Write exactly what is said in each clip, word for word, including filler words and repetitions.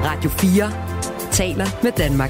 Radio fire taler med Danmark.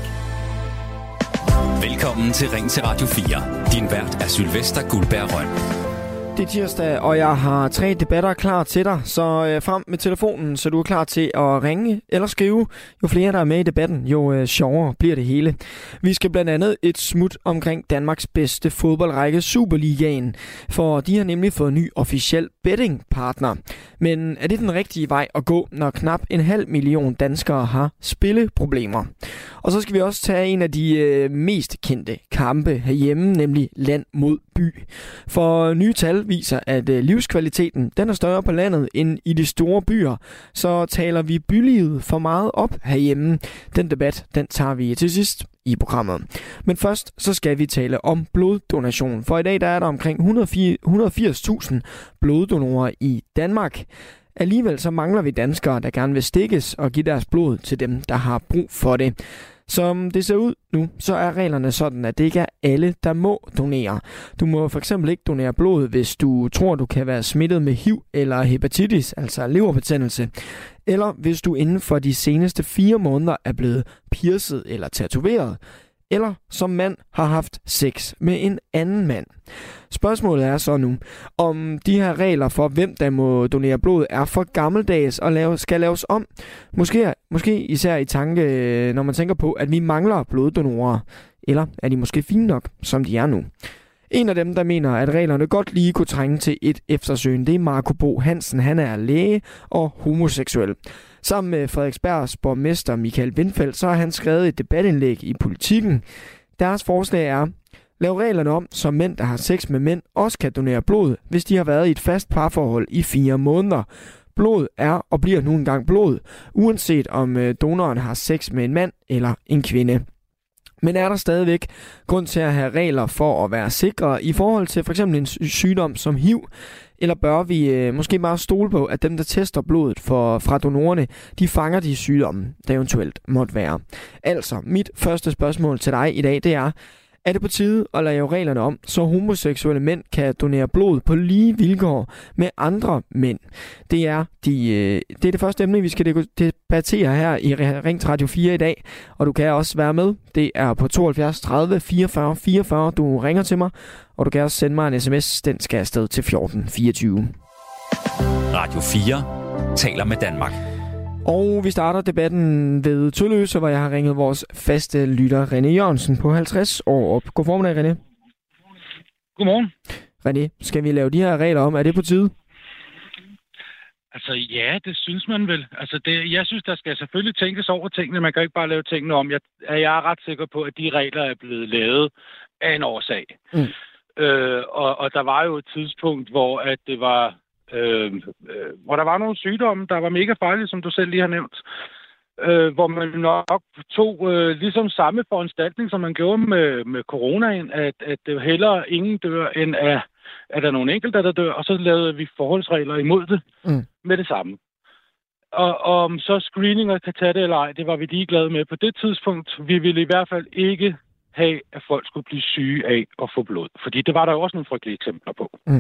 Velkommen til Ring til Radio fire. Din vært er Sylvester Guldberg Røn. Det er tirsdag, og jeg har tre debatter klar til dig, så øh, frem med telefonen, så du er klar til at ringe eller skrive. Jo flere, der er med i debatten, jo øh, sjovere bliver det hele. Vi skal blandt andet et smut omkring Danmarks bedste fodboldrække, Superligaen, for de har nemlig fået ny officiel bettingpartner. Men er det den rigtige vej at gå, når knap en halv million danskere har spilleproblemer? Og så skal vi også tage en af de øh, mest kendte kampe herhjemme, nemlig land mod by. For nye tal viser, at øh, livskvaliteten den er større på landet end i de store byer. Så taler vi bylivet for meget op herhjemme. Den debat, den tager vi til sidst i programmet. Men først så skal vi tale om bloddonation. For i dag der er der omkring et hundrede og firs tusind bloddonorer i Danmark. Alligevel så mangler vi danskere, der gerne vil stikkes og give deres blod til dem, der har brug for det. Som det ser ud nu, så er reglerne sådan, at det ikke er alle, der må donere. Du må for eksempel ikke donere blod, hvis du tror, du kan være smittet med H I V eller hepatitis, altså leverbetændelse. Eller hvis du inden for de seneste fire måneder er blevet piercet eller tatoveret. Eller som mand har haft sex med en anden mand. Spørgsmålet er så nu, om de her regler for, hvem der må donere blod, er for gammeldags og lave, skal laves om. Måske, måske især i tanke, når man tænker på, at vi mangler bloddonorer. Eller er de måske fine nok, som de er nu? En af dem, der mener, at reglerne godt lige kunne trænge til et eftersøgning, det er Marco Bo Hansen. Han er læge og homoseksuel. Sammen med Frederiksbergs borgmester Michael Windfeldt, så har han skrevet et debatindlæg i Politikken. Deres forslag er, lav reglerne om, så mænd, der har sex med mænd, også kan donere blod, hvis de har været i et fast parforhold i fire måneder. Blod er og bliver nu engang blod, uanset om donoren har sex med en mand eller en kvinde. Men er der stadigvæk grund til at have regler for at være sikre i forhold til for eksempel en sygdom som H I V? Eller bør vi øh, måske bare stole på, at dem, der tester blodet for, fra donorerne, de fanger de sygdomme, der eventuelt måtte være? Altså, mit første spørgsmål til dig i dag, det er, er det på tide at lave reglerne om, så homoseksuelle mænd kan donere blod på lige vilkår med andre mænd? Det er, de, øh, det, er det første emne, vi skal debattere her i Ring til Radio fire i dag. Og du kan også være med. Det er på tooghalvfjerds tredive fireogfyrre fireogfyrre. Du ringer til mig, og du kan også sende mig en sms. Den skal afsted til fjorten fireogtyve. Radio fire taler med Danmark. Og vi starter debatten ved Tølløse, hvor jeg har ringet vores faste lytter René Jørgensen på halvtreds år op. God formiddag, René. Godmorgen. René, skal vi lave de her regler om? Er det på tide? Altså ja, det synes man vel. Altså det, jeg synes, der skal selvfølgelig tænkes over tingene. Man kan ikke bare lave tingene om. Jeg, jeg er ret sikker på, at de regler er blevet lavet af en årsag. Mm. Øh, og, og der var jo et tidspunkt, hvor at det var... Øh, øh, hvor der var nogle sygdomme, der var mega farlige, som du selv lige har nævnt. Øh, hvor man nok tog øh, ligesom samme foranstaltning, som man gjorde med, med coronaen, at, at det hellere ingen dør, end at, at der er nogle enkelte, der dør, og så lavede vi forholdsregler imod det mm. med det samme. Og om så screeninger kan tage det eller ej, det var vi ligeglade med på det tidspunkt. Vi ville i hvert fald ikke have, at folk skulle blive syge af at få blod. Fordi det var der jo også nogle frygtelige eksempler på. Mm.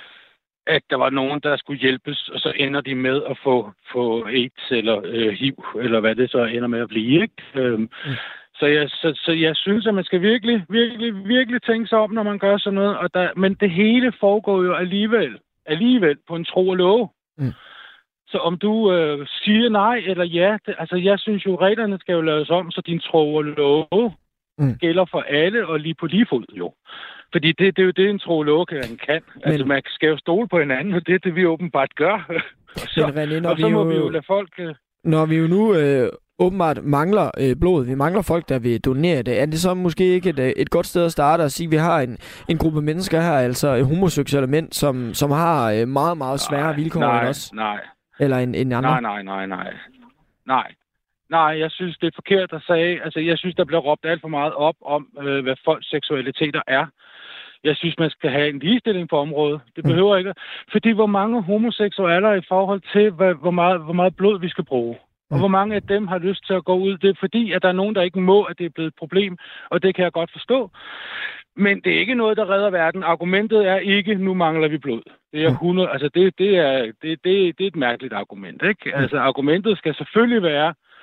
At der var nogen, der skulle hjælpes, og så ender de med at få, få AIDS eller øh, H I V, eller hvad det så ender med at blive, ikke? Øhm, mm. så, jeg, så, så jeg synes, at man skal virkelig, virkelig, virkelig tænke sig om, når man gør sådan noget. Og der, men det hele foregår jo alligevel, alligevel på en tro og love. Mm. Så om du øh, siger nej eller ja, det, altså jeg synes jo, reglerne skal jo laves om, så din tro og love mm. gælder for alle, og lige på lige fod jo. Fordi det, det er jo det, en tro og love kan. Men, altså, man skal jo stole på hinanden, og det er det, vi åbenbart gør. og så, men René, når og så vi må jo, vi jo lade folk... Øh... Når vi jo nu øh, åbenbart mangler øh, blod, vi mangler folk, der vil donere det, er det så måske ikke et, et godt sted at starte og sige, at vi har en, en gruppe mennesker her, altså homoseksuelle mænd, som, som har øh, meget, meget svære nej, vilkår nej, end os? Nej, Eller en, en andre? Nej, nej, nej, nej. Nej. Nej, jeg synes, det er forkert at sige. Altså, jeg synes, der bliver råbt alt for meget op om, øh, hvad folks seksualiteter er. Jeg synes, man skal have en ligestilling på området. Det behøver ikke. Fordi hvor mange homoseksuelle er i forhold til, hvad, hvor, meget, hvor meget blod vi skal bruge. Og hvor mange af dem har lyst til at gå ud. Det er fordi, at der er nogen, der ikke må, at det er blevet et problem. Og det kan jeg godt forstå. Men det er ikke noget, der redder verden. Argumentet er ikke, nu mangler vi blod. Det er hundrede, altså det, det, er, det, det, det er et mærkeligt argument, ikke? Altså argumentet skal selvfølgelig være,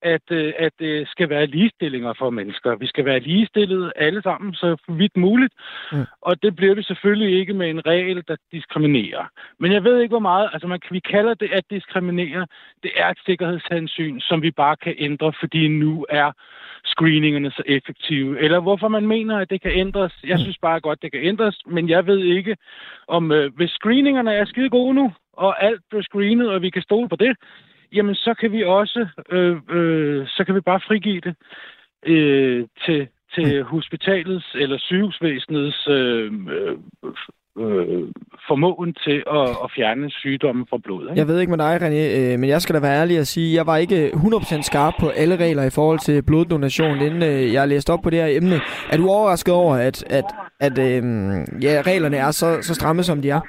at, øh, at det skal være ligestillinger for mennesker. Vi skal være ligestillede alle sammen, så vidt muligt. Mm. Og det bliver vi selvfølgelig ikke med en regel, der diskriminerer. Men jeg ved ikke, hvor meget... Altså, man, vi kalder det at diskriminere. Det er et sikkerhedshensyn, som vi bare kan ændre, fordi nu er screeningerne så effektive. Eller hvorfor man mener, at det kan ændres. Jeg synes bare godt, det kan ændres, men jeg ved ikke, om øh, hvis screeningerne er skide gode nu, og alt bliver screenet, og vi kan stole på det, jamen så kan vi også, øh, øh, så kan vi bare frigive det øh, til, til hospitalets eller sygehusvæsenets øh, øh, øh, formåen til at, at fjerne sygdomme fra blodet. Ikke? Jeg ved ikke med dig, René, øh, men jeg skal da være ærlig at sige, at jeg var ikke hundrede procent skarp på alle regler i forhold til bloddonation, inden øh, jeg læste op på det her emne. Er du overrasket over, at, at, at øh, ja, reglerne er så, så stramme, som de er?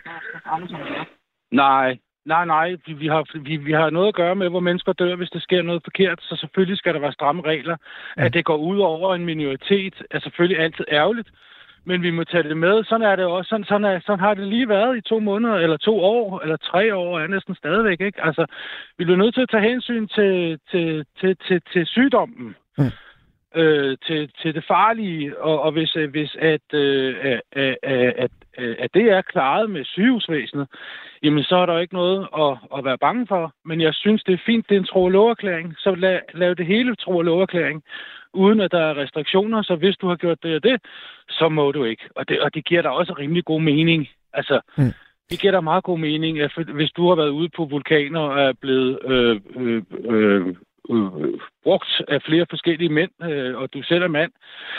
Nej, nej, nej. Vi, vi, har, vi, vi har noget at gøre med, hvor mennesker dør, hvis der sker noget forkert. Så selvfølgelig skal der være stramme regler. Ja. At det går ud over en minoritet er selvfølgelig altid ærgerligt. Men vi må tage det med. Sådan er det også. Sådan, sådan, er, sådan har det lige været i to måneder, eller to år, eller tre år, er næsten stadigvæk. Ikke? Altså, vi bliver nødt til at tage hensyn til, til, til, til, til sygdommen. Mm. Øh, til, til det farlige. Og, og hvis, hvis at, øh, at, at, at det er klaret med sygehusvæsenet, jamen så er der ikke noget at, at være bange for. Men jeg synes, det er fint, det er en tro- og loverklæring. Så lav, lav det hele tro- og loverklæring, uden at der er restriktioner. Så hvis du har gjort det og det, så må du ikke. Og det, og det giver dig også rimelig god mening. Altså, mm. det giver dig meget god mening, at hvis du har været ude på vulkaner og er blevet øh, øh, øh, øh, brugt af flere forskellige mænd, øh, og du selv er mand,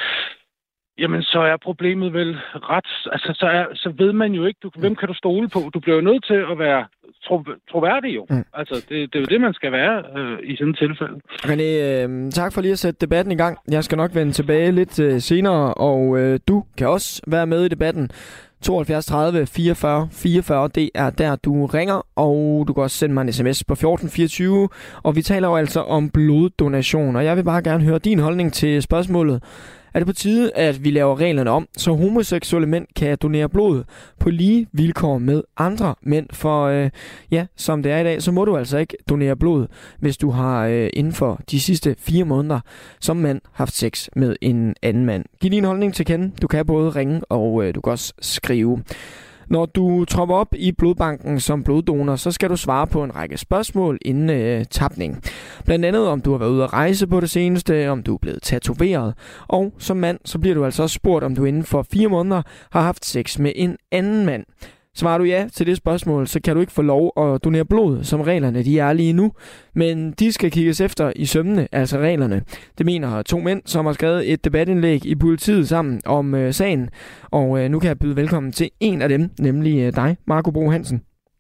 jamen så er problemet vel ret... Altså, så, er, så ved man jo ikke, du, hvem kan du stole på? Du bliver jo nødt til at være tro, troværdig jo. Mm. Altså, det, det er jo det, man skal være øh, i sådan et tilfælde. René, øh, tak for lige at sætte debatten i gang. Jeg skal nok vende tilbage lidt øh, senere, og øh, du kan også være med i debatten. tooghalvfjerds tredive fireogfyrre fireogfyrre, det er der, du ringer, og du kan også sende mig en sms på fjorten fireogtyve, og vi taler jo altså om bloddonation, og jeg vil bare gerne høre din holdning til spørgsmålet. Er det på tide, at vi laver reglerne om, så homoseksuelle mænd kan donere blod på lige vilkår med andre mænd? For øh, ja, som det er i dag, så må du altså ikke donere blod, hvis du har øh, inden for de sidste fire måneder som mand haft sex med en anden mand. Giv din holdning til kende. Du kan både ringe, og øh, du kan også skrive. Når du tropper op i blodbanken som bloddonor, så skal du svare på en række spørgsmål inden øh, tapning. Blandt andet om du har været ude at rejse på det seneste, om du er blevet tatoveret. Og som mand, så bliver du altså også spurgt, om du inden for fire måneder har haft sex med en anden mand. Svarer du ja til det spørgsmål, så kan du ikke få lov at donere blod, som reglerne de er lige nu. Men de skal kigges efter i sømmene, altså reglerne. Det mener to mænd, som har skrevet et debatindlæg i politiet sammen om øh, sagen. Og øh, nu kan jeg byde velkommen til en af dem, nemlig øh, dig, Marco Bro Hansen.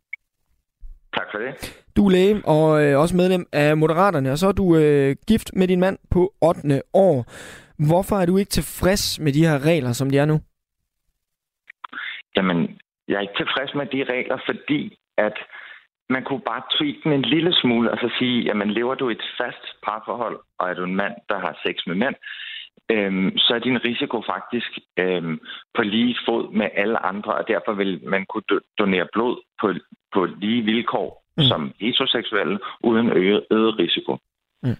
Tak for det. Du er læge og øh, også medlem af Moderaterne, og så er du øh, gift med din mand på ottende år. Hvorfor er du ikke tilfreds med de her regler, som de er nu? Jamen... Jeg er ikke tilfreds med de regler, fordi at man kunne bare tweake dem en lille smule og så sige, jamen lever du et fast parforhold, og er du en mand, der har sex med mænd, øhm, så er din risiko faktisk øhm, på lige fod med alle andre, og derfor vil man kunne donere blod på, på lige vilkår mm. som heteroseksuelle, uden øget, øget risiko. Mm.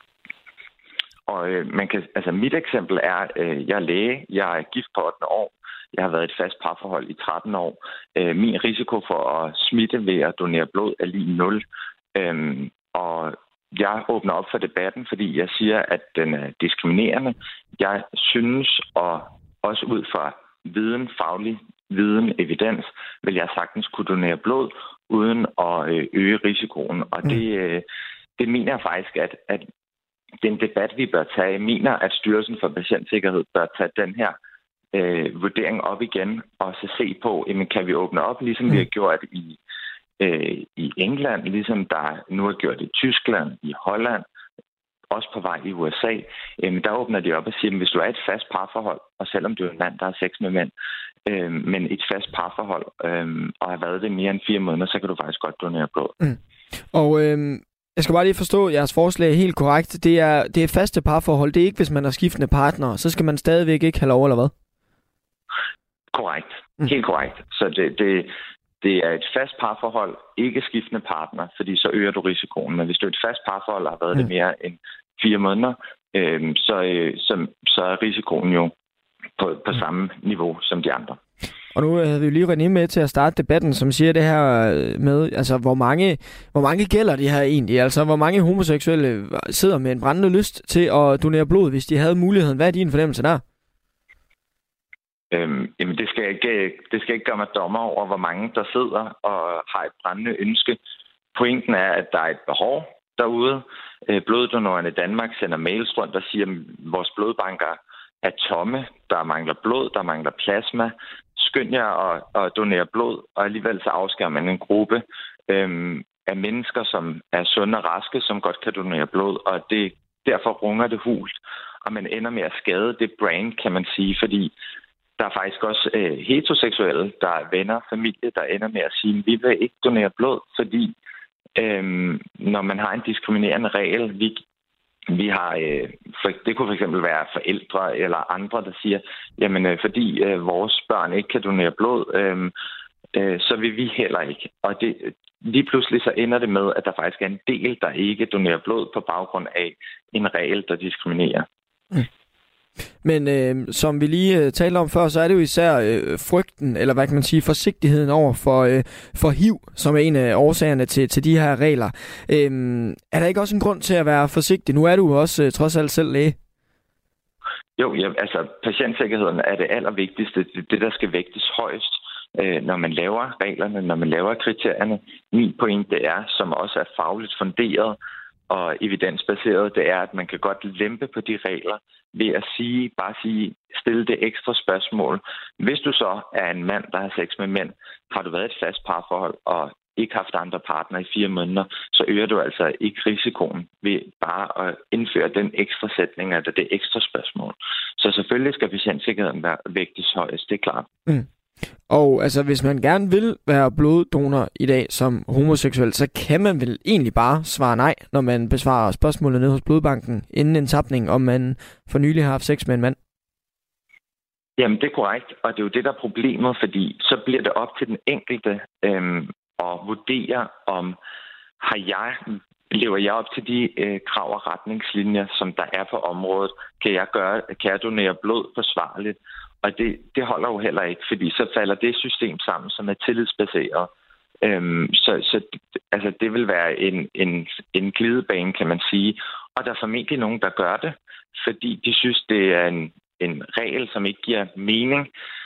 Og øh, man kan, altså mit eksempel er, øh, jeg er læge, jeg er gift på ottende år, jeg har været i et fast parforhold i tretten år. Øh, min risiko for at smitte ved at donere blod er lige nul. Øh, og jeg åbner op for debatten, fordi jeg siger, at den er diskriminerende. Jeg synes, og også ud fra viden, faglig viden, evidens, vil jeg sagtens kunne donere blod, uden at øge risikoen. Og det, øh, det mener jeg faktisk, at, at den debat, vi bør tage, mener, at Styrelsen for Patientsikkerhed bør tage den her Øh, vurdering op igen, og så se på, jamen, kan vi åbne op, ligesom mm. vi har gjort i, øh, i England, ligesom der nu har gjort i Tyskland, i Holland, også på vej i U S A. Øh, der åbner de op og siger, at hvis du er et fast parforhold, og selvom du er en mand, der har sex med mænd, øh, men et fast parforhold, øh, og har været det mere end fire måneder, så kan du faktisk godt donere blod. Mm. Og øh... jeg skal bare lige forstå jeres forslag helt korrekt. Det er, det er faste parforhold. Det er ikke, hvis man har skiftende partner. Så skal man stadigvæk ikke have lov, eller hvad? Korrekt. Helt korrekt. Så det, det, det er et fast parforhold, ikke skiftende partner, fordi så øger du risikoen. Men hvis du er et fast parforhold og har været mm. det mere end fire måneder, øh, så, øh, så, så er risikoen jo på, på samme niveau som de andre. Og nu havde vi jo lige René med til at starte debatten, som siger det her med, altså hvor mange, hvor mange gælder det her egentlig? Altså hvor mange homoseksuelle sidder med en brændende lyst til at donere blod, hvis de havde muligheden? Hvad er din fornemmelse der? Øhm, jamen det skal, ikke, det skal ikke gøre mig dommer over, hvor mange der sidder og har et brændende ønske. Pointen er, at der er et behov derude. Øh, bloddonorerne i Danmark sender mails rundt, der siger, at vores blodbanker er tomme. Der mangler blod, der mangler plasma. Skynd jer at, at donere blod, og alligevel så afskærer man en gruppe øhm, af mennesker, som er sunde og raske, som godt kan donere blod, og det, derfor runger det hult, og man ender med at skade det brand, kan man sige, fordi der er faktisk også øh, heteroseksuelle, der er venner og familie, der ender med at sige, vi vil ikke donere blod, fordi øhm, når man har en diskriminerende regel, vi Vi har, øh, for, det kunne fx være forældre eller andre, der siger, jamen øh, fordi øh, vores børn ikke kan donere blod, øh, øh, så vil vi heller ikke. Og det, lige pludselig så ender det med, at der faktisk er en del, der ikke donerer blod på baggrund af en regel, der diskriminerer. Mm. Men øh, som vi lige øh, talte om før, så er det jo især øh, frygten, eller hvad kan man sige, forsigtigheden over for, øh, for H I V, som er en af årsagerne til, til de her regler. Øh, er der ikke også en grund til at være forsigtig? Nu er du også øh, trods alt selv læge. Jo, ja, altså patientsikkerheden er det allervigtigste. Det er det, der skal vægtes højst, øh, når man laver reglerne, når man laver kriterierne. Min pointe er, som også er fagligt funderet og evidensbaseret, det er, at man kan godt lempe på de regler ved at sige, bare sige, stille det ekstra spørgsmål. Hvis du så er en mand, der har sex med mænd, har du været et fast parforhold og ikke haft andre partner i fire måneder, så øger du altså ikke risikoen ved bare at indføre den ekstra sætning, eller det ekstra spørgsmål. Så selvfølgelig skal patientsikkerheden være vægtes højest, det er klart. Mm. Og altså, hvis man gerne vil være bloddonor i dag som homoseksuel, så kan man vel egentlig bare svare nej, når man besvarer spørgsmålet nede hos blodbanken inden en tapning, om man for nylig har haft sex med en mand? Jamen, det er korrekt, og det er jo det, der er problemet, fordi så bliver det op til den enkelte øhm, at vurdere, om har jeg, lever jeg op til de øh, krav og retningslinjer, som der er på området? Kan jeg, gøre, kan jeg donere blod forsvarligt? Og det, det holder jo heller ikke, fordi så falder det system sammen, som er tillidsbaseret. Øhm, så så altså, det vil være en, en, en glidebane, kan man sige. Og der er formentlig nogen, der gør det, fordi de synes, det er en, en regel, som ikke giver mening.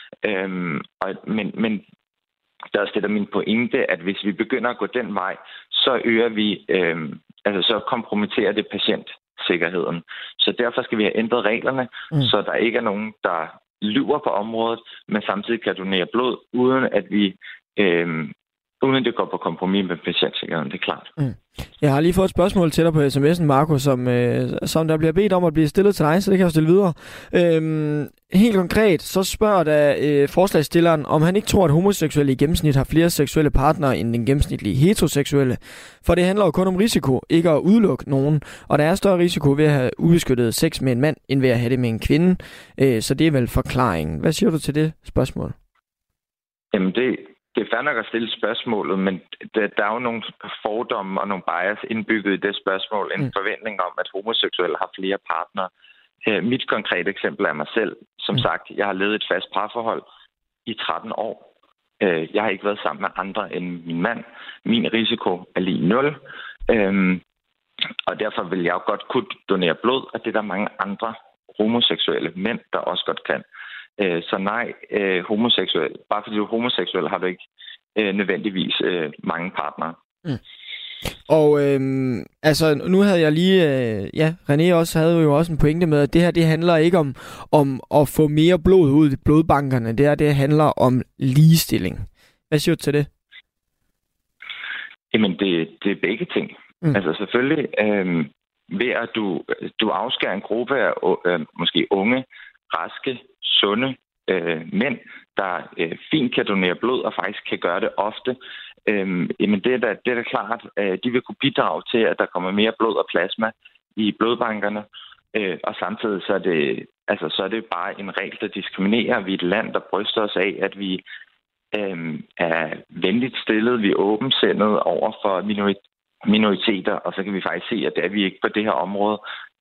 Øhm, og, men, men der er stedet min pointe, at hvis vi begynder at gå den vej, så øger vi, øhm, altså så kompromitterer det patientsikkerheden. Så derfor skal vi have ændret reglerne, mm. så der ikke er nogen, der lyver på området, men samtidig kan donere blod, uden at vi øh, uden det går på kompromis med patientsikkerheden, det er klart. Mm. Jeg har lige fået et spørgsmål til dig på sms'en, Marco, som, øh, som der bliver bedt om at blive stillet til dig, så det kan jeg stille videre. Øhm, helt konkret, så spørger der øh, forslagsstilleren, om han ikke tror, at homoseksuelle i gennemsnit har flere seksuelle partnere end den gennemsnitlige heteroseksuelle. For det handler jo kun om risiko, ikke at udelukke nogen. Og der er større risiko ved at have ubeskyttet sex med en mand, end ved at have det med en kvinde. Øh, så det er vel forklaringen. Hvad siger du til det spørgsmål? Jamen det... Det er fair nok at stille spørgsmålet, men der, der er jo nogle fordomme og nogle bias indbygget i det spørgsmål. En mm. forventning om, at homoseksuelle har flere partnere. Uh, mit konkrete eksempel er mig selv. Som mm. sagt, jeg har levet et fast parforhold i tretten år. Uh, jeg har ikke været sammen med andre end min mand. Min risiko er lige nul. Um, og derfor vil jeg jo godt kunne donere blod, og det er der mange andre homoseksuelle mænd, der også godt kan. Så nej, øh, homoseksuel. Bare fordi du er homoseksuel, har du ikke øh, nødvendigvis øh, mange partnere. Mm. Og øh, altså, nu havde jeg lige... Øh, ja, René også havde jo også en pointe med, at det her, det handler ikke om, om at få mere blod ud i blodbankerne. Det her, det handler om ligestilling. Hvad siger du til det? Jamen, det, det er begge ting. Mm. Altså selvfølgelig, øh, ved at du, du afskærer en gruppe af øh, måske unge, raske, sunde øh, mænd, der øh, fint kan donere blod og faktisk kan gøre det ofte, øh, jamen det er da, det er da klart, at de vil kunne bidrage til, at der kommer mere blod og plasma i blodbankerne, øh, og samtidig så er, det, altså, så er det bare en regel, der diskriminerer. Vi er et land, der bryster os af, at vi øh, er venligt stillet, vi er åbensindet over for minoriteter, og så kan vi faktisk se, at det er vi ikke på det her område.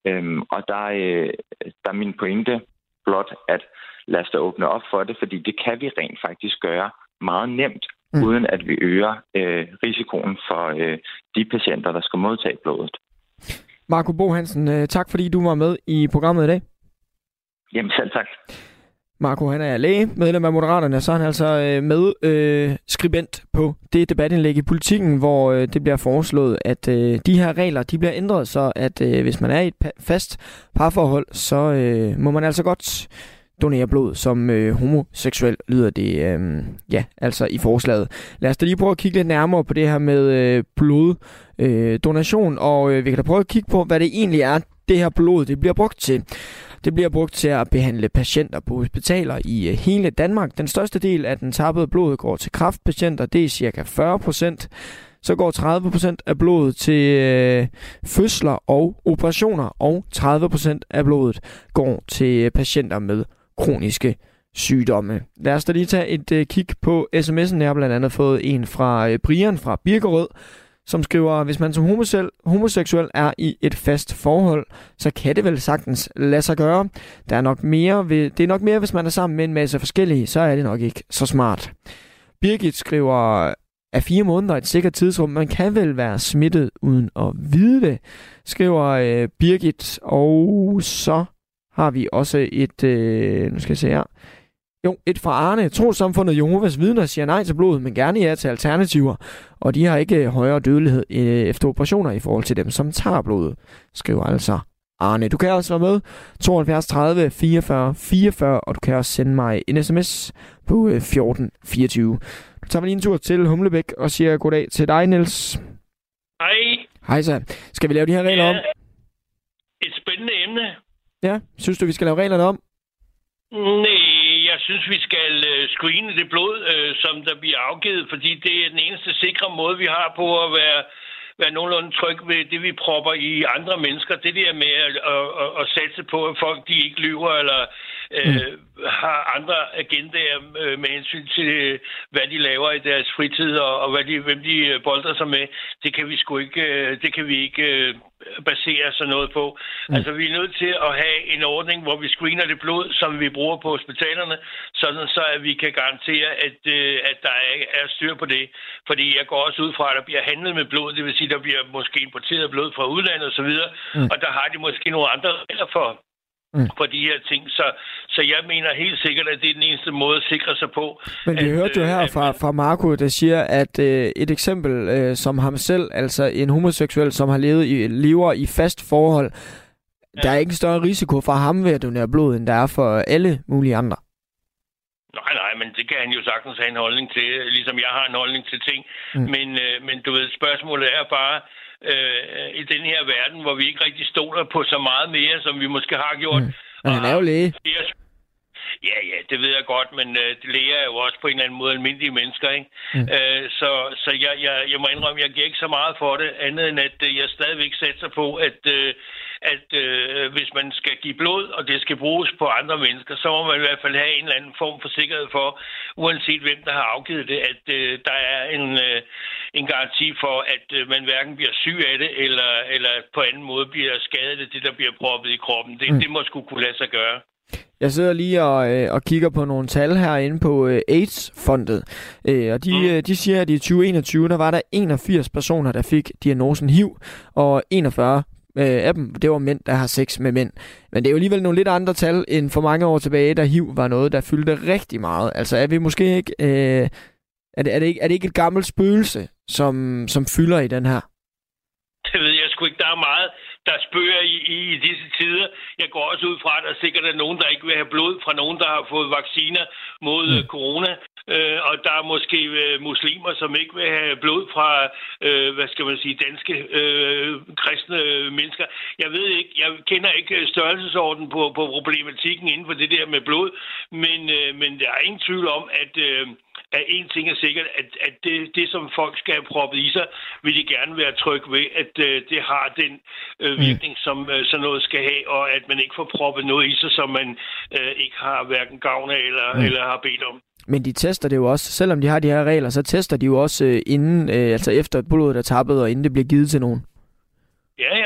Øhm, og der, øh, der er min pointe blot, at lad os da åbne op for det, fordi det kan vi rent faktisk gøre meget nemt, mm. uden at vi øger øh, risikoen for øh, de patienter, der skal modtage blodet. Marco Bo Hansen, tak fordi du var med i programmet i dag. Jamen selv tak. Marco, han er læge, medlem af Moderaterne, så er han altså med øh, skribent på det debatindlæg i Politikken, hvor øh, det bliver foreslået, at øh, de her regler de bliver ændret, så at øh, hvis man er i et pa- fast parforhold, så øh, må man altså godt donere blod som øh, homoseksuel, lyder det øh, ja, altså i forslaget. Lad os da lige prøve at kigge lidt nærmere på det her med øh, bloddonation, øh, og øh, vi kan da prøve at kigge på, hvad det egentlig er, det her blod det bliver brugt til. Det bliver brugt til at behandle patienter på hospitaler i øh, hele Danmark. Den største del af den tappede blod går til kræftpatienter, det er cirka fyrre procent. Så går tredive procent af blodet til øh, fødsler og operationer, og tredive procent af blodet går til patienter med kroniske sygdomme. Lad os da lige tage et øh, kig på sms'en. Jeg har blandt andet fået en fra øh, Brian fra Birkerød, som skriver, hvis man som homoseksuel er i et fast forhold, så kan det vel sagtens lade sig gøre. Der er nok mere ved, det er nok mere, hvis man er sammen med en masse forskellige, så er det nok ikke så smart. Birgit skriver, er fire måneder et sikkert tidsrum. Man kan vel være smittet uden at vide det, skriver øh, Birgit. Og så har vi også et, øh, nu skal jeg se her, jo, et fra Arne. Trossamfundet Jehovas Vidner siger nej til blodet, men gerne ja til alternativer. Og de har ikke højere dødelighed øh, efter operationer i forhold til dem, som tager blodet, skriver altså Arne. Du kan også være med tooghalvfjerds tredive fireogfyrre fireogfyrre, og du kan også sende mig en sms på øh, fjorten fireogtyve. Du tager lige en tur til Humlebæk og siger goddag til dig, Niels. Hej. Hej så. Skal vi lave de her regler ja, om? Et spændende emne. Ja, synes du, vi skal lave reglerne om? Nej, jeg synes, vi skal uh, screene det blod, uh, som der bliver afgivet, fordi det er den eneste sikre måde, vi har på at være, være nogenlunde tryg ved det, vi propper i andre mennesker. Det der med at, at, at, at satse på, at folk de ikke lyver eller uh, mm. har andre agendaer uh, med hensyn til, uh, hvad de laver i deres fritid og, og hvad de, hvem de bolder sig med. Det kan vi sgu ikke, uh, det kan vi ikke uh, basere sådan noget på. Mm. Altså, vi er nødt til at have en ordning, hvor vi screener det blod, som vi bruger på hospitalerne, sådan så at vi kan garantere, at, øh, at der er, er styr på det. Fordi jeg går også ud fra, at der bliver handlet med blod, det vil sige, der bliver måske importeret blod fra udlandet osv., mm. og der har de måske nogle andre regler for, mm. for de her ting. Så, så jeg mener helt sikkert, at det er den eneste måde at sikre sig på. Men vi at, hørte jo her at, fra, fra Marco, der siger, at øh, et eksempel øh, som ham selv, altså en homoseksuel, som har levet i, lever i fast forhold, ja. Der er ikke en større risiko for ham ved at donere blod, end der er for alle mulige andre. Nej, nej, men det kan han jo sagtens have en holdning til, ligesom jeg har en holdning til ting. Mm. Men, øh, men du ved, spørgsmålet er bare, øh, i den her verden, hvor vi ikke rigtig stoler på så meget mere, som vi måske har gjort. Mm. Men han er jo læge. Ja, ja, det ved jeg godt, men øh, læger er jo også på en eller anden måde almindelige mennesker, ikke? Mm. Øh, så så jeg, jeg, jeg må indrømme, jeg giver ikke så meget for det, andet end at øh, jeg stadigvæk satser på, at, øh, at øh, hvis man skal give blod, og det skal bruges på andre mennesker, så må man i hvert fald have en eller anden form for sikkerhed for, uanset hvem der har afgivet det, at øh, der er en, øh, en garanti for, at øh, man hverken bliver syg af det, eller, eller på anden måde bliver skadet af det, der bliver proppet i kroppen. Det, mm. det må sgu kunne lade sig gøre. Jeg sidder lige og, øh, og kigger på nogle tal herinde på øh, AIDS-fondet, øh, og de, mm. øh, de siger, at i tyve enogtyve, der var der enogfirs personer, der fik diagnosen H I V, og enogfyrre øh, af dem, det var mænd, der har sex med mænd. Men det er jo alligevel nogle lidt andre tal end for mange år tilbage, da H I V var noget, der fyldte rigtig meget. Altså er vi måske ikke, øh, er, det, er, det ikke er det ikke et gammelt spøgelse, som, som fylder i den her? Det ved jeg sgu ikke. Der er meget, der spøger i, i, i disse tider. Jeg går også ud fra, at der sikkert er nogen, der ikke vil have blod fra nogen, der har fået vacciner mod mm. corona. Øh, og der er måske øh, muslimer, som ikke vil have blod fra, øh, hvad skal man sige, danske øh, kristne mennesker. Jeg ved ikke, jeg kender ikke størrelsesorden på, på problematikken inden for det der med blod, men, øh, men der er ingen tvivl om, at øh, at en ting er sikkert, at, at det, det, som folk skal have proppet i sig, vil de gerne være trygge ved, at øh, det har den øh, virkning, mm. som øh, sådan noget skal have, og at man ikke får proppet noget i sig, som man øh, ikke har hverken gavn af eller, mm. eller har bedt om. Men de tester det jo også, selvom de har de her regler, så tester de jo også øh, inden, øh, altså efter blodet er tappet, og inden det bliver givet til nogen. Ja, ja,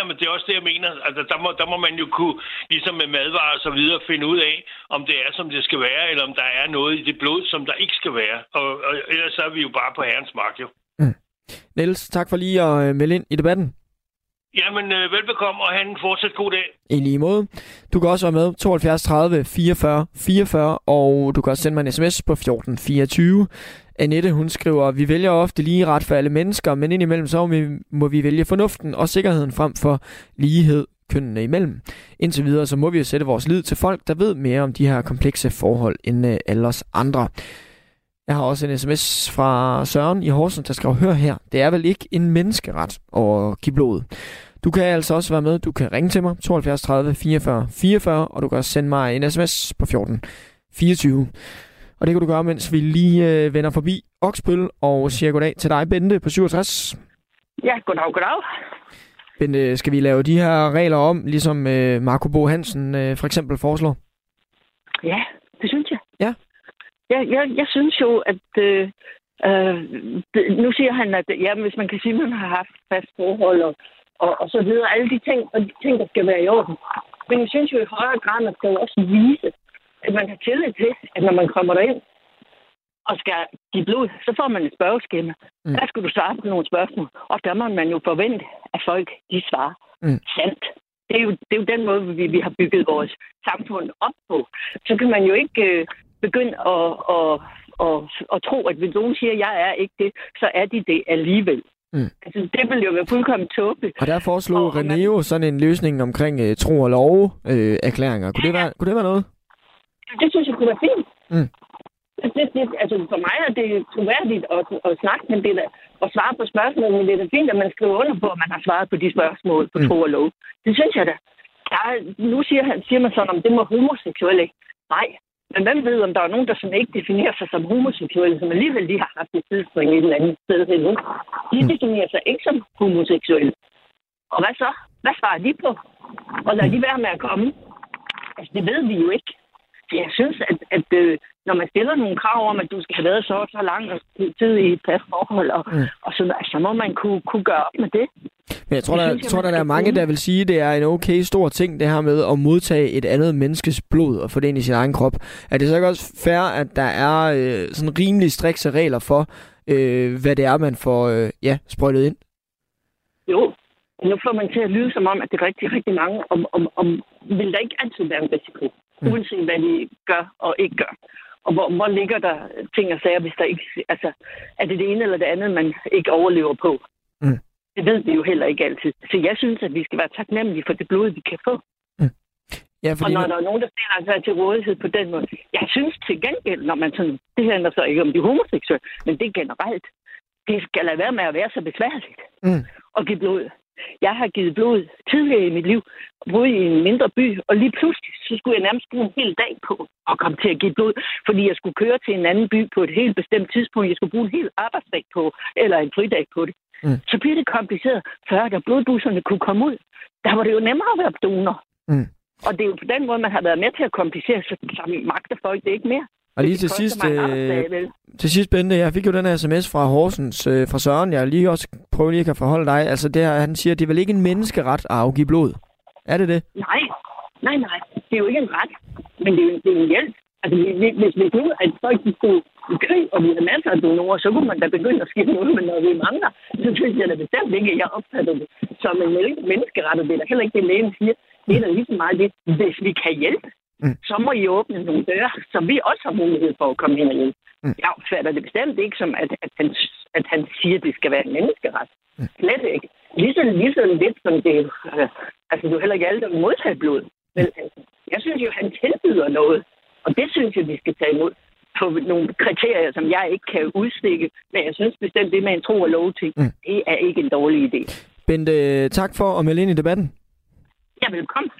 men det er også det, jeg mener. Altså, der må, der må man jo kunne, ligesom med madvarer og så videre, finde ud af, om det er, som det skal være, eller om der er noget i det blod, som der ikke skal være. Og, og ellers så er vi jo bare på herrens mark, jo. Mm. Niels, tak for lige at melde ind i debatten. Jamen, øh, velbekomme, og have en fortsat god dag. I lige måde. Du kan også være med tooghalvfjerds tredive fireogfyrre fireogfyrre, og du kan også sende mig en sms på fjorten fireogtyve. Annette, hun skriver, vi vælger ofte lige ret for alle mennesker, men indimellem så må vi, må vi vælge fornuften og sikkerheden frem for lighed kønnene imellem. Indtil videre så må vi jo sætte vores lid til folk, der ved mere om de her komplekse forhold end uh, alle os andre. Jeg har også en sms fra Søren i Horsens, der skriver, hør her, det er vel ikke en menneskeret at give blod. Du kan altså også være med, du kan ringe til mig, tooghalvfjerds tredive fireogfyrre fireogfyrre, og du kan også sende mig en sms på fjorten fireogtyve. Og det kan du gøre, mens vi lige øh, vender forbi Oksbøl og siger goddag til dig, Bente, på syvogtres. Ja, goddag, goddag. Bente, skal vi lave de her regler om, ligesom øh, Marco Bo Hansen øh, for eksempel foreslår? Ja, det synes jeg. Ja. Jeg, jeg, jeg synes jo, at øh, øh, nu siger han, at ja, hvis man kan sige, at man har haft fast forhold og, og, og så videre, alle de ting, og de ting, der skal være i orden. Men jeg synes jo i højere grad, man skal jo også vise, at man har tillid til, at når man kommer derind og skal give blod, så får man et spørgeskema. Mm. Der skal du svare på nogle spørgsmål, og der må man jo forvente, at folk de svarer mm. sandt. Det er, jo, det er jo den måde, vi, vi har bygget vores samfund op på. Så kan man jo ikke øh, begynde at, at, at, at tro, at hvis nogen siger, at jeg er ikke det, så er de det alligevel. Mm. Altså, det vil jo være fuldkommen tåbeligt. Og der foreslog René jo man... sådan en løsning omkring uh, tro og lov uh, erklæringer. Kunne, ja. det være, kunne det være noget? Det synes jeg kunne være fint. Mm. Det, det, altså for mig er det troværdigt at, at snakke, men det der, at svare på spørgsmål, men det er da fint, at man skriver under på, at man har svaret på de spørgsmål på mm. tro og lov. Det synes jeg da. Der er, nu siger, han, siger man sådan, om det må homoseksuelle ikke. Nej, men hvem ved, om der er nogen, der sådan ikke definerer sig som homoseksuelle, som alligevel lige har haft et tidsspring i den anden sted til nu. De mm. definerer sig ikke som homoseksuelle. Og hvad så? Hvad svarer de på? Og lader de være med at komme? Altså, det ved vi jo ikke. Jeg synes, at, at øh, når man stiller nogle krav om, at du skal have været så så lang tid i et fast forhold, og, mm. og så, altså, så må man kunne, kunne gøre op med det. Men jeg tror, der, synes, jeg, tror, der, der er mange, der vil sige, at det er en okay stor ting, det her med at modtage et andet menneskes blod og få det ind i sin egen krop. Er det så ikke også fair, at der er øh, sådan rimelig strikse regler for, øh, hvad det er, man får øh, ja, sprøjtet ind? Jo, nu får man til at lyde som om, at det er rigtig, rigtig mange, om, om, om vil der ikke altid være en risiko. Mm. Uanset hvad de gør og ikke gør. Og hvor, hvor ligger der ting og sager, hvis der ikke... Altså, er det det ene eller det andet, man ikke overlever på? Mm. Det ved vi jo heller ikke altid. Så jeg synes, at vi skal være taknemmelige for det blod, vi kan få. Mm. Ja, fordi... Og når der er nogen, der stiller sig til rådighed på den måde. Jeg synes til gengæld, når man sådan... Det handler så ikke om de homoseksuelle, men det er generelt. Det skal lade være med at være så besværligt mm. at give blod. Jeg har givet blod tidligere i mit liv, boede i en mindre by, og lige pludselig, så skulle jeg nærmest bruge en hel dag på at komme til at give blod, fordi jeg skulle køre til en anden by på et helt bestemt tidspunkt. Jeg skulle bruge en hel arbejdsdag på, eller en fridag på det. Mm. Så bliver det kompliceret, før da blodbusserne kunne komme ud. Der var det jo nemmere at være donor. Mm. Og det er jo på den måde, man har været med til at komplicere, så, så magter folk det ikke mere. Og lige til sidst, øh, til sidst, Bente, jeg fik jo den her sms fra Horsens, øh, fra Søren, jeg lige også prøver lige at forholde dig. Altså det her, han siger, at det er vel ikke en menneskeret at afgive blod? Er det det? Nej, nej, nej. Det er jo ikke en ret, men det er, det er en hjælp. Altså hvis vi nu, at folk skulle i krig, og vi har masser af donorer, så kunne man da begynde at skifte noget, men når vi mangler, så synes jeg da bestemt ikke, at jeg opfatter det som en menneskeret, og det er da heller ikke det, lægen siger. Det er da lige så meget det, hvis vi kan hjælpe. Mm. Så må I åbne nogle døre, som vi også har mulighed for at komme ind og hjælpe. Mm. Jeg opfatter det bestemt ikke som, at, at, han, at han siger, at det skal være en menneskeret. Mm. Slet ikke. Lige lige så lidt som det øh, altså du heller ikke alle, der vil modtage blod. Men altså, jeg synes jo, at han tilbyder noget. Og det synes jeg, vi skal tage imod på nogle kriterier, som jeg ikke kan udstikke. Men jeg synes bestemt, det med en tro og lov ting, mm. det er ikke en dårlig idé. Bente, tak for at melde ind i debatten. Ja, velkommen.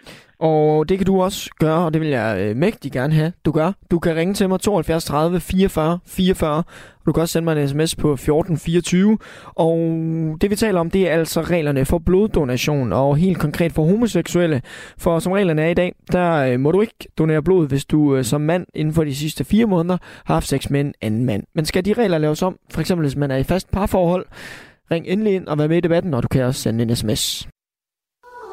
Og det kan du også gøre, og det vil jeg øh, mægtig gerne have, du gør. Du kan ringe til mig tooghalvfjerds tredive fireogfyrre fireogfyrre. Du kan også sende mig en sms på fjorten fireogtyve. Og det vi taler om, det er altså reglerne for bloddonation, og helt konkret for homoseksuelle. For som reglerne er i dag, der øh, må du ikke donere blod, hvis du øh, som mand inden for de sidste fire måneder har haft sex med en anden mand. Men skal de regler laves om, for eksempel hvis man er i fast parforhold, ring endelig ind og vær med i debatten, og du kan også sende en sms.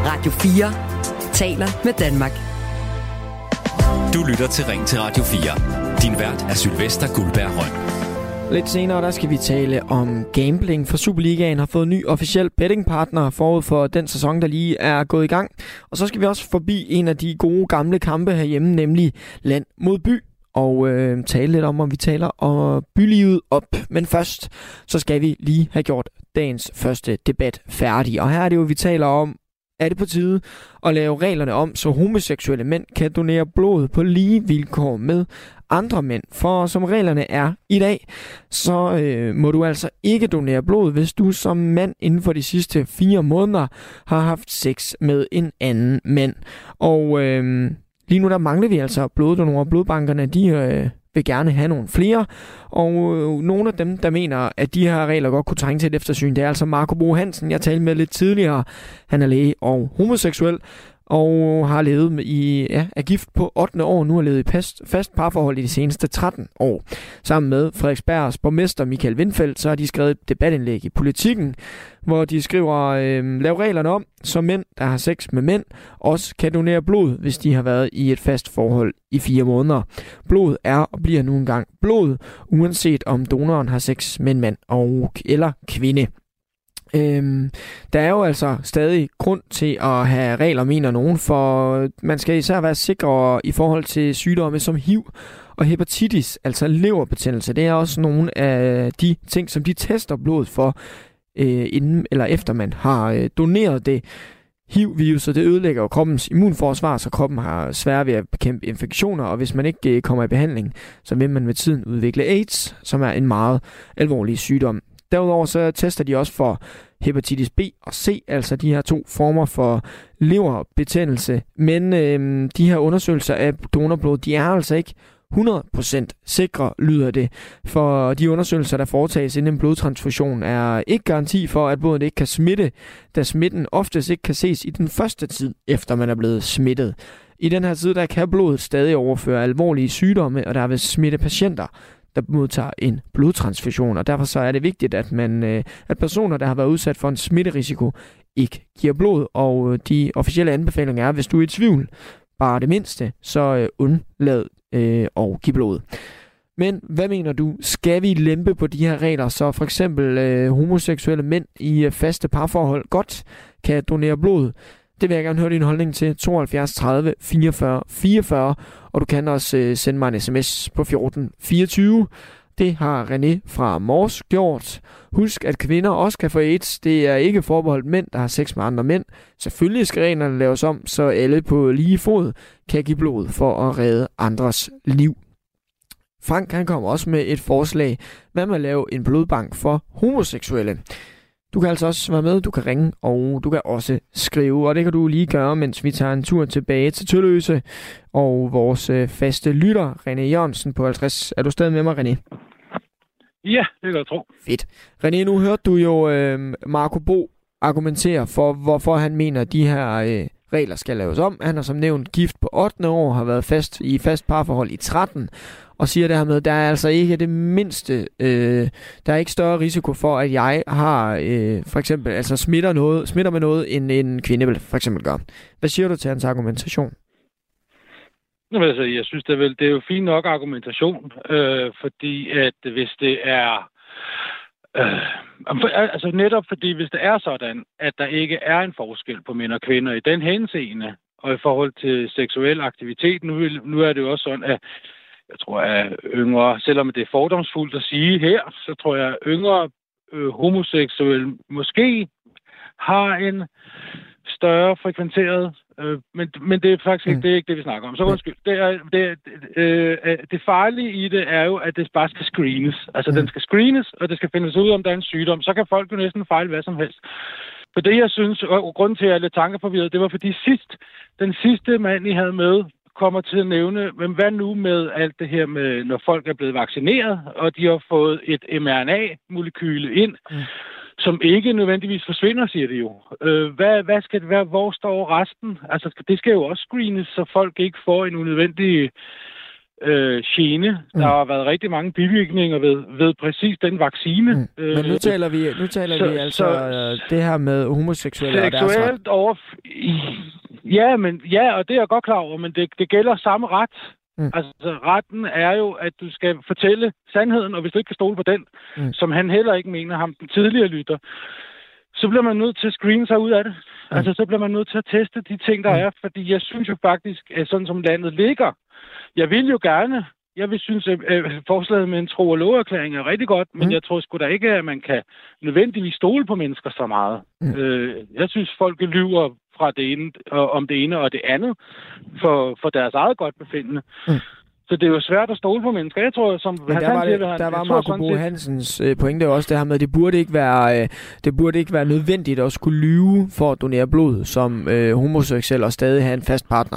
Radio fire taler med Danmark. Du lytter til Ring til Radio fire. Din vært er Sylvester Guldberg Røn. Lidt senere der skal vi tale om gambling, for Superligaen har fået ny officiel bettingpartner forud for den sæson, der lige er gået i gang. Og så skal vi også forbi en af de gode gamle kampe herhjemme, nemlig land mod by. Og øh, tale lidt om, om vi taler om bylivet op. Men først, så skal vi lige have gjort dagens første debat færdig. Og her er det jo, vi taler om, er det på tide at lave reglerne om, så homoseksuelle mænd kan donere blod på lige vilkår med andre mænd. For som reglerne er i dag, så øh, må du altså ikke donere blod, hvis du som mand inden for de sidste fire måneder har haft sex med en anden mand. Og øh, lige nu der mangler vi altså bloddonorer. Blodbankerne, de øh, vil gerne have nogle flere. Og øh, nogle af dem, der mener, at de her regler godt kunne trænge til et eftersyn, det er altså Marco Bo Hansen, jeg talte med lidt tidligere. Han er læge og homoseksuel, og har levet i, ja, er gift på ottende år, nu har levet i fast, fast parforhold i de seneste tretten år. Sammen med Frederiksbergs borgmester Michael Windfeldt, så har de skrevet et debatindlæg i Politikken, hvor de skriver, øh, lav reglerne om, så mænd, der har sex med mænd, også kan donere blod, hvis de har været i et fast forhold i fire måneder. Blod er og bliver nu engang blod, uanset om donoren har sex med en mand og, eller kvinde. Øhm, der er jo altså stadig grund til at have regler, mener nogen, for man skal især være sikre i forhold til sygdomme som H I V og hepatitis, altså leverbetændelse. Det er også nogle af de ting, som de tester blodet for, øh, inden eller efter man har øh, doneret det. H I V-viruset, det ødelægger jo kroppens immunforsvar, så kroppen har svært ved at bekæmpe infektioner, og hvis man ikke øh, kommer i behandling, så vil man med tiden udvikle AIDS, som er en meget alvorlig sygdom. Derudover så tester de også for hepatitis B og C, altså de her to former for leverbetændelse. Men øh, de her undersøgelser af donorblod, de er altså ikke hundrede procent sikre, lyder det. For de undersøgelser, der foretages inden en blodtransfusion, er ikke garanti for, at blodet ikke kan smitte, da smitten oftest ikke kan ses i den første tid, efter man er blevet smittet. I den her tid, der kan blodet stadig overføre alvorlige sygdomme, og der vil smitte patienter, der modtager en blodtransfusion, og derfor så er det vigtigt, at man, at personer, der har været udsat for en smitterisiko, ikke giver blod, og de officielle anbefalinger er, hvis du er i tvivl, bare det mindste, så undlad øh, at give blod. Men hvad mener du? Skal vi lempe på de her regler, så for eksempel øh, homoseksuelle mænd i faste parforhold godt kan donere blod? Det vil jeg gerne høre din holdning til. tooghalvfjerds tredive fireogfyrre fireogfyrre, og du kan også øh, sende mig en sms på fjorten fireogtyve. Det har René fra Mors gjort. Husk, at kvinder også kan få AIDS. Det er ikke forbeholdt mænd, der har sex med andre mænd. Selvfølgelig skal reglerne laves om, så alle på lige fod kan give blod for at redde andres liv. Frank han kommer også med et forslag. Hvad med at lave en blodbank for homoseksuelle? Du kan altså også være med, du kan ringe, og du kan også skrive, og det kan du lige gøre, mens vi tager en tur tilbage til Tølløse. Og vores faste lytter, René Jørgensen på halvtreds. Er du stadig med mig, René? Ja, det kan jeg tro. Fedt. René, nu hørte du jo øh, Marco Bo argumentere for, hvorfor han mener, at de her øh, regler skal laves om. Han er som nævnt gift på ottende år, har været fast i fast parforhold i tretten, og siger det her med, der er altså ikke det mindste, øh, der er ikke større risiko for, at jeg har øh, for eksempel, altså smitter, noget, smitter med noget, end en kvinde for eksempel gør. Hvad siger du til hans argumentation? Jamen, altså, jeg synes, det er, vel, det er jo fint nok argumentation, øh, fordi at hvis det er... Øh, altså netop fordi, hvis det er sådan, at der ikke er en forskel på mænd og kvinder i den henseende, og i forhold til seksuel aktivitet, nu, nu er det jo også sådan, at jeg tror, at yngre, selvom det er fordomsfuldt at sige her, så tror jeg, at yngre øh, homoseksuelle måske har en større frekventeret, øh, men, men det er faktisk ikke, mm. det er ikke det, vi snakker om. Så undskyld. Det, er, det, øh, det farlige i det er jo, at det bare skal screenes. Altså, mm. den skal screenes, og det skal findes ud, om der er en sygdom. Så kan folk jo næsten fejle hvad som helst. For det, jeg synes, og grunden til, at jeg er lidt tankeforvirret, det var fordi sidst, den sidste mand, I havde med, kommer til at nævne, men hvad nu med alt det her med, når folk er blevet vaccineret, og de har fået et M R N A-molekyle ind, mm. som ikke nødvendigvis forsvinder, siger det jo. Øh, hvad, hvad skal det være? Hvor står resten? Altså, det skal jo også screenes, så folk ikke får en unødvendig øh, gene. Mm. Der har været rigtig mange bivirkninger ved, ved præcis den vaccine. Mm. Men nu taler vi, nu taler så, vi altså så, det her med homoseksuelle og deres ret. Over, ja, men, ja, og det er jeg godt klar over, men det, det gælder samme ret. Mm. Altså, retten er jo, at du skal fortælle sandheden, og hvis du ikke kan stole på den, mm. som han heller ikke mener, ham den tidligere lytter, så bliver man nødt til at screene sig ud af det. Mm. Altså, så bliver man nødt til at teste de ting, der mm. er, fordi jeg synes jo faktisk, at sådan som landet ligger, jeg vil jo gerne, jeg vil synes, at forslaget med en tro- og loverklæring er rigtig godt, men mm. jeg tror sgu da ikke, at man kan nødvendigvis stole på mennesker så meget. Mm. Øh, jeg synes, folk lyver fra det ene, om det ene og det andet for, for deres eget godt befindende. Mm. Så det er jo svært at stole på mennesker. Jeg tror, som men der var, det, der var Marco Bo Hansens øh, pointe også det her med, at det burde ikke være, øh, det burde ikke være nødvendigt at skulle lyve for at donere blod som øh, homoseksuel og stadig have en fast partner.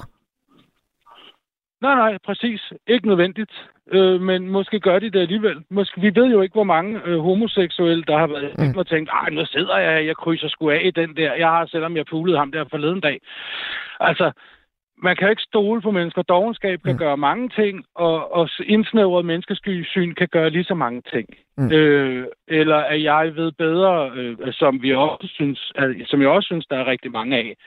Nej, nej, præcis. Ikke nødvendigt. Øh, men måske gør de det alligevel. Måske, vi ved jo ikke, hvor mange øh, homoseksuelle, der har været mm. og tænkt, ej, nu sidder jeg, jeg krydser sgu af i den der. Jeg har, selvom jeg pulede ham der forleden dag. Altså, man kan ikke stole på mennesker. Dovenskab kan mm. gøre mange ting, og, og indsnævret menneskesyn kan gøre lige så mange ting. Mm. Øh, eller at jeg ved bedre, øh, som vi også synes, at, som jeg også synes, der er rigtig mange af.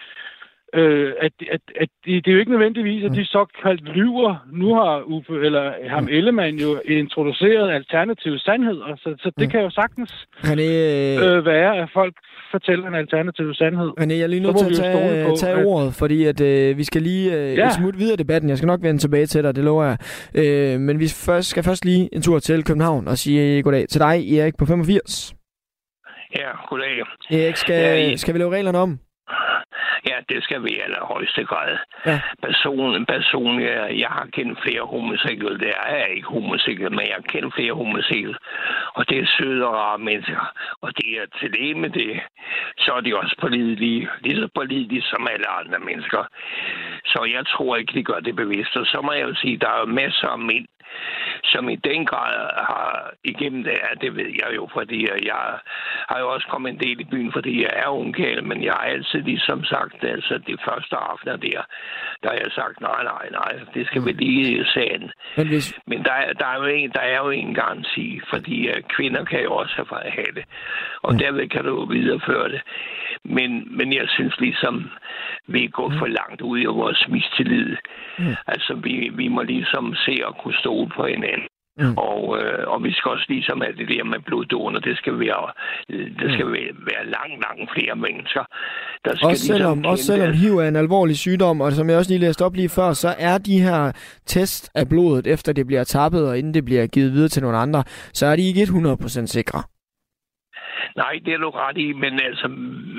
Øh, at, at, at det, det er jo ikke nødvendigvis, at de såkaldt lyver. Nu har Uffe, eller ham Ellemann jo introduceret alternative sandheder, så, så det mm. kan jo sagtens René, øh, være, at folk fortæller en alternativ sandhed. René, jeg er lige nødt til at tage, på, tage at... ordet, fordi at, øh, vi skal lige øh, ja. smutte videre debatten. Jeg skal nok vende tilbage til dig, det lover jeg. Øh, men vi først, skal først lige en tur til København og sige goddag til dig, Erik på femogfirs. Ja, goddag. Erik, skal, ja, skal vi lave reglerne om? Ja, det skal vi i allerhøjeste grad. Ja. Person, personligt, jeg har kendt flere homoseksuelle. Det er jeg ikke homoseksuel, men jeg har kendt flere homoseksuelle. Og det er søde og rare mennesker. Og det er til det med det, så er de også pålidelige, lige så pålidelige som alle andre mennesker. Så jeg tror ikke, de gør det bevidst. Og så må jeg jo sige, der er masser af mænd, som i den grad har igennem det her, det ved jeg jo, fordi jeg har jo også kommet en del i byen, fordi jeg er ungkæld, men jeg har altid ligesom sagt, altså de første aftener der, der har jeg sagt, nej, nej, nej, det skal vi lige sagen. Men, hvis... men der, er, der, er jo en, der er jo en garanti, fordi uh, kvinder kan jo også have det, og mm. derved kan du jo videreføre det. Men, men jeg synes ligesom, vi er gået for langt ud i vores mistillid. Mm. Altså, vi, vi må ligesom se og kunne stole på hinanden. Mm. Og, øh, og vi skal også ligesom have det der med bloddonor, det skal være, det skal mm. være langt, langt flere mennesker. Der skal også, selvom, ligesom også selvom H I V er en alvorlig sygdom, og som jeg også lige læste op lige før, så er de her test af blodet, efter det bliver tappet, og inden det bliver givet videre til nogle andre, så er de ikke hundrede procent sikre. Nej, det er du ret i, men altså,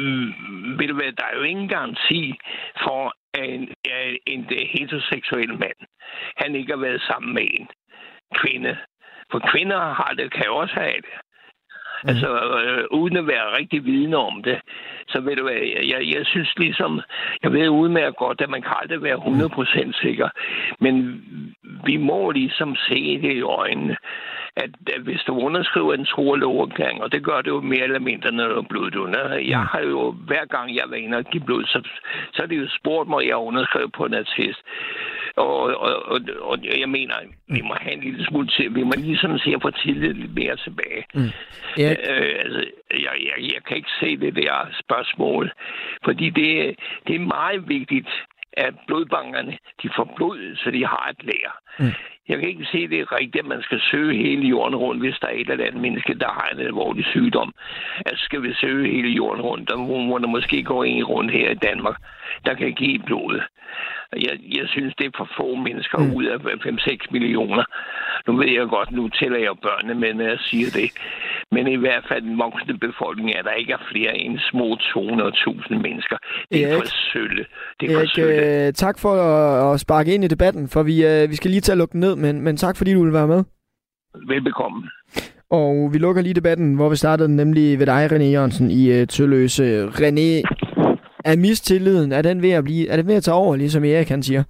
ved du hvad, der er jo ingen garanti for, at en, en, en heteroseksuel mand, han ikke har været sammen med en kvinde. For kvinder har det, kan jo også have det. Mm. Altså, øh, uden at være rigtig vidne om det, så ved du hvad, jeg, jeg synes ligesom, jeg ved udmærket godt, at man kan aldrig være hundrede procent sikker, men vi må ligesom se det i øjnene, at, at hvis du underskriver en tro- og loverklæring, og det gør det jo mere eller mindre, når du er bloddonor. Jeg har jo, hver gang jeg var inde og give blod, så, så er det jo spurgt mig, at jeg underskrev på en attest. Og, og, og, og jeg mener, vi må have en lille smule til, vi må ligesom se at få tillid lidt mere tilbage. Mm. Yeah. Øh, altså, jeg, jeg, jeg kan ikke se det der spørgsmål, fordi det, det er meget vigtigt, at blodbankerne, de får blod, så de har et lager. Mm. Jeg kan ikke se det rigtigt, at man skal søge hele jorden rundt, hvis der er et eller andet menneske, der har en alvorlig sygdom. Altså skal vi søge hele jorden rundt, og hvor der måske går en rundt her i Danmark, der kan give blod. Jeg, jeg synes, det er for få mennesker mm. ud af fem til seks millioner. Nu ved jeg godt, nu tæller jeg børnene med, når jeg siger det. Men i hvert fald den voksne befolkning er der ikke er flere end små to hundrede tusind mennesker. Det er Erik, for sølle. Det er Erik, for sølle. Øh, tak for at, at sparke ind i debatten, for vi, øh, vi skal lige tage at lukke den ned, men, men tak fordi du vil være med. Velbekomme. Og vi lukker lige debatten, hvor vi startede nemlig ved dig, René Jørgensen, i uh, Tølløse. René, er mistilliden, er den ved at blive, er den ved at tage over, ligesom Erik han siger?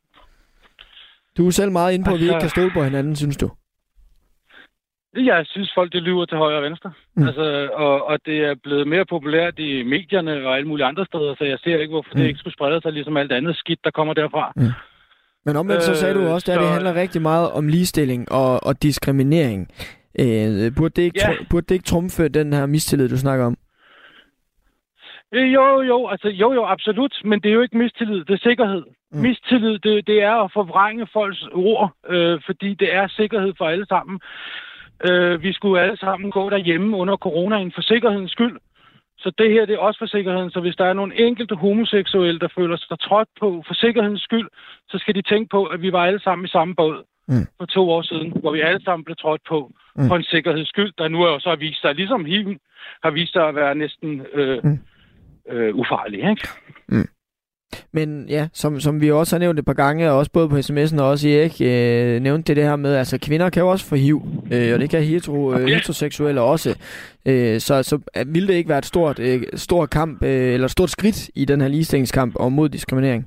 Du er selv meget inde på, altså, at vi ikke kan stole på hinanden, synes du? Jeg synes, folk det lyver til højre og venstre. Mm. Altså, og, og det er blevet mere populært i medierne og alle mulige andre steder, så jeg ser ikke, hvorfor mm. det ikke skulle sprede sig, ligesom alt andet skidt, der kommer derfra. Mm. Men omvendt så sagde du også, at det handler rigtig meget om ligestilling og, og diskriminering. Øh, burde, det ikke, ja. tr- burde det ikke trumfe den her mistillid, du snakker om? Jo, jo, altså jo, jo, absolut, men det er jo ikke mistillid, det er sikkerhed. Mm. Mistillid, det, det er at forvrænge folks ord, øh, fordi det er sikkerhed for alle sammen. Øh, vi skulle alle sammen gå derhjemme under coronaen for sikkerhedens skyld. Så det her, det er også for sikkerheden. Så hvis der er nogle enkelte homoseksuelle, der føler sig trådt på for sikkerhedens skyld, så skal de tænke på, at vi var alle sammen i samme båd mm. for to år siden, hvor vi alle sammen blev trådt på mm. for en sikkerheds skyld, der nu er jo så vist sig, ligesom H I V har vist sig at være næsten øh, mm. øh, ufarlig, ikke? Mm. Men ja, som, som vi også har nævnt et par gange, og også både på sms'en og også Erik øh, nævnte det, det her med, altså kvinder kan jo også få H I V, øh, og det kan hetero, øh, heteroseksuelle også. Øh, så, så ville det ikke være et stort, øh, stort kamp, øh, eller et stort skridt i den her ligestillingskamp og mod diskriminering?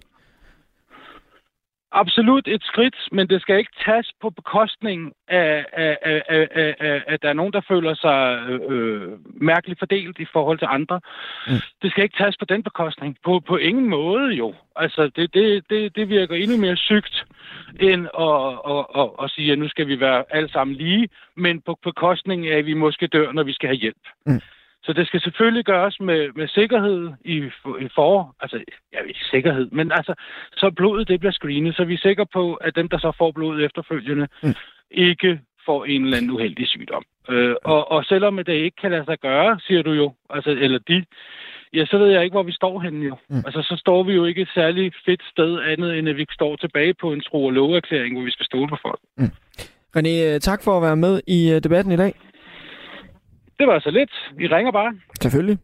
Absolut et skridt, men det skal ikke tages på bekostning af, af, af, af, af, af at der er nogen, der føler sig øh, mærkeligt fordelt i forhold til andre. Mm. Det skal ikke tages på den bekostning. På, på ingen måde jo. Altså, det, det, det, det virker endnu mere sygt, end at, at, at, at sige, at nu skal vi være alle sammen lige, men på bekostning af, at vi måske dør, når vi skal have hjælp. Mm. Så det skal selvfølgelig gøres med, med sikkerhed i, i for, altså, jeg ved ikke sikkerhed, men altså, så blodet det bliver screenet, så vi er sikre på, at dem, der så får blodet efterfølgende, mm. ikke får en eller anden uheldig sygdom. Øh, og, og selvom det ikke kan lade sig gøre, siger du jo, altså, eller de, ja, så ved jeg ikke, hvor vi står henne jo. Mm. Altså, så står vi jo ikke et særligt fedt sted andet, end at vi står tilbage på en tro- og loverklæring, hvor vi skal stole på folk. Mm. René, tak for at være med i debatten i dag. Det var så lidt. Vi ringer bare. Selvfølgelig.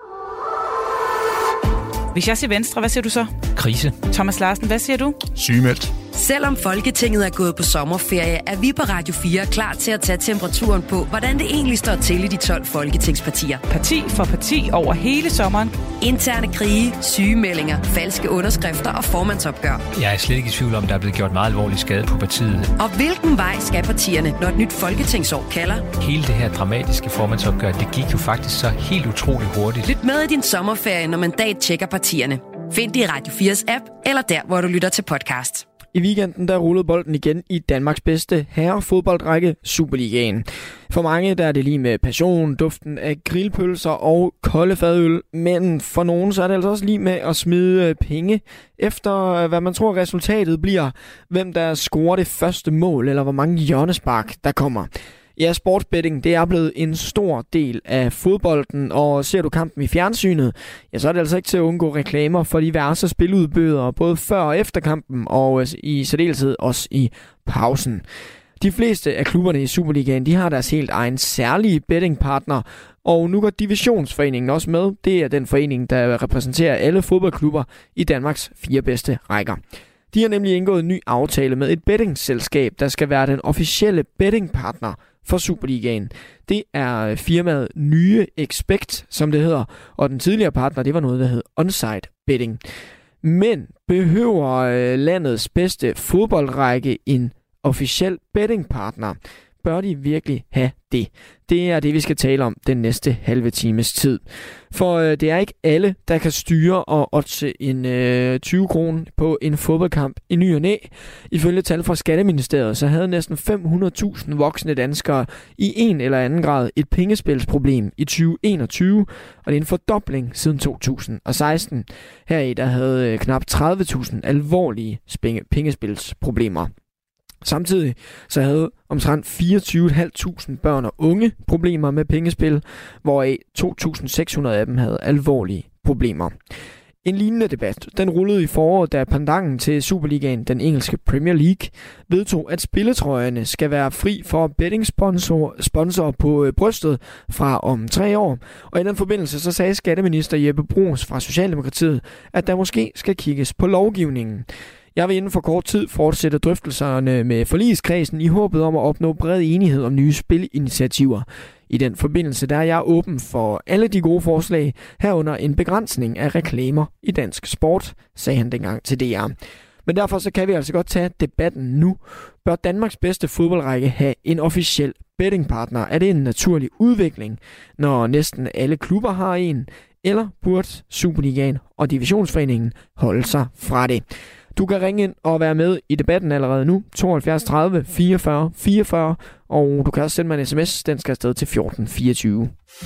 Hvis jeg siger Venstre, hvad siger du så? Krise. Thomas Larsen, hvad siger du? Sygemeldt. Selvom Folketinget er gået på sommerferie, er vi på Radio fire klar til at tage temperaturen på, hvordan det egentlig står til i de tolv folketingspartier. Parti for parti over hele sommeren. Interne krige, sygemeldinger, falske underskrifter og formandsopgør. Jeg er slet ikke i tvivl om, der er blevet gjort meget alvorlig skade på partiet. Og hvilken vej skal partierne, når et nyt folketingsår kalder? Hele det her dramatiske formandsopgør, det gik jo faktisk så helt utroligt hurtigt. Lyt med i din sommerferie, når Mandat tjekker partierne. Find det i Radio fires app, eller der, hvor du lytter til podcast. I weekenden der rullede bolden igen i Danmarks bedste herrefodboldrække, Superligaen. For mange der er det lige med passion, duften af grillpølser og kolde fadøl, men for nogen så er det altså også lige med at smide penge efter, hvad man tror resultatet bliver, hvem der scorer det første mål, eller hvor mange hjørnespark der kommer. Ja, sportsbetting, det er blevet en stor del af fodbolden, og ser du kampen i fjernsynet, ja, så er det altså ikke til at undgå reklamer for diverse spiludbydere, både før og efter kampen, og i særdeleshed også i pausen. De fleste af klubberne i Superligaen, de har deres helt egen særlige bettingpartner, og nu går Divisionsforeningen også med. Det er den forening, der repræsenterer alle fodboldklubber i Danmarks fire bedste rækker. De har nemlig indgået en ny aftale med et bettingselskab, der skal være den officielle bettingpartner for Superligaen. Det er firmaet Nye Expect, som det hedder, og den tidligere partner, det var noget, der hed Onside Betting. Men behøver landets bedste fodboldrække en officiel bettingpartner? Bør de virkelig have det? Det er det, vi skal tale om den næste halve times tid. For øh, det er ikke alle, der kan styre og oddse en øh, tyve kroner på en fodboldkamp i ny og næ. Ifølge tal fra Skatteministeriet, så havde næsten fem hundrede tusind voksne danskere i en eller anden grad et pengespilsproblem i tyve enogtyve, og det er en fordobling siden to tusind og seksten. Heri der havde øh, knap tredive tusind alvorlige spænge- pengespilsproblemer. Samtidig så havde omtrent fireogtyve tusind fem hundrede børn og unge problemer med pengespil, hvoraf to tusind seks hundrede af dem havde alvorlige problemer. En lignende debat, den rullede i foråret, da pendanten til Superligaen, den engelske Premier League, vedtog, at spilletrøjerne skal være fri for bettingsponsor sponsor på brystet fra om tre år. Og i den forbindelse så sagde skatteminister Jeppe Bruus fra Socialdemokratiet, at der måske skal kigges på lovgivningen. Jeg vil inden for kort tid fortsætte drøftelserne med forligskredsen i håbet om at opnå bred enighed om nye spilinitiativer. I den forbindelse der er jeg åben for alle de gode forslag, herunder en begrænsning af reklamer i dansk sport, sagde han dengang til D R. Men derfor så kan vi altså godt tage debatten nu. Bør Danmarks bedste fodboldrække have en officiel bettingpartner? Er det en naturlig udvikling, når næsten alle klubber har en? Eller burde Superligaen og Divisionsforeningen holde sig fra det? Du kan ringe ind og være med i debatten allerede nu. tooghalvfjerds tredive fireogfyrre fireogfyrre. Og du kan også sende mig en sms. Den skal afsted til fjorten fireogtyve.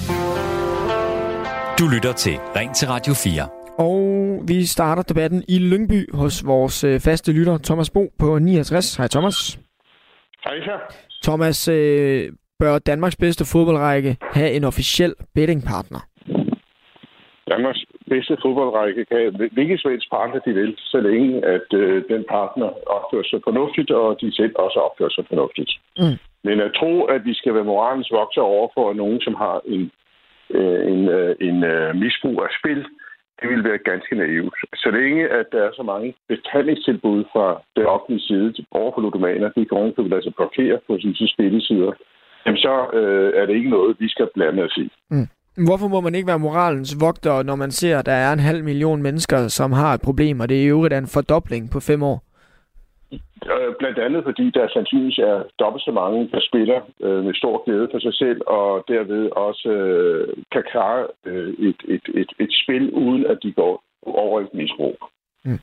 Du lytter til Ring til Radio fire. Og vi starter debatten i Lyngby hos vores øh, faste lytter, Thomas Bo på niogtres. Hej Thomas. Hej så. Thomas, øh, bør Danmarks bedste fodboldrække have en officiel bettingpartner? Danmarks bedste fodboldrække kan have hvilken svensk partner de vil, så længe at øh, den partner opfører sig fornuftigt, og de selv også opfører sig fornuftigt. Mm. Men at tro, at vi skal være moralens vokser over for nogen, som har en, øh, en, øh, en øh, misbrug af spil, det vil være ganske naivt. Så længe, at der er så mange behandlingstilbud fra det offentlige side over for ludomaner, de kan ovenikøbet lade sig blokere på sine spillesider, jamen så øh, er det ikke noget, vi skal blande os i. Mm. Hvorfor må man ikke være moralens vogter, når man ser, at der er en halv million mennesker, som har et problem, og det er i øvrigt en fordobling på fem år? Blandt andet fordi der sandsynligvis er dobbelt så mange, der spiller øh, med stor glæde for sig selv, og derved også øh, kan klare øh, et, et, et, et spil, uden at de går over et misbrug. Mm.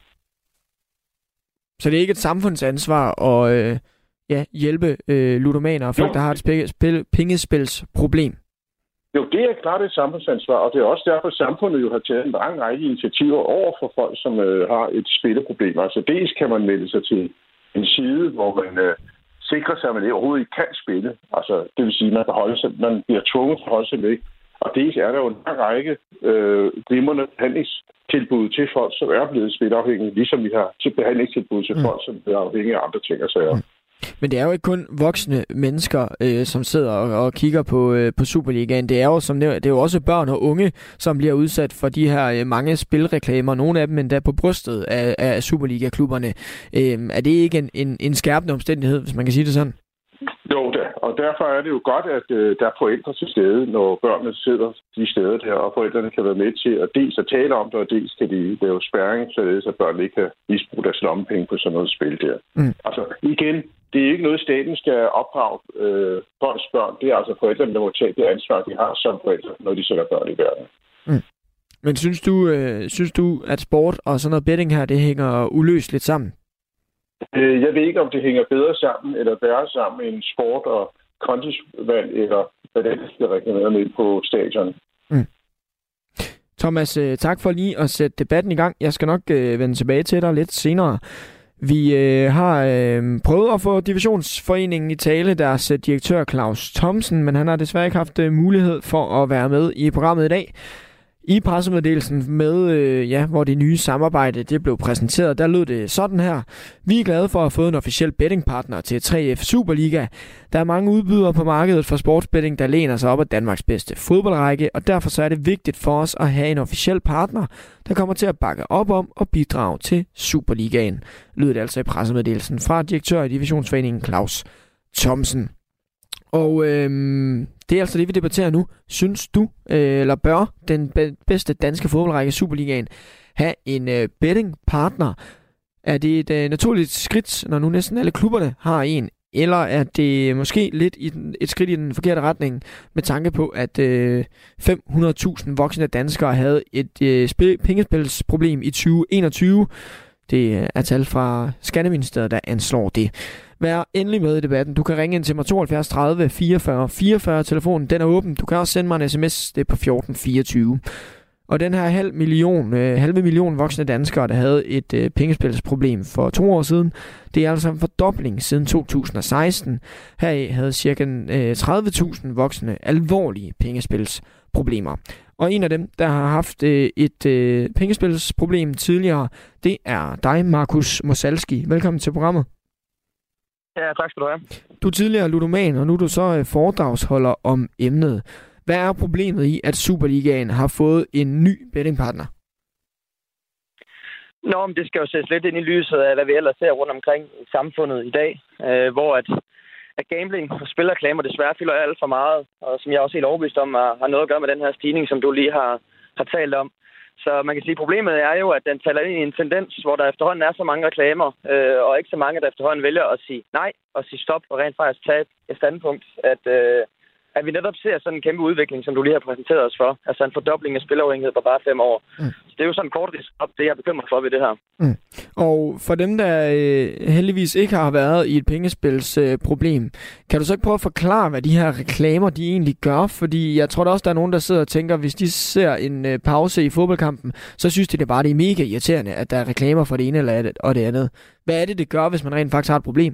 Så det er ikke et samfundsansvar at øh, ja, hjælpe øh, ludomaner og folk, jo. der har et spil, spil, pengespilsproblem? Jo, det er klart et samfundsansvar, og det er også derfor, at samfundet jo har taget en lang række initiativer over for folk, som øh, har et spilleproblem. Altså dels kan man melde sig til en side, hvor man øh, sikrer sig, at man overhovedet ikke kan spille. Altså, det vil sige, at man, kan holde sig, man bliver tvunget til at holde sig væk. Og dels er der jo en lang række øh, glimrende behandlingstilbud til folk, som er blevet spilafhængige, ligesom vi har til behandlingstilbud til mm. folk, som er afhængige af andre ting og sager. Mm. Men det er jo ikke kun voksne mennesker, øh, som sidder og, og kigger på, øh, på Superligaen. Det er jo som nævnt, det er jo også børn og unge, som bliver udsat for de her øh, mange spilreklamer. Nogle af dem endda på brystet af, af Superliga-klubberne. Øh, er det ikke en, en, en skærpende omstændighed, hvis man kan sige det sådan? Jo, da. Og derfor er det jo godt, at øh, der er forældre til stede, når børnene sidder de steder der, og forældrene kan være med til at dels at tale om det, og dels kan de lave spærring, således at børnene ikke kan misbruge deres lommepenge på sådan noget spil der. Mm. Altså igen, det er ikke noget, staten skal opdrage øh, folks børn. Det er altså forældrene, der må tage det ansvar, de har som forældre, når de sætter børn i verden. Mm. Men synes du, øh, synes du, at sport og sådan noget betting her, det hænger uløseligt sammen? Jeg ved ikke, om det hænger bedre sammen eller værre sammen end sport og kondivalg, eller hvad det skal reklamere med på stadion. Mm. Thomas, tak for lige at sætte debatten i gang. Jeg skal nok øh, vende tilbage til dig lidt senere. Vi øh, har øh, prøvet at få Divisionsforeningen i tale, deres øh, direktør Claus Thomsen, men han har desværre ikke haft øh, mulighed for at være med i programmet i dag. I pressemeddelelsen med, øh, ja, hvor det nye samarbejde det blev præsenteret, der lød det sådan her. Vi er glade for at have fået en officiel bettingpartner til tre F Superliga. Der er mange udbydere på markedet for sportsbetting, der læner sig op af Danmarks bedste fodboldrække, og derfor så er det vigtigt for os at have en officiel partner, der kommer til at bakke op om og bidrage til Superligaen. Lød det altså i pressemeddelelsen fra direktør i Divisionsforeningen Claus Thomsen. Og øhm, det er altså det, vi debatterer nu. Synes du, øh, eller bør den be- bedste danske fodboldrække Superligaen have en øh, bettingpartner? Er det et øh, naturligt skridt, når nu næsten alle klubberne har en? Eller er det måske lidt i den, et skridt i den forkerte retning, med tanke på, at øh, fem hundrede tusind voksne danskere havde et øh, spil- pengespilsproblem i tyve enogtyve? Det er tal fra Skatteministeriet, der anslår det. Vær endelig med i debatten. Du kan ringe ind til mig tooghalvfjerds tredive fireogfyrre fireogfyrre. Telefonen den er åben. Du kan også sende mig en sms. Det er på fjorten fireogtyve. Og den her halv million, øh, halve million voksne danskere, der havde et øh, pengespilsproblem for to år siden, det er altså en fordobling siden to tusind og seksten. Heraf havde ca. Øh, tredive tusind voksne alvorlige pengespilsproblemer. Og en af dem, der har haft øh, et øh, pengespilsproblem tidligere, det er dig, Markus Mosalski. Velkommen til programmet. Ja, tak skal du have. Du er tidligere ludoman, og nu er du så øh, foredragsholder om emnet. Hvad er problemet i, at Superligaen har fået en ny bettingpartner? Nå, men det skal jo sættes lidt ind i lyset af, hvad vi ellers ser rundt omkring i samfundet i dag, øh, hvor at, at gambling og spilreklamer desværre fylder alt for meget, og som jeg også er helt overbevist om, har noget at gøre med den her stigning, som du lige har, har talt om. Så man kan sige, at problemet er jo, at den taler ind i en tendens, hvor der efterhånden er så mange reklamer, øh, og ikke så mange, der efterhånden vælger at sige nej og sige stop og rent faktisk tage et standpunkt, at, øh, at vi netop ser sådan en kæmpe udvikling, som du lige har præsenteret os for. Altså en fordobling af spilafhængighed på bare fem år. Mm. Så det er jo sådan kort op, det jeg er bekymret for ved det her. Mm. Og for dem, der øh, heldigvis ikke har været i et pengespilsproblem, øh, kan du så ikke prøve at forklare, hvad de her reklamer, de egentlig gør? Fordi jeg tror da også, der er nogen, der sidder og tænker, hvis de ser en øh, pause i fodboldkampen, så synes de det bare, det er mega irriterende, at der er reklamer for det ene eller det, og det andet. Hvad er det, det gør, hvis man rent faktisk har et problem?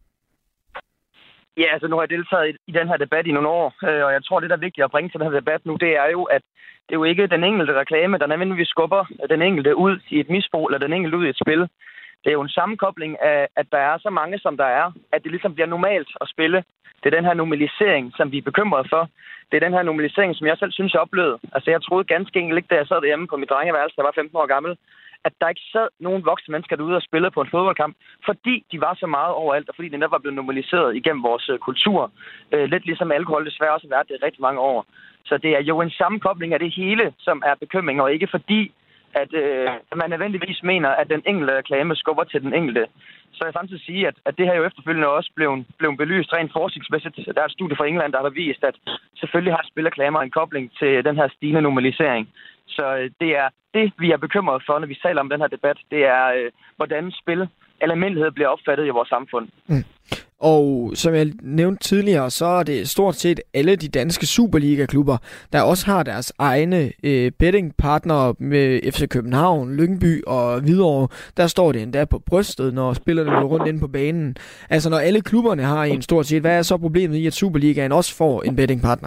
Ja, altså nu har jeg deltaget i, i den her debat i nogle år, øh, og jeg tror, det, der er vigtigt at bringe til den her debat nu, det er jo, at det er jo ikke den enkelte reklame, der nødvendigvis skubber den enkelte ud i et misbrug, eller den enkelte ud i et spil. Det er jo en sammenkobling af, at der er så mange, som der er, at det ligesom bliver normalt at spille. Det er den her normalisering, som vi er bekymrede for. Det er den her normalisering, som jeg selv synes, jeg oplevede. Altså jeg troede ganske enkelt ikke, da jeg sad derhjemme på mit drengeværelse, der var femten år gammel, at der ikke sad nogen voksne mennesker derude og spillede på en fodboldkamp, fordi de var så meget overalt, og fordi det netop var blevet normaliseret igennem vores øh, kultur. Øh, lidt ligesom alkohol desværre også har været det i rigtig mange år. Så det er jo en sammenkobling af det hele, som er bekymring, og ikke fordi, at øh, man nødvendigvis mener, at den enkelte reklame skubber til den enkelte. Så jeg samtidig sige, at, at det her jo efterfølgende også blev, blev belyst rent forskningsmæssigt. Der er et studie fra England, der har vist, at selvfølgelig har spilreklamer en kobling til den her stigende normalisering. Så det er det, vi er bekymret for, når vi taler om den her debat. Det er, øh, hvordan spil eller almindelighed bliver opfattet i vores samfund. Mm. Og som jeg nævnte tidligere, så er det stort set alle de danske Superliga-klubber, der også har deres egne øh, bettingpartnere med F C København, Lyngby og Hvidovre. Der står det endda på brystet, når spillerne går rundt inde på banen. Altså når alle klubberne har en stort set, hvad er så problemet i, at Superligaen også får en bettingpartner?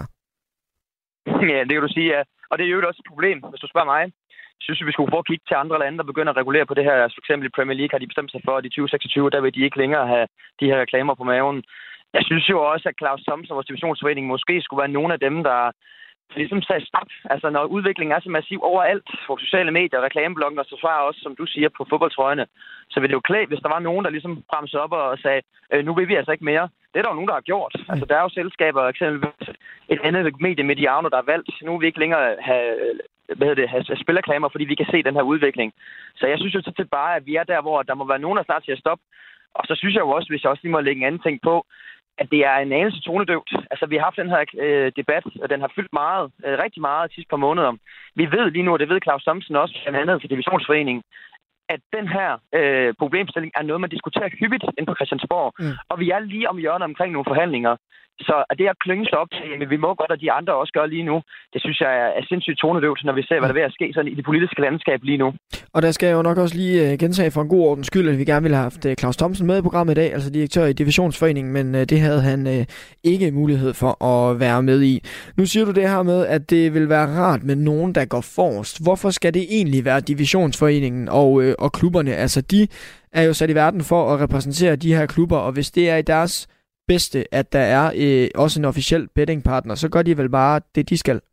Ja, det kan du sige, ja. Og det er jo også et problem, hvis du spørger mig. Jeg synes, vi skulle få at kigge til andre lande, der begynder at regulere på det her. For eksempel i Premier League har de bestemt sig for, at i tyve seksogtyve, der vil de ikke længere have de her reklamer på maven. Jeg synes jo også, at Claus Thomsen, vores divisionsforening, måske skulle være nogle af dem, der ligesom sagde stop. Altså når udviklingen er så massiv overalt på sociale medier, reklamebloggen og så svarer også, som du siger, på fodboldtrøjerne, så vil det jo klæde, hvis der var nogen, der ligesom bremsede op og sagde, nu vil vi altså ikke mere. Det er der jo nogen, der har gjort. Altså der er jo selskaber, eksempelvis et andet medie Mediano, der har valgt, nu vil vi ikke længere have, hvad hedder det, have spilreklamer, fordi vi kan se den her udvikling. Så jeg synes jo til bare, at vi er der, hvor der må være nogen, der snart siger stop. Og så synes jeg jo også, hvis jeg også lige må lægge en anden ting på, at det er en anelse tonedøvt. Altså, vi har haft den her øh, debat, og den har fyldt meget, øh, rigtig meget de sidste par måneder. Vi ved lige nu, og det ved Claus Thomsen også, blandt andet for Divisionsforeningen, at den her øh, problemstilling er noget, man diskuterer hyppigt inde på Christiansborg. Mm. Og vi er lige om hjørnet omkring nogle forhandlinger. Så at det at klynge sig op til, men vi må godt, at de andre også gør lige nu, det synes jeg er sindssygt tonedøvt, når vi ser, hvad der er ved at ske sådan i det politiske landskab lige nu. Og der skal jeg jo nok også lige gentage for en god ordens skyld, at vi gerne ville have haft Claus Thomsen med i programmet i dag, altså direktør i Divisionsforeningen, men det havde han øh, ikke mulighed for at være med i. Nu siger du det her med, at det vil være rart med nogen, der går forrest. Hvorfor skal det egentlig være Divisionsforeningen og, øh, og klubberne? Altså, de er jo sat i verden for at repræsentere de her klubber, og hvis det er i deres bedste, at der er øh, også en officiel bettingpartner, så gør de vel bare det, de skal.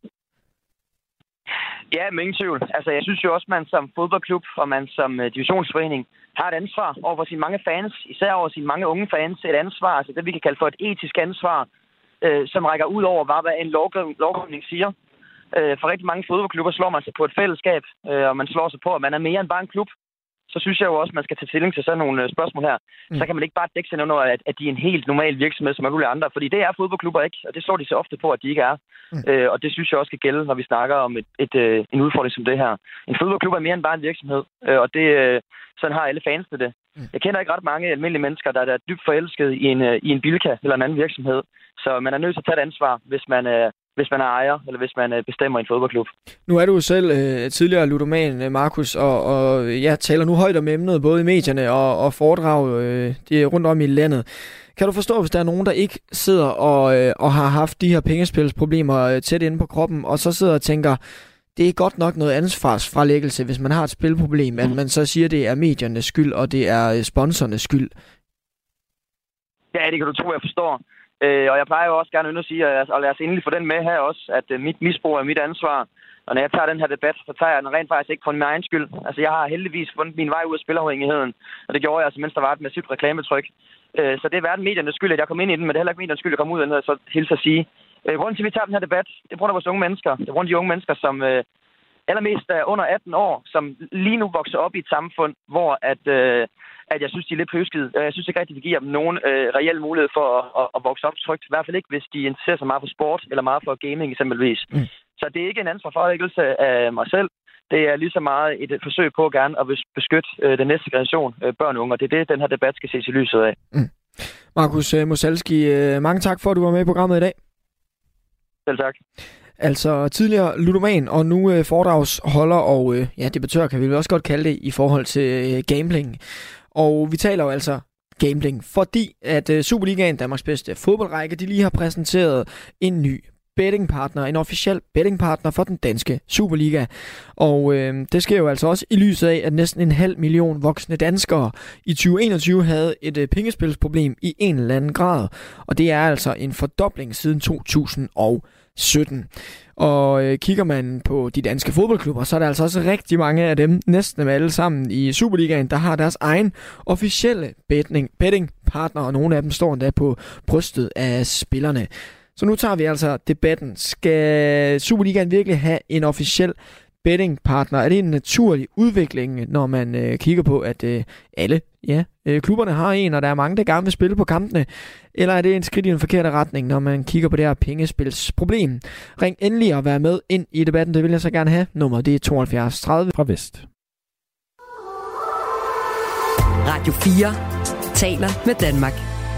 Ja, men ingen tvivl. Altså, jeg synes jo også, man som fodboldklub og man som uh, divisionsforening har et ansvar over for sine mange fans, især over sine mange unge fans, et ansvar, altså det vi kan kalde for et etisk ansvar, øh, som rækker ud over, hvad en lovgivning, lovgivning siger. Øh, for rigtig mange fodboldklubber slår man sig på et fællesskab, øh, og man slår sig på, at man er mere end bare en klub. Så synes jeg jo også, at man skal tage stilling til sådan nogle spørgsmål her. Mm. Så kan man ikke bare dække sig under, at, at de er en helt normal virksomhed som alle mulige andre. Fordi det er fodboldklubber ikke, og det slår de så ofte på, at de ikke er. Mm. Øh, og det synes jeg også skal gælde, når vi snakker om et, et, et, en udfordring som det her. En fodboldklub er mere end bare en virksomhed, øh, og det, øh, sådan har alle fansene det. Mm. Jeg kender ikke ret mange almindelige mennesker, der er dybt forelsket i en, i en Bilka eller en anden virksomhed. Så man er nødt til at tage et ansvar, hvis man... Øh, hvis man er ejer, eller hvis man bestemmer en fodboldklub. Nu er du jo selv øh, tidligere ludoman, Markus, og, og jeg taler nu højt om emnet, både i medierne og, og foredrag øh, det er rundt om i landet. Kan du forstå, hvis der er nogen, der ikke sidder og, øh, og har haft de her pengespilsproblemer øh, tæt inde på kroppen, og så sidder og tænker, det er godt nok noget ansvarsfralæggelse, hvis man har et spilproblem, at man så siger, det er mediernes skyld, og det er sponsornes skyld? Ja, det kan du tro, jeg forstår. Øh, og jeg plejer jo også gerne at sige, og lad os endelig få den med her også, at øh, mit misbrug er mit ansvar. Og når jeg tager den her debat, så tager jeg den rent faktisk ikke for min egen skyld. Altså jeg har heldigvis fundet min vej ud af spilafhængigheden, og det gjorde jeg altså, mens der var et massivt reklametryk. Øh, så det er hverken mediernes skyld, at jeg kom ind i den, men det er heller ikke mediernes skyld, at jeg kom ud af den, så hilse at sige. Øh, grunden til, at vi tager den her debat, det er på grund af vores unge mennesker. Det er på grund af de unge mennesker, som øh, allermest er under atten år, som lige nu vokser op i et samfund, hvor at... Øh, at jeg synes, de er lidt pøskede. Jeg synes ikke rigtig, vi giver dem nogen øh, reel mulighed for at, at, at vokse op trygt. I hvert fald ikke, hvis de interesserer sig meget for sport eller meget for gaming eksempelvis. Mm. Så det er ikke en ansvarfralæggelse af mig selv. det er lige så meget et forsøg på at gerne at beskytte øh, den næste generation, øh, børn og unge, og det er det, den her debat skal ses i lyset af. Mm. Markus Mosalski, øh, mange tak for, at du var med i programmet i dag. Selv tak. Altså tidligere ludoman og nu øh, foredragsholder og øh, ja, debattør kan vi også godt kalde det i forhold til øh, gambling. Og vi taler jo altså gambling, fordi at øh, Superligaen, Danmarks bedste fodboldrække, de lige har præsenteret en ny bettingpartner, en officiel bettingpartner for den danske Superliga. Og øh, det sker jo altså også i lyset af, at næsten en halv million voksne danskere i tyve enogtyve havde et øh, pengespilsproblem i en eller anden grad. Og det er altså en fordobling siden to tusind og sytten. Og øh, kigger man på de danske fodboldklubber, så er der altså også rigtig mange af dem, næsten alle sammen i Superligaen, der har deres egen officielle betting, bettingpartner, og nogle af dem står endda på brystet af spillerne. Så nu tager vi altså debatten. Skal Superligaen virkelig have en officiel bettingpartner? Er det en naturlig udvikling, når man øh, kigger på, at øh, alle ja, øh, klubberne har en, og der er mange, der gerne vil spille på kampene? Eller er det en skridt i den forkerte retning, når man kigger på det her pengespilsproblem? Ring endelig og vær med ind i debatten, det vil jeg så gerne have. Nummeret det er tooghalvfjerds tredive fra Vest. Radio fire taler med Danmark.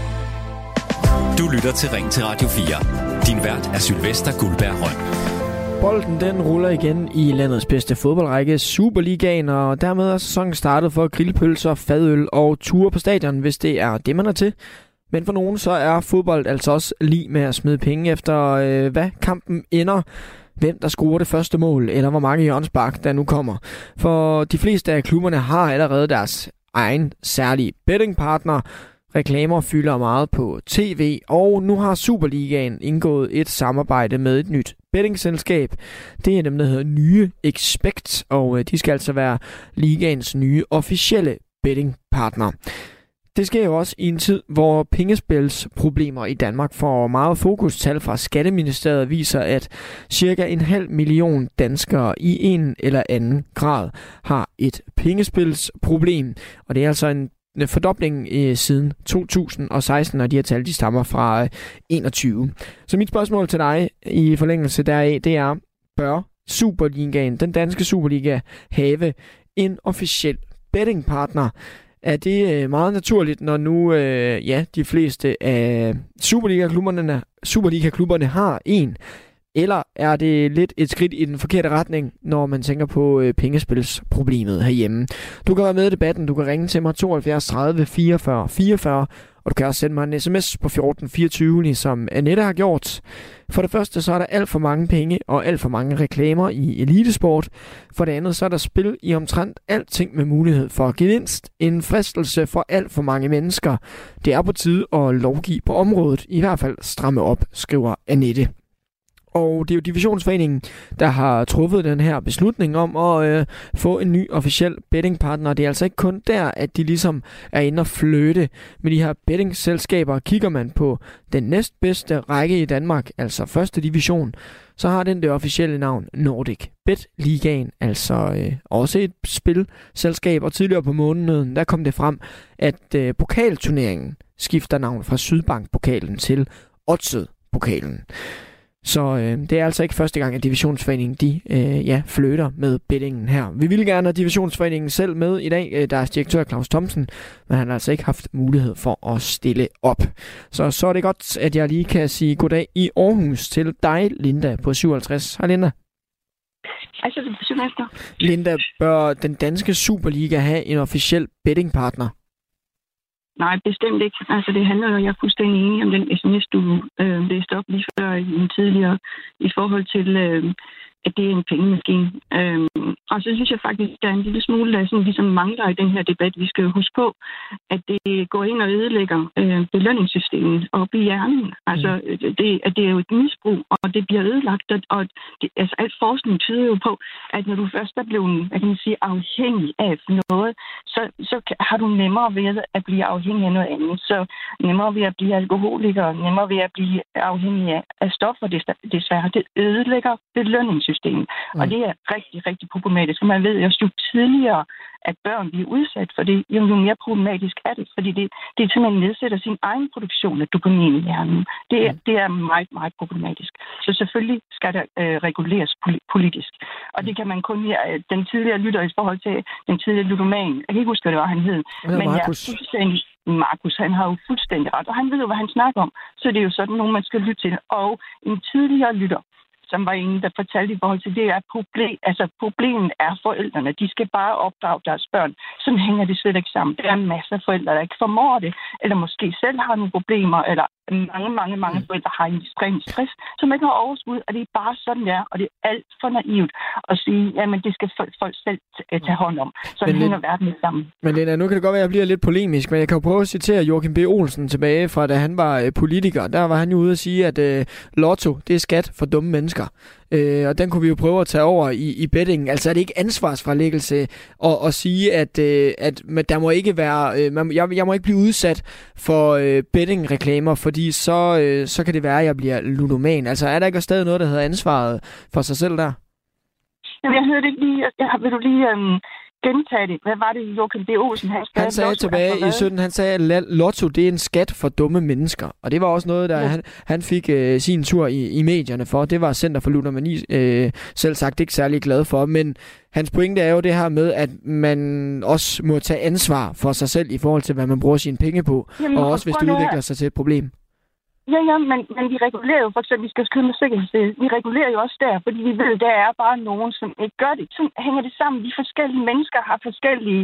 Du lytter til Ring til Radio fire. Din vært er Sylvester Guldberg Røn. Bolden den ruller igen i landets bedste fodboldrække, Superligaen, og dermed er sæsonen startet for grillpølser, fadøl og ture på stadion, hvis det er det, man er til. Men for nogen så er fodbold altså også lige med at smide penge efter, øh, hvad kampen ender, hvem der scorer det første mål, eller hvor mange hjørnespark der nu kommer. For de fleste af klubberne har allerede deres egen særlige bettingpartner. Reklamer fylder meget på tv, og nu har Superligaen indgået et samarbejde med et nyt bettingselskab. Det er dem, der hedder Nye Expect, og de skal altså være ligaens nye officielle bettingpartner. Det sker jo også i en tid, hvor pengespilsproblemer i Danmark får meget fokus. Tal fra Skatteministeriet viser, at cirka en halv million danskere i en eller anden grad har et pengespilsproblem, og det er altså en fordobling øh, siden to tusind og seksten, og de her tal, de stammer fra øh, enogtyve. Så mit spørgsmål til dig i forlængelse deraf, det er, bør Superligaen, den danske Superliga, have en officiel bettingpartner? Er det øh, meget naturligt, når nu øh, ja, de fleste af Superliga-klubberne, Superliga-klubberne har en? Eller er det lidt et skridt i den forkerte retning, når man tænker på øh, pengespilsproblemet herhjemme? Du kan være med i debatten. Du kan ringe til mig tooghalvfjerds tredive fireogfyrre fireogfyrre, og du kan også sende mig en sms på fjorten fireogtyve, som Annette har gjort. For det første så er der alt for mange penge og alt for mange reklamer i elitesport. For det andet så er der spil i omtrent alting med mulighed for gevinst. En fristelse for alt for mange mennesker. Det er på tide at lovgive på området. I hvert fald stramme op, skriver Annette. Og det er jo Divisionsforeningen, der har truffet den her beslutning om at øh, få en ny officiel bettingpartner. Det er altså ikke kun der, at de ligesom er inde og flytte med de her bettingselskaber. Kigger man på den næstbedste række i Danmark, altså første division, så har den det officielle navn Nordic Bet Ligaen, altså øh, også et spilselskab. Og tidligere på måneden, der kom det frem, at øh, pokalturneringen skifter navn fra Sydbank-pokalen til Odset-pokalen. Så øh, det er altså ikke første gang, at Divisionsforeningen de, øh, ja, flytter med bettingen her. Vi ville gerne have Divisionsforeningen selv med i dag. Øh, deres direktør Claus Thomsen, men han har altså ikke haft mulighed for at stille op. Så, så er det godt, at jeg lige kan sige goddag i Aarhus til dig, Linda, på syvoghalvtreds. Hej Linda. Hej, så det Linda, bør den danske Superliga have en officiel bettingpartner? Nej, bestemt ikke. Altså, det handler jo, jeg er fuldstændig enig om den sms, du øh, læste op lige før i en tidligere, i forhold til, øh, at det er en pengemaskine. Øh, og så synes jeg faktisk, at der er en lille smule, der sådan, ligesom mangler i den her debat. Vi skal jo huske på, at det går ind og ødelægger øh, belønningssystemet op i hjernen. Altså, det, at det er jo et misbrug, og det bliver ødelagt. Og det, altså, alt forskning tyder jo på, at når du først er blevet, hvad kan man sige, afhængig af noget, så, så har du nemmere ved at blive afhængig af noget andet. Så nemmere ved at blive alkoholiker, nemmere ved at blive afhængig af stoffer, desværre. Det ødelægger belønningssystemet. system. Mm. Og det er rigtig, rigtig problematisk. Og man ved jo, jo tidligere, at børn bliver udsat for det, jo mere problematisk er det, fordi det, det simpelthen nedsætter sin egen produktion af dopamin i hjernen. Det er, mm. det er meget, meget problematisk. Så selvfølgelig skal der øh, reguleres politisk. Og det kan man kun her, den tidligere lytter i forhold til den tidligere ludoman. Jeg kan ikke huske, hvad det var, han hed. Men Markus. Jeg er fuldstændig Markus, han har jo fuldstændig ret, og han ved jo, hvad han snakker om. Så det er jo sådan nogen, man skal lytte til. Og en tidligere lytter, som var en, der fortalte i forhold til det, er problem, altså problemet er forældrene. De skal bare opdrage deres børn. Sådan hænger det slet ikke sammen. Der er masser af forældre, der ikke formår det, eller måske selv har nogle problemer, eller mange, mange, mange forældre har en ekstrem stress, som ikke har overskud, og det er bare sådan, det er, og det er alt for naivt at sige, jamen det skal folk selv tage hånd om. Så men hænger verden lidt sammen. Men Lena, nu kan det godt være, at jeg bliver lidt polemisk, men jeg kan jo prøve at citere Joachim B. Olsen tilbage fra, da han var øh, politiker. Der var han jo ude at sige, at øh, lotto, det er skat for dumme mennesker. Øh, og den kunne vi jo prøve at tage over i, i bettingen. Altså er det ikke ansvarsfralæggelse at, at sige, at, øh, at der må ikke være, øh, man, jeg, jeg må ikke blive udsat for øh, betting-reklamer, fordi så, øh, så kan det være, at jeg bliver ludoman. Altså er der ikke stadig noget, der hedder ansvaret for sig selv der? Jamen jeg hørte ikke lige, jeg, vil du lige øhm, gentage det? Hvad var det, Joachim B. Olsen? Han, han sagde lotto, tilbage altså, i sytten, han sagde, at lotto, det er en skat for dumme mennesker. Og det var også noget, der ja. han, han fik øh, sin tur i, i medierne for. Det var Center for Ludomani øh, selv sagt ikke særlig glad for. Men hans pointe er jo det her med, at man også må tage ansvar for sig selv i forhold til, hvad man bruger sine penge på. Jamen, og også hvis det udvikler sig til et problem. Ja, ja, men, men vi regulerer jo, for eksempel, vi skal skrive med sikkerhed. Vi regulerer jo også der, fordi vi ved, at der er bare nogen, som ikke gør det. Så hænger det sammen. De forskellige mennesker har forskellige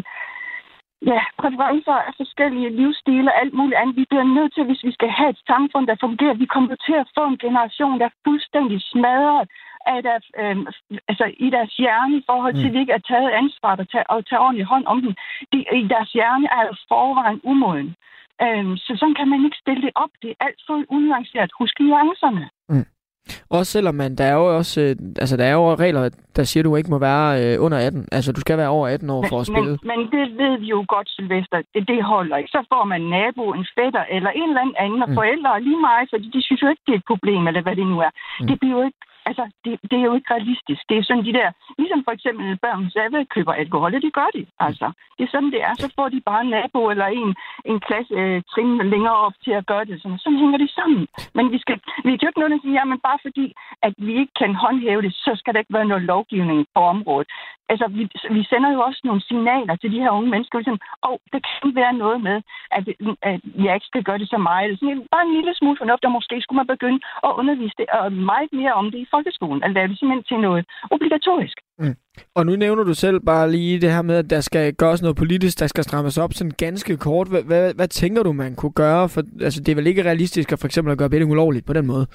ja, præferencer af forskellige livsstile og alt muligt andet. Vi bliver nødt til, hvis vi skal have et samfund, der fungerer, vi kommer til at få en generation, der er fuldstændig smadret af deres, øh, altså i deres hjerne i forhold til, at vi ikke er taget ansvar og tage, og tage ordentligt hånd om den. De, i deres hjerne er jo forvejen umoden. Øhm, så sådan kan man ikke stille det op. Det er alt for unuanceret. Husk nuancerne. Mm. Også selvom man, der er jo også, øh, altså der er jo regler, der siger, at du ikke må være øh, under atten. Altså du skal være over atten år for men, at spille. Men, men det ved vi jo godt, Sylvester. Det, det holder ikke. Så får man en nabo, en fætter eller en eller anden anden mm. forældre lige meget, fordi de synes jo ikke, det er et problem, eller hvad det nu er. Mm. Det bliver jo ikke Altså, det, det er jo ikke realistisk. Det er sådan de der, ligesom for eksempel børn selv køber alkohol, og det gør de. Altså, det er sådan, det er. Så får de bare en nabo eller en, en klasse øh, trin længere op til at gøre det. Sådan, sådan hænger det sammen. Men vi skal, vi kan jo ikke noget at sige, jamen bare fordi, at vi ikke kan håndhæve det, så skal der ikke være noget lovgivning på området. Altså, vi, vi sender jo også nogle signaler til de her unge mennesker, ligesom, åh, oh, det kan være noget med, at, at jeg ikke skal gøre det så meget. Sådan, bare en lille smule fornuft, og måske skulle man begynde at undervise det, og meget mere om det i folkeskolen, at lave det simpelthen til noget obligatorisk. Mm. Og nu nævner du selv bare lige det her med, at der skal gøres noget politisk, der skal strammes op sådan ganske kort. Hvad, hvad, hvad tænker du, man kunne gøre? For, altså, det er vel ikke realistisk at for eksempel at gøre betting ulovligt på den måde?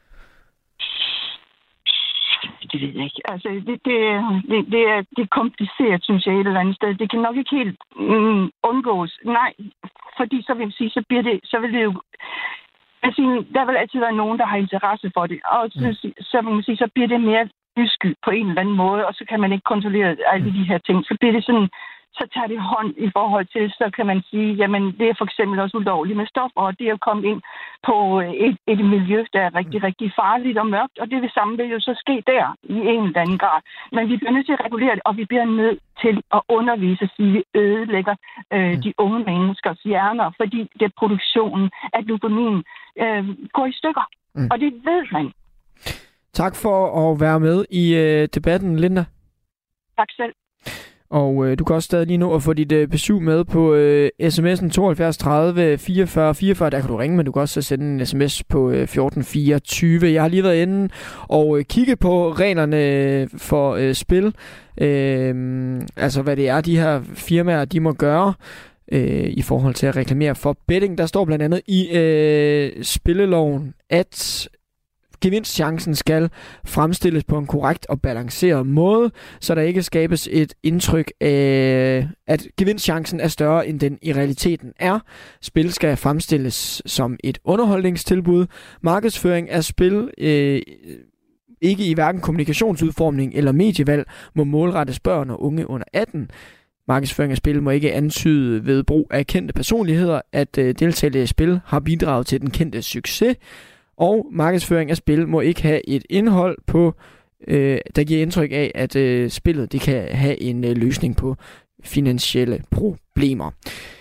Det ved jeg ikke. Altså, det, det, det, det, er, det er kompliceret, synes jeg, et eller andet sted. Det kan nok ikke helt mm, undgås. Nej, fordi så vil jeg sige, så bliver det, så vil det jo... Altså, der vil altid være nogen, der har interesse for det. Og så, mm. så vil man sige, så bliver det mere uskyld på en eller anden måde, og så kan man ikke kontrollere alle de her ting. Så bliver det sådan... Så tager det hånd i forhold til, så kan man sige, jamen det er for eksempel også ulovligt med stoffer, og det er jo kommet ind på et, et miljø, der er rigtig, rigtig farligt og mørkt, og det vil samme vil jo så ske der i en eller anden grad. Men vi bliver nødt til at regulere det, og vi bliver nødt til at undervise, at vi ødelægger øh, de unge menneskers hjerner, fordi det er produktionen af dopamin øh, går i stykker, mm. og det ved man. Tak for at være med i øh, debatten, Linda. Tak selv. Og øh, du kan også stadig lige nå at få dit øh, besøg med på øh, sms'en tooghalvfjerds tredive fireogfyrre fireogfyrre. Der kan du ringe, men du kan også sende en sms på øh, fjorten fireogtyve. Jeg har lige været inde og øh, kigge på reglerne for øh, spil. Øh, altså hvad det er, de her firmaer de må gøre øh, i forhold til at reklamere for betting. Der står blandt andet i øh, spilleloven, at gevinstchancen skal fremstilles på en korrekt og balanceret måde, så der ikke skabes et indtryk af, at gevinstchancen er større, end den i realiteten er. Spil skal fremstilles som et underholdningstilbud. Markedsføring af spil, øh, ikke i hverken kommunikationsudformning eller medievalg, må målrettes børn og unge under atten. Markedsføring af spil må ikke antyde ved brug af kendte personligheder, at øh, deltagelse i spil har bidraget til den kendte succes. Og markedsføring af spil må ikke have et indhold på øh, der giver indtryk af, at øh, spillet det kan have en øh, løsning på finansielle problemer.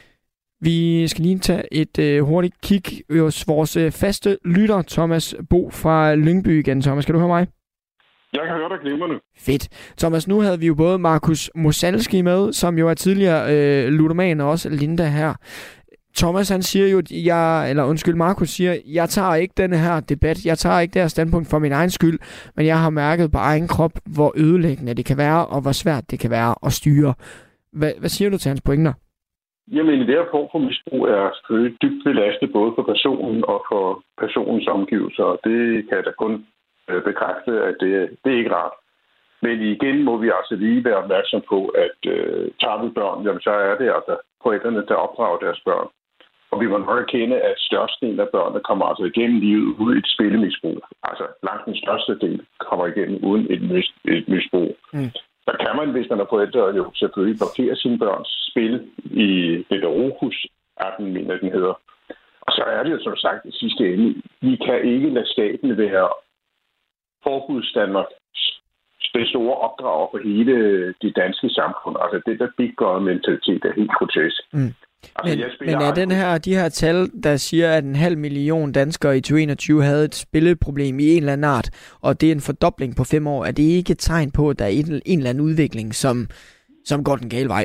Vi skal lige tage et øh, hurtigt kig hos vores øh, faste lytter, Thomas Bo fra Lyngby igen. Thomas, kan du høre mig? Jeg kan høre dig glimrende. Fedt. Thomas, nu havde vi jo både Markus Mosalski med, som jo er tidligere øh, ludoman, og også Linda her. Thomas, han siger jo, jeg, eller undskyld, Markus siger, jeg tager ikke denne her debat, jeg tager ikke det her standpunkt for min egen skyld, men jeg har mærket på egen krop, hvor ødelæggende det kan være, og hvor svært det kan være at styre. Hvad, hvad siger du til hans pointer? Jamen, det her form for misbrug er selvfølgelig dybt belastet både for personen og for personens omgivelser, og det kan jeg da kun øh, bekræfte, at det, det er ikke rart. Men igen må vi altså lige være opmærksom på, at øh, tager vi børn, jamen så er det altså forældrene, der opdrager deres børn. Og vi må nok erkende, at størstedelen af børnene kommer altså igennem livet uden et spillemisbrug. Altså langt den største del kommer igennem uden et, mis- et misbrug. Mm. Så kan man, hvis man er forældre, jo selvfølgelig blokere sine børns spil i det der Rohus-appen, mener den hedder. Og så er det jo som sagt i sidste ende, vi kan ikke lade staten være forbudsdanmark det store opdrager for hele det danske samfund. Altså det der big girl-mentalitet er helt grotesk. Mm. Altså, men, men er den her, de her tal, der siger, at en halv million danskere i tyve enogtyve havde et spilleproblem i en eller anden art, og det er en fordobling på fem år, er det ikke et tegn på, at der er en, en eller anden udvikling, som, som går den gale vej?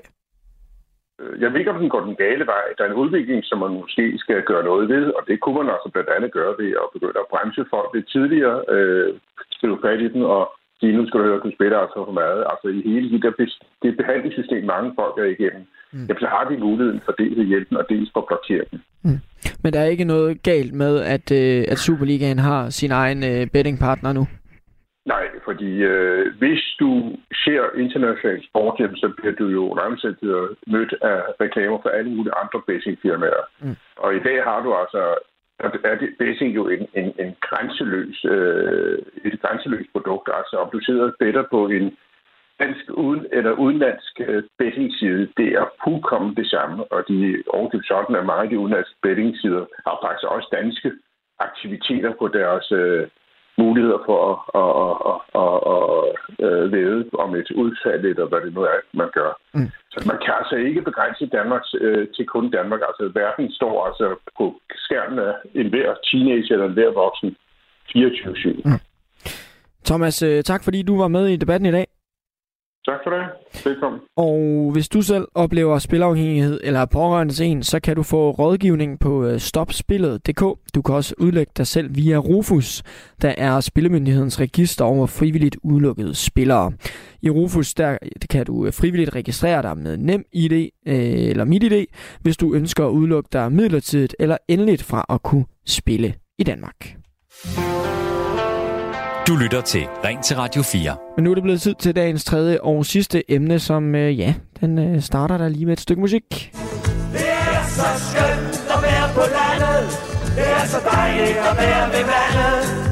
Jeg ved ikke, om den går den gale vej. Der er en udvikling, som man måske skal gøre noget ved, og det kunne man altså blandt andet gøre ved at begynde at bremse folk lidt tidligere, øh, skrive fat i den, og sige, nu skal du høre, at du spiller altså for meget. Altså i hele det, der, det behandlingssystem, mange folk er igennem, mm. jamen, så har de muligheden for dels at hjælpe og dels for at blokere den. Mm. Men der er ikke noget galt med, at, øh, at Superligaen har sin egen øh, bettingpartner nu? Nej, fordi øh, hvis du ser international sport, jamen, så bliver du jo nærmest mødt af reklamer for alle mulige andre bettingfirmaer. Mm. Og i dag har du altså er det betting jo en, en, en grænseløs, øh, et grænseløst produkt. Altså om du sidder og better på en dansk uden, eller udenlandsk øh, bettingside, det er fuldkommen det samme. Og de overgivet sådan, at mange af de udenlandske bettingsider har faktisk også danske aktiviteter på deres øh, muligheder for at, at, at, at, at, at væde om et udfald, eller hvad det nu er, man gør. Mm. Så man kan altså ikke begrænse Danmark øh, til kun Danmark. Altså verden står altså på skærmen af enhver teenager eller enhver voksen fireogtyve syv. Mm. Thomas, øh, tak fordi du var med i debatten i dag. Tak for det. Velkommen. Og hvis du selv oplever spilafhængighed eller er pårørende til en, så kan du få rådgivning på stopspillet punktum d k. Du kan også udlægge dig selv via Rufus, der er Spillemyndighedens register over frivilligt udelukkede spillere. I Rufus der kan du frivilligt registrere dig med NemID øh, eller MitID, hvis du ønsker at udelukke dig midlertidigt eller endeligt fra at kunne spille i Danmark. Du lytter til Ring til Radio fire. Men nu er det blevet tid til dagens tredje og sidste emne, som, øh, ja, den øh, starter der lige med et stykke musik. Det er så skønt at være på landet. Det er så dejligt at være ved vandet.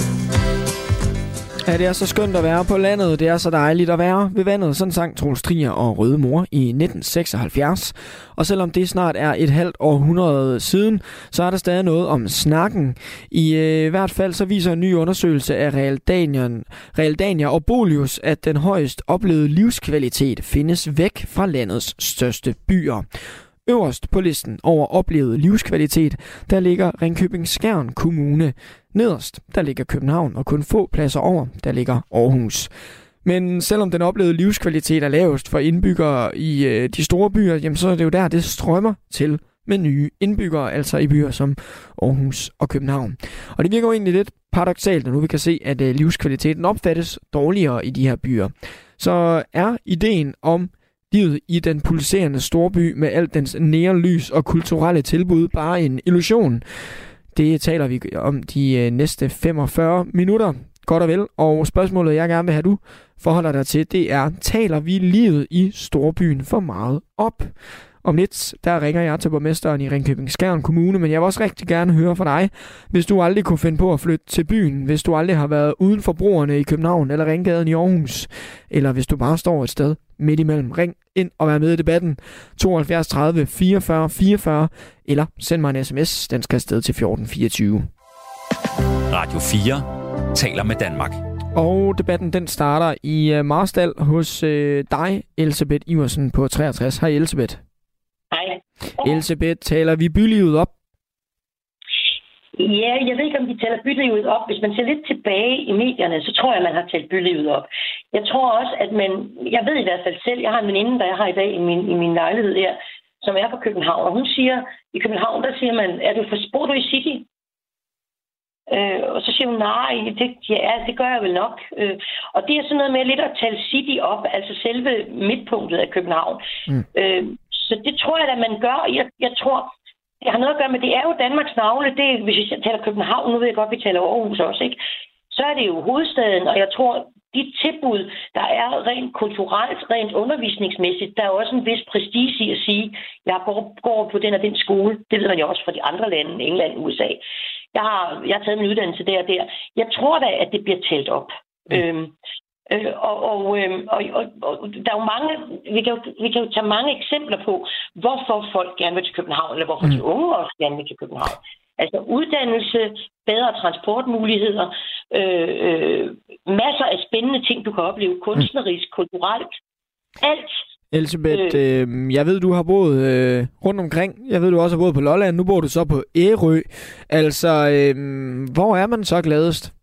Ja, det er så skønt at være på landet. Det er så dejligt at være ved vandet. Sådan sang Troels Trier og Røde Mor i nitten seksoghalvfjerds. Og selvom det snart er et halvt århundrede siden, så er der stadig noget om snakken. I øh, hvert fald så viser en ny undersøgelse af Realdania og Bolius, at den højst oplevede livskvalitet findes væk fra landets største byer. Øverst på listen over oplevet livskvalitet, der ligger Ringkøbing-Skjern Kommune. Nederst, der ligger København, og kun få pladser over, der ligger Aarhus. Men selvom den oplevede livskvalitet er lavest for indbyggere i øh, de store byer, jamen så er det jo der, det strømmer til med nye indbyggere, altså i byer som Aarhus og København. Og det virker jo egentlig lidt paradoksalt, når nu vi kan se, at øh, livskvaliteten opfattes dårligere i de her byer. Så er ideen om livet i den pulserende storby med alt dens neonlys og kulturelle tilbud bare en illusion? Det taler vi om de næste femogfyrre minutter, godt og vel. Og spørgsmålet, jeg gerne vil have, du forholder dig til, det er, taler vi livet i storbyen for meget op? Om lidt, der ringer jeg til borgmesteren i Ringkøbing-Skjern Kommune, men jeg vil også rigtig gerne høre fra dig, hvis du aldrig kunne finde på at flytte til byen, hvis du aldrig har været uden for broerne i København eller Ringgaden i Aarhus, eller hvis du bare står et sted midt imellem. Ring ind og vær med i debatten tooghalvfjerds tredive fireogfyrre fireogfyrre, eller send mig en sms, den skal afsted til fjorten fireogtyve. Radio fire taler med Danmark. Og debatten den starter i uh, Marstal hos uh, dig, Elsebeth Iversen på treogtres. Hej Elsebeth. Hej. Elsebeth, taler vi bylivet op? Ja, jeg ved ikke, om de tæller bylivet op. Hvis man ser lidt tilbage i medierne, så tror jeg, man har talt bylivet op. Jeg tror også, at man... Jeg ved i hvert fald selv, jeg har en veninde, der jeg har i dag i min, i min lejlighed her, som er fra København. Og hun siger, i København, der siger man, er du for, bor du i City? Øh, og så siger hun, nej, det, ja, det gør jeg vel nok. Øh, og det er sådan noget med lidt at tale City op, altså selve midtpunktet af København. Mm. Øh, så det tror jeg, at man gør. Jeg, jeg tror... Det har noget at gøre med, det er jo Danmarks navle. Det, hvis vi taler København, nu ved jeg godt, vi taler Aarhus også, ikke? Så er det jo hovedstaden, og jeg tror, de tilbud, der er rent kulturelt, rent undervisningsmæssigt, der er også en vis prestige i at sige, jeg går, går på den og den skole. Det ved man jo også fra de andre lande, England, U S A. Jeg har, jeg har taget min uddannelse der og der. Jeg tror da, at det bliver talt op. Mm. Øhm, Øh, og, og, øh, og, og, og der er jo mange, vi kan jo, vi kan jo tage mange eksempler på, hvorfor folk gerne vil til København, eller hvorfor mm. de unge også gerne vil til København. Altså uddannelse, bedre transportmuligheder, øh, øh, masser af spændende ting, du kan opleve, kunstnerisk, mm. kulturelt, alt. Elsebeth, øh, øh, jeg ved, du har boet øh, rundt omkring. Jeg ved, du også har boet på Lolland. Nu bor du så på Ærø. Altså, øh, hvor er man så gladest?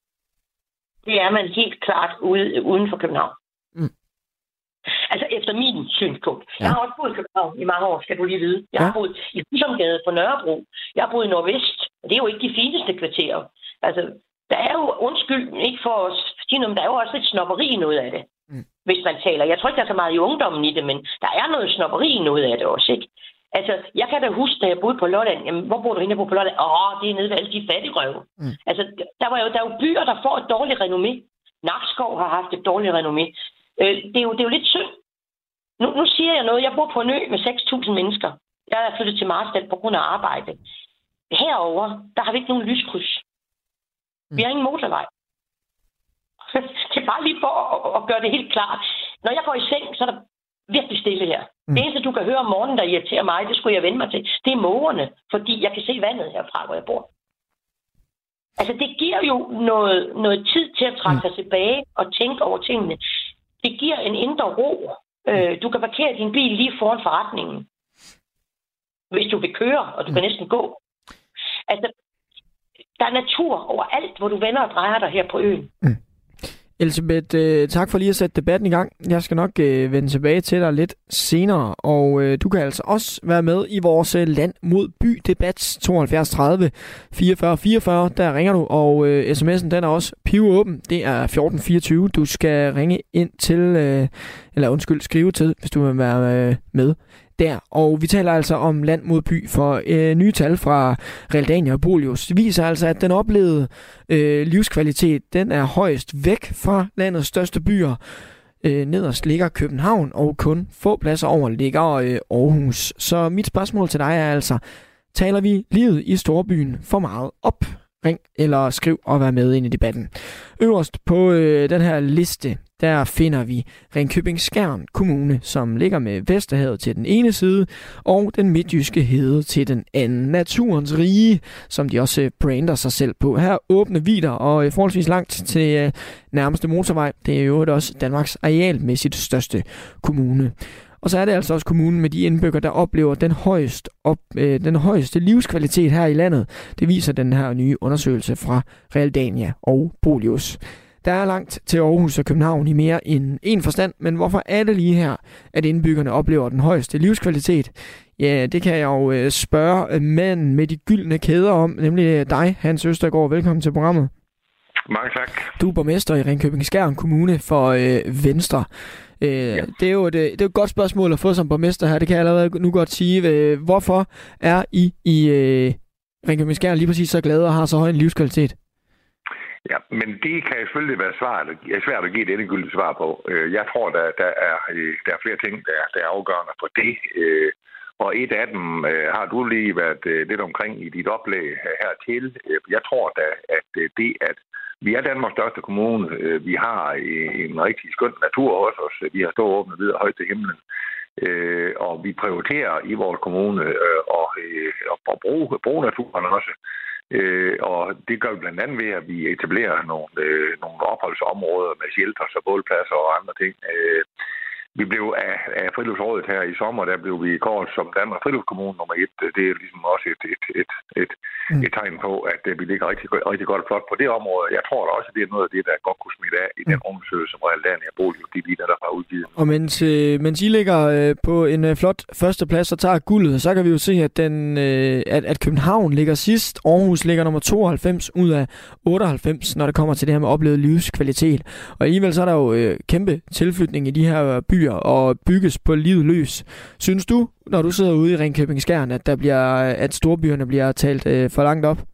Det er man helt klart ude, uden for København. Mm. Altså efter min synspunkt. Ja. Jeg har også boet i København i mange år, skal du lige vide. Jeg ja. har boet i Husumgade på Nørrebro. Jeg har boet i Nordvest. Det er jo ikke de fineste kvarterer. Altså, der er jo, undskyld ikke for os, men der er jo også lidt snobberi i noget af det. Mm. Hvis man taler. Jeg tror ikke, der er så meget i ungdommen i det, men der er noget snobberi i noget af det også, ikke? Altså, jeg kan da huske, da jeg boede på Lolland. Jamen, hvor bor du henne? Jeg bor på Lolland. Åh, det er nede ved alle de fattigrøve. Mm. Altså, der, var jo, der er jo byer, der får et dårligt renommé. Nakskov har haft et dårligt renommé. Øh, det, er jo, det er jo lidt synd. Nu, nu siger jeg noget. Jeg bor på en ø med seks tusind mennesker. Jeg er flyttet til Marstal på grund af arbejde. Herover der har vi ikke nogen lyskryds. Mm. Vi har ingen motorvej. Det er bare lige for at, at gøre det helt klart. Når jeg går i seng, så er der virkelig stille her. Mm. Det eneste, du kan høre om morgenen, der irriterer mig, det skulle jeg vende mig til, det er mågerne, fordi jeg kan se vandet herfra, hvor jeg bor. Altså, det giver jo noget, noget tid til at trække sig mm. tilbage og tænke over tingene. Det giver en indre ro. Øh, du kan parkere din bil lige foran forretningen, hvis du vil køre, og du mm. kan næsten gå. Altså, der er natur overalt, hvor du vender og drejer dig her på øen. Mm. Elsebeth, øh, tak for lige at sætte debatten i gang. Jeg skal nok øh, vende tilbage til dig lidt senere, og øh, du kan altså også være med i vores øh, Land mod By debat tooghalvfjerds tredive fireogfyrre fireogfyrre. Der ringer du, og øh, sms'en den er også pivåben. Det er fjorten fireogtyve. Du skal ringe ind til, øh, eller undskyld, skrive til, hvis du vil være øh, med der. Og vi taler altså om Land mod By, for øh, nye tal fra Realdania og Polius viser altså, at den oplevede øh, livskvalitet, den er højst væk fra landets største byer. Øh, nederst ligger København, og kun få pladser over ligger øh, Aarhus. Så mit spørgsmål til dig er altså, taler vi livet i storbyen for meget op? Ring eller skriv og vær med ind i debatten. Øverst på øh, den her liste, der finder vi Ringkøbing-Skjern Kommune, som ligger med Vesterhavet til den ene side, og den midtjyske hede til den anden. Naturens rige, som de også brander sig selv på. Her åbne vidder og forholdsvis langt til øh, nærmeste motorvej. Det er jo også Danmarks arealmæssigt største kommune. Og så er det altså også kommunen med de indbyggere, der oplever den højeste, op, øh, den højeste livskvalitet her i landet. Det viser den her nye undersøgelse fra Realdania og Polius. Der er langt til Aarhus og København i mere end en forstand, men hvorfor er det lige her, at indbyggerne oplever den højeste livskvalitet? Ja, det kan jeg jo spørge manden med de gyldne kæder om, nemlig dig, Hans Østergaard. Velkommen til programmet. Mange tak. Du er borgmester i Ringkøbing-Skjern Kommune for øh, Venstre. Øh, ja. Det er jo et, det er et godt spørgsmål at få som borgmester her, det kan jeg allerede nu godt sige. Øh, hvorfor er I i øh, Ringkøbing-Skjern lige præcis så glade og har så høj en livskvalitet? Ja, men det kan selvfølgelig være svært, svært at give et endegyldigt svar på. Jeg tror, der, der, er, der er flere ting, der, der er afgørende for det. Og et af dem har du lige været lidt omkring i dit oplæg hertil. Jeg tror da, at det, at vi er Danmarks største kommune, vi har en rigtig skøn natur hos os. Vi har stået åbne videre højt til himlen. Og vi prioriterer i vores kommune at, at bruge, bruge naturen også. Øh, og det gør vi blandt andet ved, at vi etablerer nogle, øh, nogle opholdsområder med shelters og bålpladser og andre ting. Øh, vi blev af, af Friluftsrådet her i sommer, der blev vi kåret som Danmark Friluftskommune nummer et. Det er ligesom også et, et, et, et, mm. et tegn på, at vi ligger rigtig, rigtig godt flot på det område. Jeg tror da også, at det er noget af det, der godt kunne smitte af i mm. den undersøgelse, som Realdania Bolig, de lige der har udgivet. Og mens, øh, mens I ligger øh, på en øh, flot førsteplads og tager guldet, så kan vi jo se, at, den, øh, at, at København ligger sidst. Aarhus ligger nummer tooghalvfems ud af otteoghalvfems, når det kommer til det her med oplevet livskvalitet. Og alligevel så er der jo øh, kæmpe tilflytning i de her byer og bygges på livet løs. Synes du, når du sidder ude i Ringkøbing-Skjern, at der bliver, at storbyerne bliver talt øh, for langt op?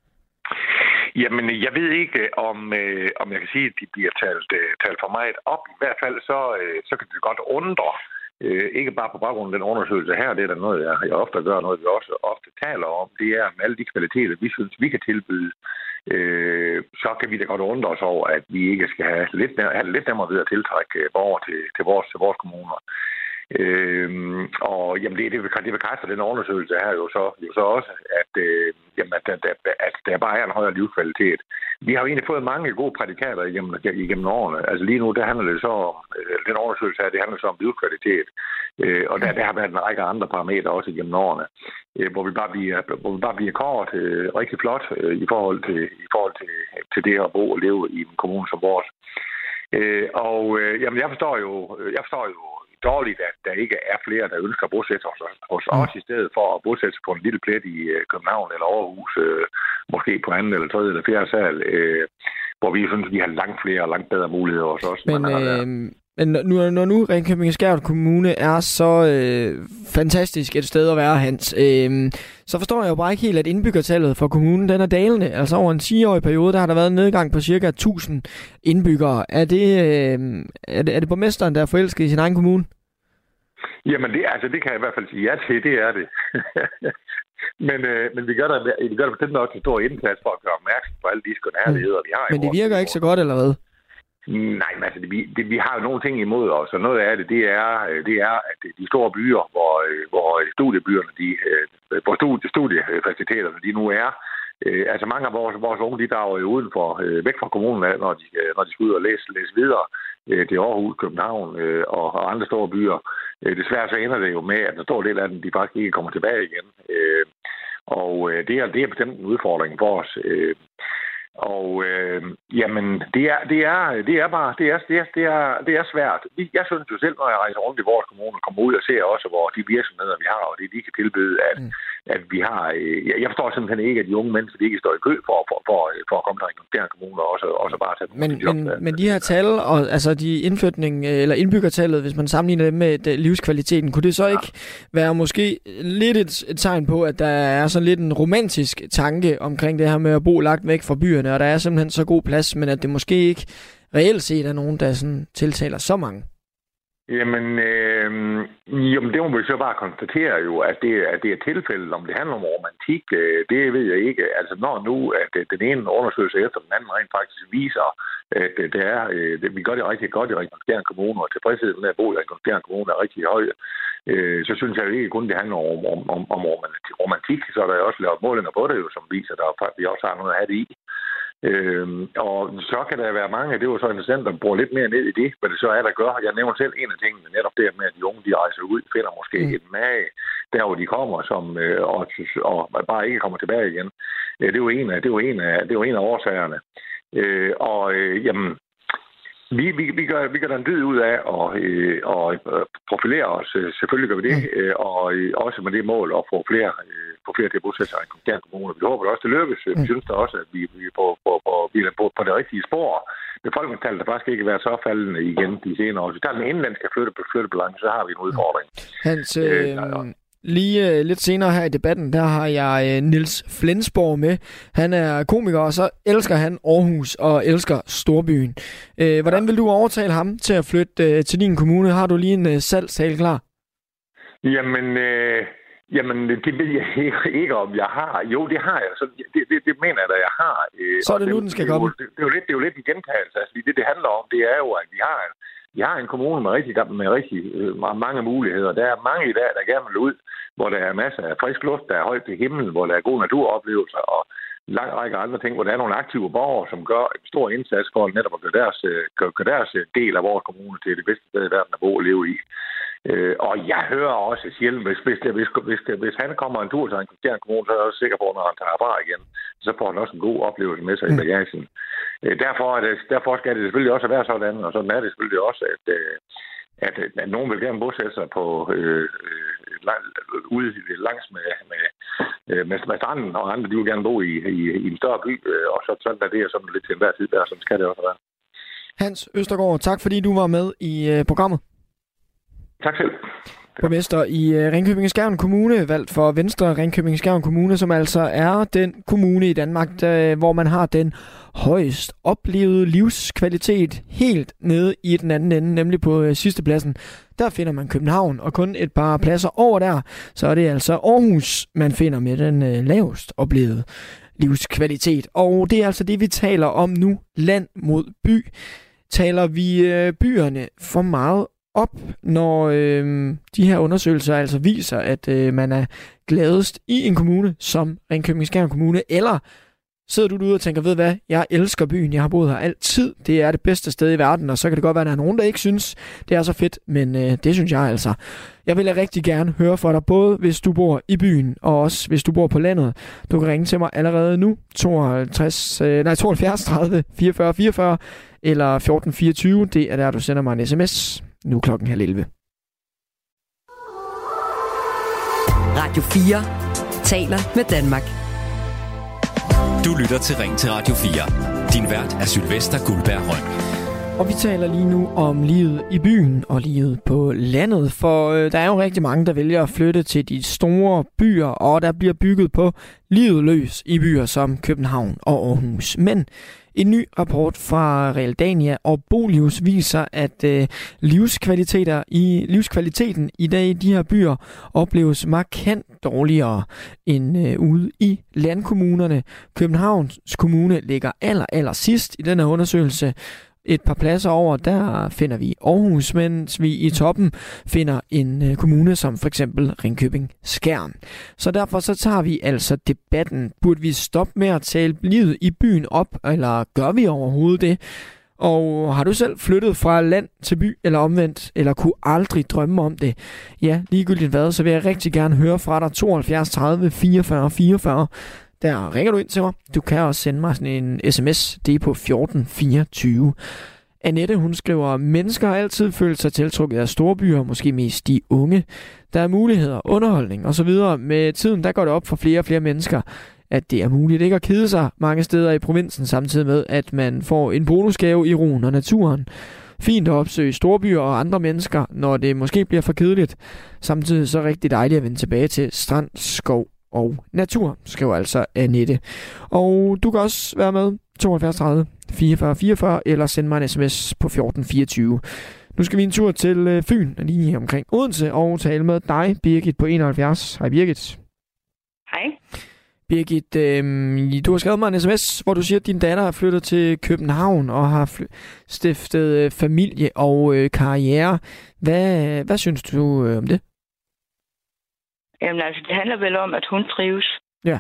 Jamen, jeg ved ikke, om, øh, om jeg kan sige, at de bliver talt, øh, talt for meget op. I hvert fald så, øh, så kan det godt undre. Øh, ikke bare på baggrund af den undersøgelse her, det er der noget, jeg, jeg ofte gør, noget vi også ofte taler om. Det er med alle de kvaliteter, vi synes, vi kan tilbyde. Øh, så kan vi da godt undre os over, at vi ikke skal have lidt, have lidt nemmere ved at tiltrække borgere til, til, vores, til vores kommuner. Øhm, og jamen det, det, det bekræfter den undersøgelse her jo så, jo så også, at, øh, jamen, at, at, at der bare er en højere livskvalitet. Vi har jo egentlig fået mange gode prædikater igennem, igennem årene. Altså lige nu, der handler det så om, øh, den undersøgelse her, det handler så om livskvalitet. Øh, og der, der har været en række andre parametre også igennem årene, øh, hvor vi bare bliver, hvor vi bare bliver kort øh, rigtig flot øh, i forhold, til, i forhold til, til det at bo og leve i en kommune som vores. Øh, og øh, jamen jeg forstår jo, jeg forstår jo dårligt, at der ikke er flere, der ønsker at bosætte os hos os, i stedet for at bosætte sig på en lille plet i København eller Aarhus, øh, måske på anden eller tredje eller fjerde sal, øh, hvor vi synes, vi har langt flere og langt bedre muligheder hos os. Men, øh, men nu, når nu Ringkøbing-Skjern Kommune er så øh, fantastisk et sted at være, Hans, øh, så forstår jeg jo bare ikke helt, at indbyggertallet for kommunen, den er dalende. Altså over en ti-årig periode, der har der været en nedgang på cirka tusind indbyggere. Er det, øh, er det, er det borgmesteren, der er forelsket i sin egen kommune? Jamen, det, altså, det kan jeg i hvert fald sige ja til, det er det. men, øh, men vi gør der, vi gør der bestemt også en stor indsats for at gøre opmærksom på alle de skønærligheder, vi har. Men det virker ikke så godt, eller hvad? Nej, men altså, det, det, vi har jo nogle ting imod os, og noget af det, det er, det er at de store byer, hvor, hvor studiebyerne, de, hvor studie, studiefaciliteterne, de nu er, øh, altså mange af vores, vores unge, de drager jo udenfor, øh, væk fra kommunen, når de, når de skal ud og læse, læse videre øh, til Aarhus, København øh, og, og andre store byer. Øh, desværre så ender det jo med, at en stor del af dem, de faktisk ikke kommer tilbage igen. Øh, og øh, det, er, det er bestemt en udfordring for os. Øh, Og øh, jamen, det er, det er, det er bare, det er, det er, det er, det er svært. Jeg synes jo selv, når jeg rejser rundt i vores kommune og kommer ud og ser også, hvor de virksomheder, vi har, og det de kan tilbyde, at, mm. at vi har, øh, jeg forstår simpelthen ikke, at de unge mennesker, de ikke står i kø for, for, for, for at komme til Ringkøbing Kommune og også, også bare tage men, men, men de her tal, og, altså de indflytning, eller indbyggertallet, hvis man sammenligner det med livskvaliteten, kunne det så ikke ja. være måske lidt et, et tegn på, at der er sådan lidt en romantisk tanke omkring det her med at bo lagt væk fra byerne, og der er simpelthen så god plads, men at det måske ikke reelt set er nogen, der sådan tiltaler så mange? Jamen, øh, jamen, det må vi så bare konstatere jo, at det, at det er tilfældet. Om det handler om romantik, øh, det ved jeg ikke. Altså når nu, at den ene undersøgelse efter den anden rent faktisk viser, at det er, øh, det, vi gør det rigtig godt i Ringkøbing Kommune, og tilfredsheden med at bo i Ringkøbing Kommune er rigtig høj, øh, så synes jeg ikke kun, det handler om, om, om, om romantik. Så er der også lavet målinger på det jo, som viser, at vi også har noget at have det i. Øhm, og så kan der være mange, det er jo så interessant at bruge lidt mere ned i det, hvad det så er, der gør. Jeg nævner selv en af tingene, netop det med, at de unge, de rejser ud, finder måske mm. et mage, der hvor de kommer, som, øh, og, og bare ikke kommer tilbage igen. Øh, det er jo en af, det er jo en af, det er jo en af årsagerne. Øh, og øh, jamen, vi, vi, vi, gør, vi gør den dyd ud af at øh, og profilere os. Selvfølgelig gør vi det, mm. øh, og øh, også med det mål at få flere øh, på flere til at bosætte sig i Ringkøbing Kommune. Vi håber det også, det lykkes. Mm. Vi synes da også, at vi, vi, er på, på, på, vi er på, på det rigtige spor. Befolkningstallet har faktisk ikke været så faldende igen de senere år. Hvis vi tager den indlandske flytte, flyttebalance, så har vi en udfordring. Hans, øh, øh, lige øh, lidt senere her i debatten, der har jeg øh, Niels Flensborg med. Han er komiker, og så elsker han Aarhus og elsker storbyen. Øh, hvordan vil du overtale ham til at flytte øh, til din kommune? Har du lige en øh, salgstale klar? Jamen... Øh Jamen, det ved jeg ikke, ikke om jeg har. Jo, det har jeg. Så det, det, det mener jeg da, jeg har. Så er det nu, den skal komme. Det, det, er jo lidt, det er jo lidt en gentagelse. Altså, det, det handler om, det er jo, at vi har, vi har en kommune med rigtig, med rigtig mange muligheder. Der er mange i dag, der gerne vil ud, hvor der er masser af frisk luft, der er højt til himlen, hvor der er gode naturoplevelser, og lang række andre ting, hvor der er nogle aktive borgere, som gør en stor indsats for netop at gøre deres, gøre deres del af vores kommune til det bedste sted i verden at bo og leve i. Øh, og jeg hører også sjældent, hvis, hvis, hvis, hvis, hvis han kommer en tur til en kristian kommune, så er jeg også sikker på, at når han tager fra igen, så får han også en god oplevelse med sig i bagagen. Øh, derfor, er det, derfor skal det selvfølgelig også være sådan, og sådan er det selvfølgelig også, at, at, at nogen vil gerne bosætte sig på, øh, lang, ude langs med, med, med, med stranden, og andre de vil gerne bo i, i, i en større by, og så, sådan er det sådan lidt til enhver tid der, sådan skal det også være. Hans Østergaard, tak fordi du var med i uh, programmet. Tak selv. Borgmester i Ringkøbing Skjern Kommune, valgt for Venstre Ringkøbing Skjern Kommune, som altså er den kommune i Danmark, der, hvor man har den højst oplevede livskvalitet helt nede i den anden ende, nemlig på sidste pladsen. Der finder man København, og kun et par pladser over der, så er det altså Aarhus, man finder med den øh, lavest oplevede livskvalitet. Og det er altså det, vi taler om nu, land mod by. Taler vi øh, byerne for meget op, når øh, de her undersøgelser altså viser, at øh, man er gladest i en kommune som Ringkøbing Skjern Kommune, eller sidder du derude og tænker, ved hvad, jeg elsker byen, jeg har boet her altid, det er det bedste sted i verden, og så kan det godt være, at der er nogen, der ikke synes, det er så fedt, men øh, det synes jeg altså. Jeg vil rigtig gerne høre fra dig, både hvis du bor i byen, og også hvis du bor på landet. Du kan ringe til mig allerede nu, tooghalvtreds, øh, nej, tooghalvfjerds tredive fireogfyrre fireogfyrre, eller fjorten fireogtyve, det er der, du sender mig en sms. Nu klokken halv elleve. Radio fire taler med Danmark. Du lytter til Ring til Radio fire. Din vært er Sylvester Guldberg Røn. Og vi taler lige nu om livet i byen og livet på landet, for øh, der er jo rigtig mange, der vælger at flytte til de store byer, og der bliver bygget på livet løs i byer som København og Aarhus. Men en ny rapport fra Realdania og Bolius viser, at øh, livskvaliteter i, livskvaliteten i dag i de her byer opleves markant dårligere end øh, ude i landkommunerne. Københavns Kommune ligger aller, aller sidst i den her undersøgelse. Et par pladser over, der finder vi Aarhus, mens vi i toppen finder en øh, kommune som for eksempel Ringkøbing Skjern. Så derfor så tager vi altså debatten. Burde vi stoppe med at tale livet i byen op, eller gør vi overhovedet det? Og har du selv flyttet fra land til by eller omvendt, eller kunne aldrig drømme om det? Ja, ligegyldigt hvad, så vil jeg rigtig gerne høre fra dig. tooghalvfjerds tredive fireogfyrre fireogfyrre. Der ringer du ind til mig. Du kan også sende mig sådan en sms. Det er på fjorten fireogtyve. Annette, hun skriver, mennesker har altid følt sig tiltrukket af storbyer, måske mest de unge. Der er muligheder, underholdning osv. Med tiden, der går det op for flere og flere mennesker, at det er muligt ikke at kede sig mange steder i provinsen, samtidig med, at man får en bonusgave i roen og naturen. Fint at opsøge storbyer og andre mennesker, når det måske bliver for kedeligt. Samtidig så rigtig dejligt at vende tilbage til strand, skov og natur, skriver altså Annette. Og du kan også være med tooghalvfjerds tredive fireogfyrre fireogfyrre eller sende mig en sms på fjorten fireogtyve. Nu skal vi en tur til Fyn, lige omkring Odense, og tale med dig, Birgit, på enoghalvfjerds. Hej Birgit. Hej. Birgit, øh, du har skrevet mig en sms, hvor du siger, at din datter er flyttet til København og har fly- stiftet familie og øh, karriere. Hvad, hvad synes du øh, om det? Jamen altså, det handler vel om, at hun trives. Ja.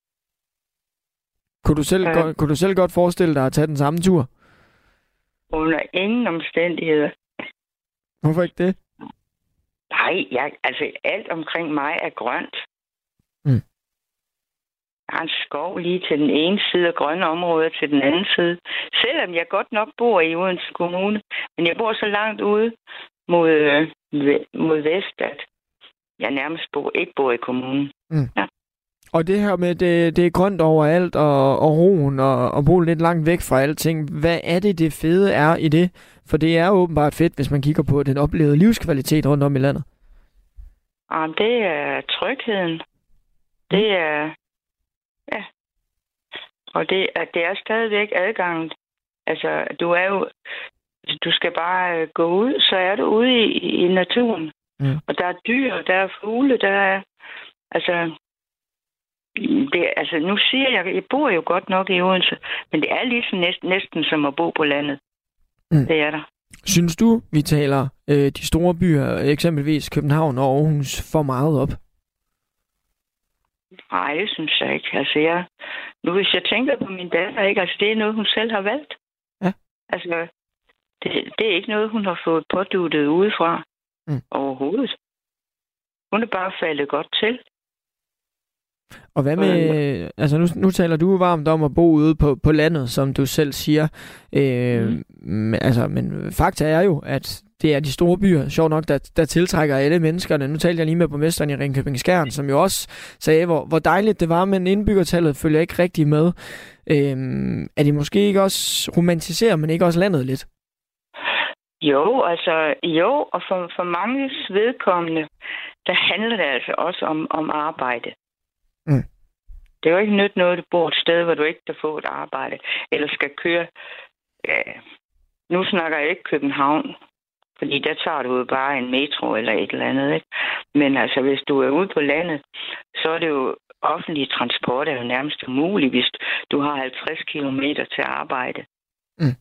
Kunne du selv, øh, go- kunne du selv godt forestille dig at tage den samme tur? Under ingen omstændigheder. Hvorfor ikke det? Nej, jeg, altså alt omkring mig er grønt. Mm. Der er en skov lige til den ene side og grønne områder til den anden side. Selvom jeg godt nok bor i Odense Kommune, men jeg bor så langt ude mod, øh, mod vest, at jeg nærmest bor, ikke bor i kommunen. Mm. Ja. Og det her med, det, det er grønt overalt, og, og roen, og, og bo lidt langt væk fra alting. Hvad er det, det fede er i det? For det er åbenbart fedt, hvis man kigger på den oplevede livskvalitet rundt om i landet. Jamen, det er trygheden. Det er... Ja. Og det er, det er stadigvæk adgangen. Altså, du er jo... Du skal bare gå ud, så er du ude i, i naturen. Mm. Og der er dyr, der er fugle, der er... Altså... Det, altså, nu siger jeg, jeg bor jo godt nok i Odense, men det er ligesom næsten, næsten som at bo på landet. Mm. Det er der. Synes du, vi taler øh, de store byer, eksempelvis København og Aarhus, for meget op? Nej, det synes jeg ikke. Altså, jeg, Nu hvis jeg tænker på min datter, ikke? Altså det er noget, hun selv har valgt. Ja. Altså, det, det er ikke noget, hun har fået påduttet udefra. Mm. Overhovedet. Hun er bare faldet godt til. Og hvad med, altså nu, nu taler du varmt om at bo ude på, på landet, som du selv siger. Øh, mm. men, altså, men fakta er jo, at det er de store byer, sjovt nok, der, der tiltrækker alle menneskerne. Nu talte jeg lige med borgmesteren i Ringkøbing Skjern, som jo også sagde, hvor, hvor dejligt det var, men indbyggertallet følger ikke rigtig med. Øh, er det måske ikke også romantiserer, men ikke også landet lidt? Jo, altså jo, og for, for mange vedkommende, der handler det altså også om, om arbejde. Mm. Det er jo ikke nyt noget, du bor et sted, hvor du ikke kan få et arbejde, eller skal køre. Ja, nu snakker jeg ikke København, fordi der tager du jo bare en metro eller et eller andet, ikke? Men altså, hvis du er ude på landet, så er det jo offentlig transport er jo nærmest umuligt, hvis du har halvtreds kilometer til arbejde. Mm.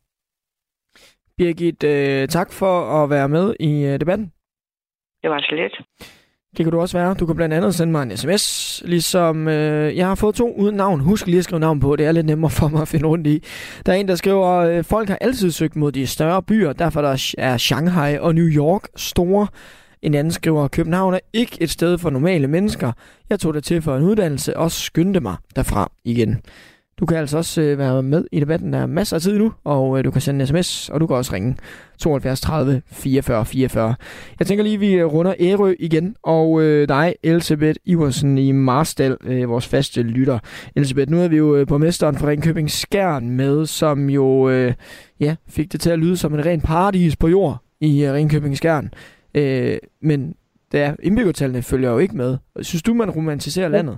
Birgit, øh, tak for at være med i øh, debatten. Det var så lidt. Det kan du også være. Du kan blandt andet sende mig en sms, ligesom øh, jeg har fået to uden navn. Husk lige at skrive navn på, det er lidt nemmere for mig at finde rundt i. Der er en, der skriver, øh, folk har altid søgt mod de større byer, derfor der er Shanghai og New York store. En anden skriver, København er ikke et sted for normale mennesker. Jeg tog det til for en uddannelse og skyndte mig derfra igen. Du kan altså også øh, være med i debatten. Der er masser af tid nu, og øh, du kan sende en sms, og du kan også ringe tooghalvfjerds tredive fireogfyrre fireogfyrre. Jeg tænker lige, at vi runder Ærø igen, og øh, dig, Elsebeth Iversen i Marstal, øh, vores faste lytter. Elsebeth, nu er vi jo øh, borgmesteren fra Ringkøbing Skjern med, som jo øh, ja, fik det til at lyde som en ren paradis på jord i øh, Ringkøbing Skjern. Øh, men der indbyggertallene følger jo ikke med. Synes du, man romantiserer landet?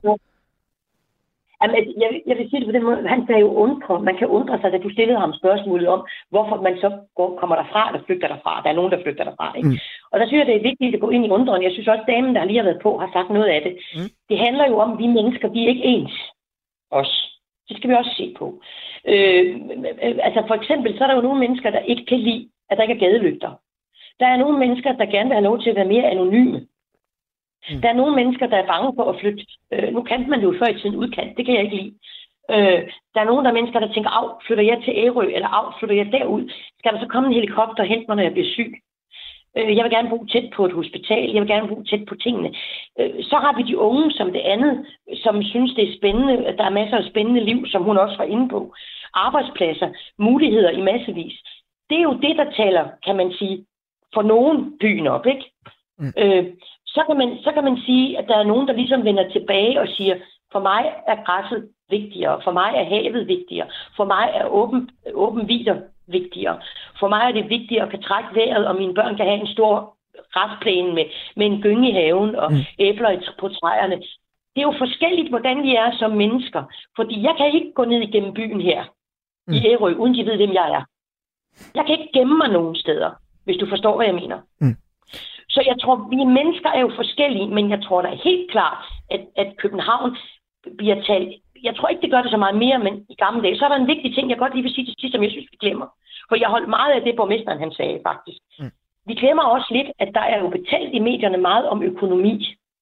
Jamen, jeg, jeg vil sige det på den måde, han kan jo undre, man kan undre sig, da du stillede ham spørgsmålet om, hvorfor man så går, kommer derfra, eller flygter derfra. Der er nogen, der flygter derfra, ikke? Mm. Og der synes jeg, det er vigtigt at gå ind i undren. Jeg synes også, damen, der lige har været på, har sagt noget af det. Mm. Det handler jo om, at vi mennesker, vi er ikke ens. Os. Det skal vi også se på. Øh, altså for eksempel, så er der jo nogle mennesker, der ikke kan lide, at der ikke er gadelygter. Der er nogle mennesker, der gerne vil have lov til at være mere anonyme. Mm. Der er nogle mennesker, der er bange for at flytte. Øh, nu kan man det jo før i tiden udkant. Det kan jeg ikke lide. Øh, der er nogle der mennesker, der tænker, af, flytter jeg til Ærø, eller af, flytter jeg derud? Skal der så komme en helikopter og hente mig, når jeg bliver syg? Øh, jeg vil gerne bo tæt på et hospital. Jeg vil gerne bo tæt på tingene. Øh, så har vi de unge som det andet, som synes, det er spændende. Der er masser af spændende liv, som hun også var inde på. Arbejdspladser, muligheder i massevis. Det er jo det, der taler, kan man sige, for nogen byen op, ikke? Mm. Øh, Så kan, man, så kan man sige, at der er nogen, der ligesom vender tilbage og siger, for mig er græsset vigtigere, for mig er havet vigtigere, for mig er åben, åben vider vigtigere, for mig er det vigtigere at kan trække vejret, og mine børn kan have en stor græsplæne med, med en gynge i haven og mm. æbler på træerne. Det er jo forskelligt, hvordan vi er som mennesker, fordi jeg kan ikke gå ned igennem byen her mm. i Ærø, uden de ved, hvem jeg er. Jeg kan ikke gemme mig nogen steder, hvis du forstår, hvad jeg mener. Mm. Så jeg tror, vi mennesker er jo forskellige, men jeg tror da helt klart, at, at København bliver talt. Jeg tror ikke, det gør det så meget mere, men i gamle dage. Så er der en vigtig ting, jeg godt lige vil sige til sidst, som jeg synes, vi glemmer. For jeg holdt meget af det, borgmesteren han sagde, faktisk. Mm. Vi glemmer også lidt, at der er jo betalt i medierne meget om økonomi.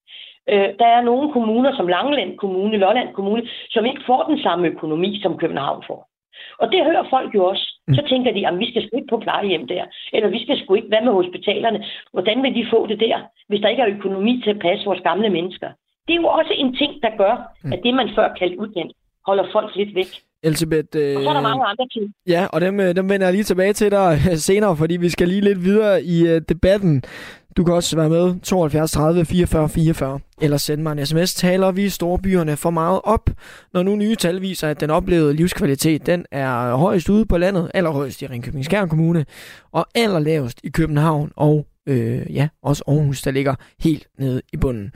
Øh, der er nogle kommuner, som Langeland Kommune, Lolland Kommune, som ikke får den samme økonomi, som København får. Og det hører folk jo også. Så tænker de, at vi skal sgu ikke på plejehjem der. Eller vi skal sgu ikke, hvad med hospitalerne? Hvordan vil de få det der, hvis der ikke er økonomi til at passe vores gamle mennesker? Det er jo også en ting, der gør, at det, man før kaldte udkendt, holder folk lidt væk. Elsebeth, øh... og så er der mange andre ting. Ja, og dem, dem vender jeg lige tilbage til dig senere, fordi vi skal lige lidt videre i uh, debatten. Du kan også være med tooghalvfjerds tredive fireogfyrre fireogfyrre, eller sende mig en sms. Taler vi storbyerne for meget op, når nu nye tal viser, at den oplevede livskvalitet, den er højst ude på landet, allerhøjst i Ringkøbing Skjern Kommune, og allerlavest i København, og øh, ja, også Aarhus, der ligger helt nede i bunden.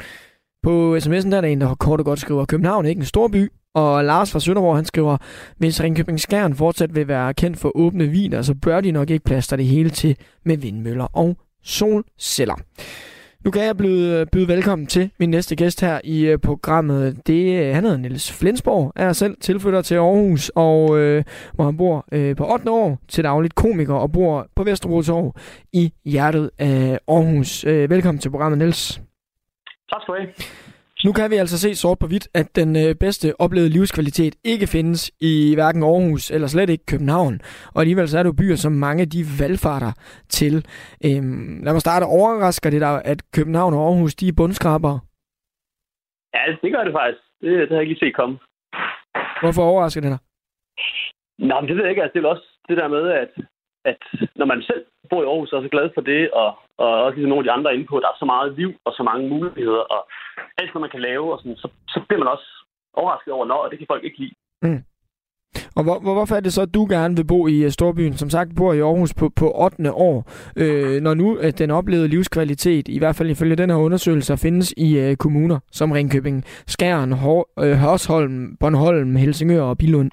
På sms'en der er der en, der kort og godt skriver, København er ikke en stor by, og Lars fra Sønderborg, han skriver, hvis Ringkøbing Skjern fortsat vil være kendt for åbne viner, så bør de nok ikke plaster det hele til med vindmøller og solceller. Nu kan jeg byde, byde velkommen til min næste gæst her i programmet. Det, han hedder Niels Flensborg, er selv tilflytter til Aarhus, og øh, hvor han bor øh, på ottende år til dagligt komiker og bor på Vesterbro Torv i hjertet af Aarhus. Øh, velkommen til programmet, Niels. Tak skal du have. Nu kan vi altså se sort på hvidt, at den øh, bedste oplevede livskvalitet ikke findes i hverken Aarhus eller slet ikke København. Og alligevel så er det jo byer, som mange de valgfarter til. Øhm, lad mig starte. Overrasker det dig, at København og Aarhus de er bundskrabere? Ja, det gør det faktisk. Det, det har jeg ikke lige set komme. Hvorfor overrasker det dig? Nå, men det ved jeg ikke. Altså, det er vel også det der med, at, at når man selv bor i Aarhus, så er så glad for det, og, og også ligesom nogle af de andre inde på, der er så meget liv og så mange muligheder, og alt, hvad man kan lave, og sådan, så, så bliver man også overrasket over, nå, og det kan folk ikke lide. Mm. Og hvor, hvor, hvorfor er det så, at du gerne vil bo i storbyen? Som sagt, bor i Aarhus på, på ottende år. Øh, når nu at den oplevede livskvalitet, i hvert fald ifølge den her undersøgelse, findes i øh, kommuner som Ringkøbing, Skjern, Hår, øh, Hørsholm, Bornholm, Helsingør og Billund.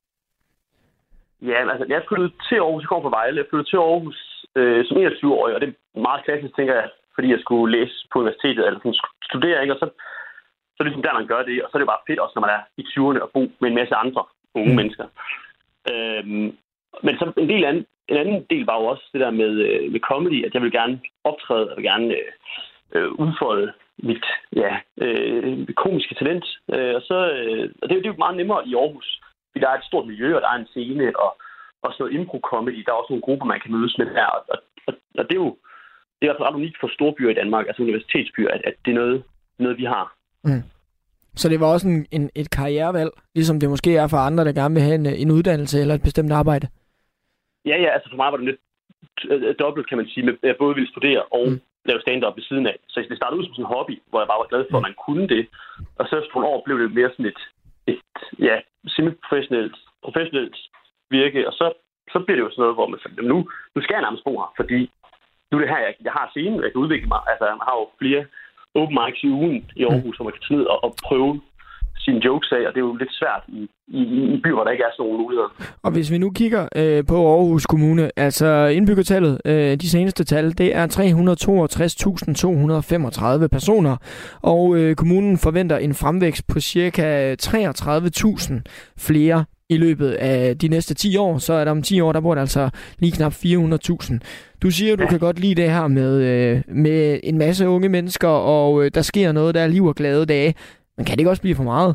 Ja, altså jeg flyttede til Aarhus, jeg kom fra Vejle. Jeg flyttede til Aarhus øh, som enogtyve-årig, og det er meget klassisk, tænker jeg, fordi jeg skulle læse på universitetet, eller sådan, studere, ikke? Og så, så er det ligesom der, man gør det, og så er det bare fedt også, når man er i tyverne og bo med en masse andre unge mm. mennesker. Øhm, men så en, del anden, en anden del var jo også det der med, øh, med comedy, at jeg vil gerne optræde, og vil gerne øh, øh, udfolde mit ja, øh, komiske talent. Øh, og så, øh, og det, det er jo meget nemmere i Aarhus, fordi der er et stort miljø, og der er en scene, og også noget impro-comedy. Der er også nogle grupper, man kan mødes med der. Og, og, og det er jo det er i hvert fald ret unikt for storbyer i Danmark, altså universitetsbyer, at, at det er noget, noget vi har. Mm. Så det var også en, en, et karrierevalg, ligesom det måske er for andre, der gerne vil have en, en uddannelse eller et bestemt arbejde? Ja, ja, altså for mig var det lidt dobbelt, kan man sige, med at jeg både ville studere og mm. lave stand-up ved siden af. Så det startede ud som sådan en hobby, hvor jeg bare var glad for, at man kunne det. Og så efter nogle år blev det mere sådan et, et ja, semi-professionelt professionelt virke, og så, så bliver det jo sådan noget, hvor man siger, nu, nu skal jeg nærmest bo her, fordi nu er det her, jeg, jeg har scenen, jeg kan udvikle mig. Altså, jeg har jo flere open mics i ugen i Aarhus, hvor man kan tage ned og, og prøve sine jokes af, og det er jo lidt svært i, i, i byer, hvor der ikke er sådan nogle muligheder. Og hvis vi nu kigger øh, på Aarhus Kommune, altså indbyggertallet, øh, de seneste tal, det er tre hundrede og toogtres tusind to hundrede og femogtredive personer, og øh, kommunen forventer en fremvækst på cirka treogtredive tusind flere i løbet af de næste ti år. Så er der om ti år, der bor der altså lige knap fire hundrede tusind. Du siger, at du ja. kan godt lide det her med, øh, med en masse unge mennesker, og øh, der sker noget, der er liv og glade dage. Men kan det ikke også blive for meget?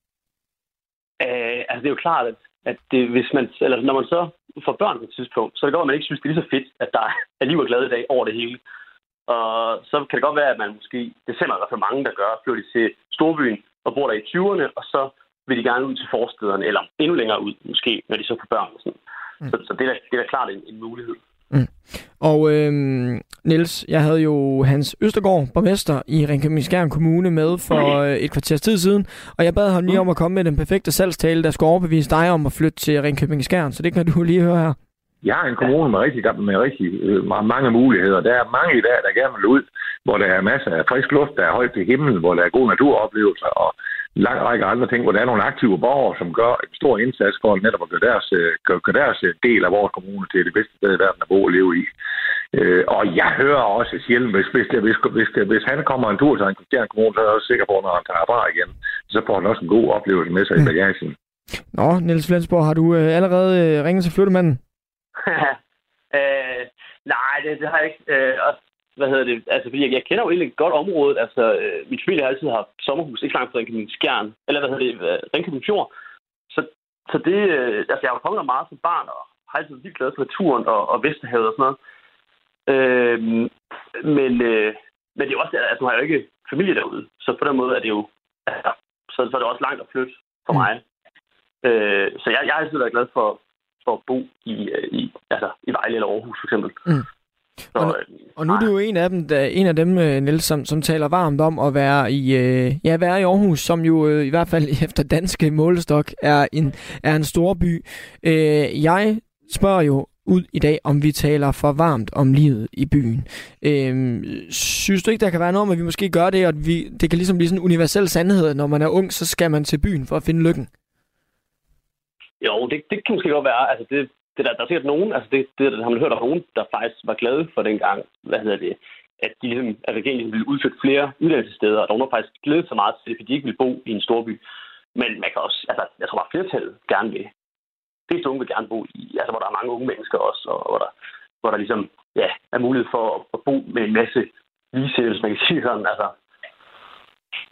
Æh, altså det er jo klart, at, at det, hvis man, eller når man så får børn på et tidspunkt, så er det godt, at man ikke synes, det er lige så fedt, at der er liv og glade dage over det hele. Og så kan det godt være, at man måske, det ser man i hvert fald mange, der gør, flytter de til storbyen og bor der i tyverne, og så vil de gerne ud til forstederne, eller endnu længere ud måske, når de så får børn. Og sådan. Mm. Så, så det er da, det er da klart en, en mulighed. Mm. Og øhm, Niels, jeg havde jo Hans Østergaard, borgmester i Ringkøbing-Skjern Kommune, med for øh, et kvarters tid siden, og jeg bad ham lige om at komme med den perfekte salgstale, der skulle overbevise dig om at flytte til Ringkøbing-Skjern, så det kan du lige høre her. Jeg har en kommune med rigtig, med rigtig øh, mange muligheder. Der er mange i dag, der gerne vil ud, hvor der er masser af frisk luft, der er højt til himlen, hvor der er gode naturoplevelser, og en lang række andre ting, hvor der er nogle aktive borgere, som gør en stor indsats for netop at gøre deres, gøre deres del af vores kommune til det bedste sted i verden at bo og leve i. Øh, og jeg hører også sjældent, hvis, hvis, hvis, hvis, hvis han kommer en tur til en Skjern Kommune, så er jeg også sikker på, at når han tager fra igen, så får han også en god oplevelse med sig mm. i bagagen. Nå, Niels Flensborg, har du øh, allerede øh, ringet til flyttemanden? øh, nej, det, det har jeg ikke. Øh, også, hvad hedder det? Altså, fordi jeg, jeg kender jo egentlig godt området. Altså, øh, min familie har altid haft sommerhus, ikke langt fra Ringkøbing-Skjern, eller hvad hedder det, øh, Ringkøbing Fjord. Så, så det, øh, altså, jeg har jo kommet der meget som barn, og har altid været vildt glad for naturen og, og Vesterhavet og sådan noget. Øh, men, øh, men det er også, altså, nu har jeg jo ikke familie derude, så på den måde er det jo, altså, så, så er det også langt at flytte for mig. Øh, så jeg, jeg har altid været glad for, for at bo i, i, altså, i Vejle eller Aarhus for eksempel. Mm. Så, og, nu, og nu er du jo en af dem, der, en af dem Niels, som, som taler varmt om at være i, øh, ja, være i Aarhus, som jo øh, i hvert fald efter danske målestok er en, er en stor by. Øh, jeg spørger jo ud i dag, om vi taler for varmt om livet i byen. Øh, synes du ikke, der kan være noget om, at vi måske gør det, og at vi, det kan ligesom blive sådan en universel sandhed, at når man er ung, så skal man til byen for at finde lykken? Jo, det, det kan måske godt være. Altså, det, det der, der er sikkert nogen, altså det, det, det har man hørt om nogen, der faktisk var glade for dengang, hvad hedder det, at de ligesom, at regeringen ville udflytte flere uddannelsessteder, og der var faktisk glædet så meget til det, fordi de ikke ville bo i en storby. Men man kan også, altså, jeg tror bare flertallet gerne vil. De fleste unge vil gerne bo i, altså hvor der er mange unge mennesker også, og hvor der, hvor der ligesom, ja, er mulighed for at, at bo med en masse ligestilling, hvis man kan sige sådan, altså.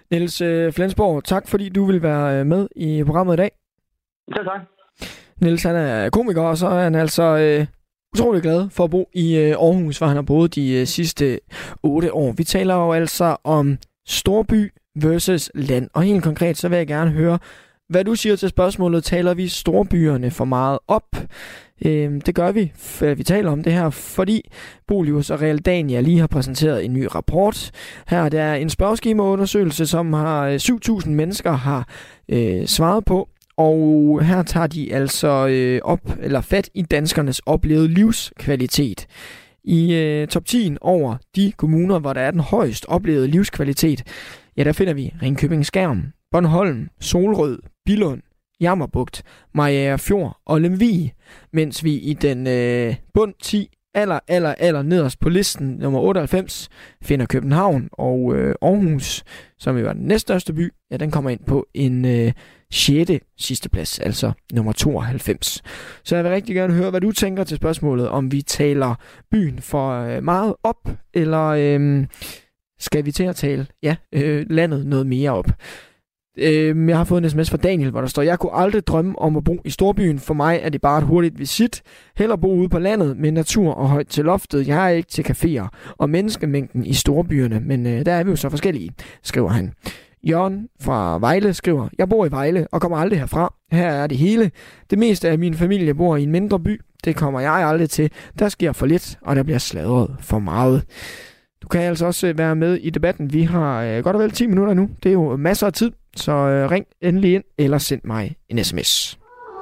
Niels øh, Flensborg, tak fordi du vil være med i programmet i dag. Ja, tak. Niels, han er komiker, og så er han altså øh, utrolig glad for at bo i øh, Aarhus, hvor han har boet de øh, sidste otte år. Vi taler jo altså om storby versus land, og helt konkret så vil jeg gerne høre, hvad du siger til spørgsmålet, taler vi storbyerne for meget op? Øh, det gør vi. Vi taler om det her, fordi Bolius og Realdania lige har præsenteret en ny rapport. Her der er en spørgeskemaundersøgelse, som har syv tusind mennesker har øh, svaret på. Og her tager de altså øh, op eller fat i danskernes oplevede livskvalitet. I øh, top ti over de kommuner, hvor der er den højst oplevede livskvalitet, ja, der finder vi Ringkøbing-Skjern, Bornholm, Solrød, Billund, Jammerbugt, Mariager Fjord og Lemvig, mens vi i den øh, bund ti aller, aller, aller nederst på listen, nummer otteoghalvfems, finder København og øh, Aarhus, som jo er den næststørste by, ja, den kommer ind på en øh, sjette sidste plads, altså nummer tooghalvfems. Så jeg vil rigtig gerne høre, hvad du tænker til spørgsmålet, om vi taler byen for øh, meget op, eller øh, skal vi til at tale ja, øh, landet noget mere op. Øh, jeg har fået en sms fra Daniel, hvor der står: jeg kunne aldrig drømme om at bo i storbyen. For mig er det bare et hurtigt visit. Heller bo ude på landet med natur og højt til loftet. Jeg er ikke til caféer og menneskemængden i storbyerne, men øh, der er vi jo så forskellige, skriver han. Jørgen fra Vejle skriver: jeg bor i Vejle og kommer aldrig herfra. Her er det hele. Det meste af min familie bor i en mindre by. Det kommer jeg aldrig til. Der sker for lidt, og der bliver sladret for meget. Du kan altså også være med i debatten. Vi har øh, godt og vel ti minutter nu. Det er jo masser af tid, så øh, ring endelig ind eller send mig en sms.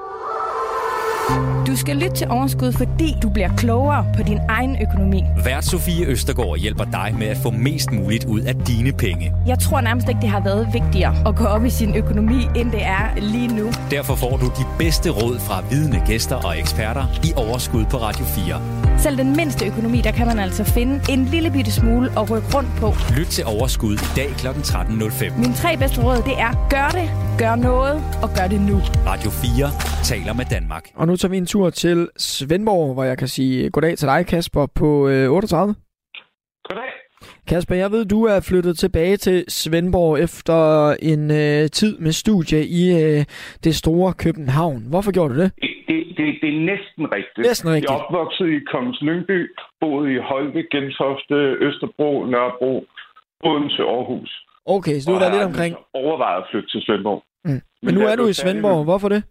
Du skal lytte til Overskud, fordi du bliver klogere på din egen økonomi. Vært Sofie Østergaard hjælper dig med at få mest muligt ud af dine penge. Jeg tror nærmest ikke, det har været vigtigere at gå op i sin økonomi, end det er lige nu. Derfor får du de bedste råd fra vidende gæster og eksperter i Overskud på Radio fire. Selv den mindste økonomi, der kan man altså finde en lille bitte smule at rykke rundt på. Lyt til Overskud i dag kl. tretten nul fem. Mine tre bedste råd, det er: gør det, gør noget og gør det nu. Radio fire taler med Danmark. Og nu tager vi en tur til Svendborg, hvor jeg kan sige goddag til dig, Kasper, på øh, otteogtredive. Goddag. Kasper, jeg ved, du er flyttet tilbage til Svendborg efter en øh, tid med studie i øh, det store København. Hvorfor gjorde du det? Det, det, det er næsten rigtigt. Næsten rigtigt. Jeg er opvokset i Kongens Lyngby, boede i Holte, Gentofte, Østerbro, Nørrebro, Odense, Aarhus. Okay, så du har været lidt omkring. Og overvejet at flytte til Svendborg. Mm. Men, Men nu er du i Svendborg. Hvorfor det?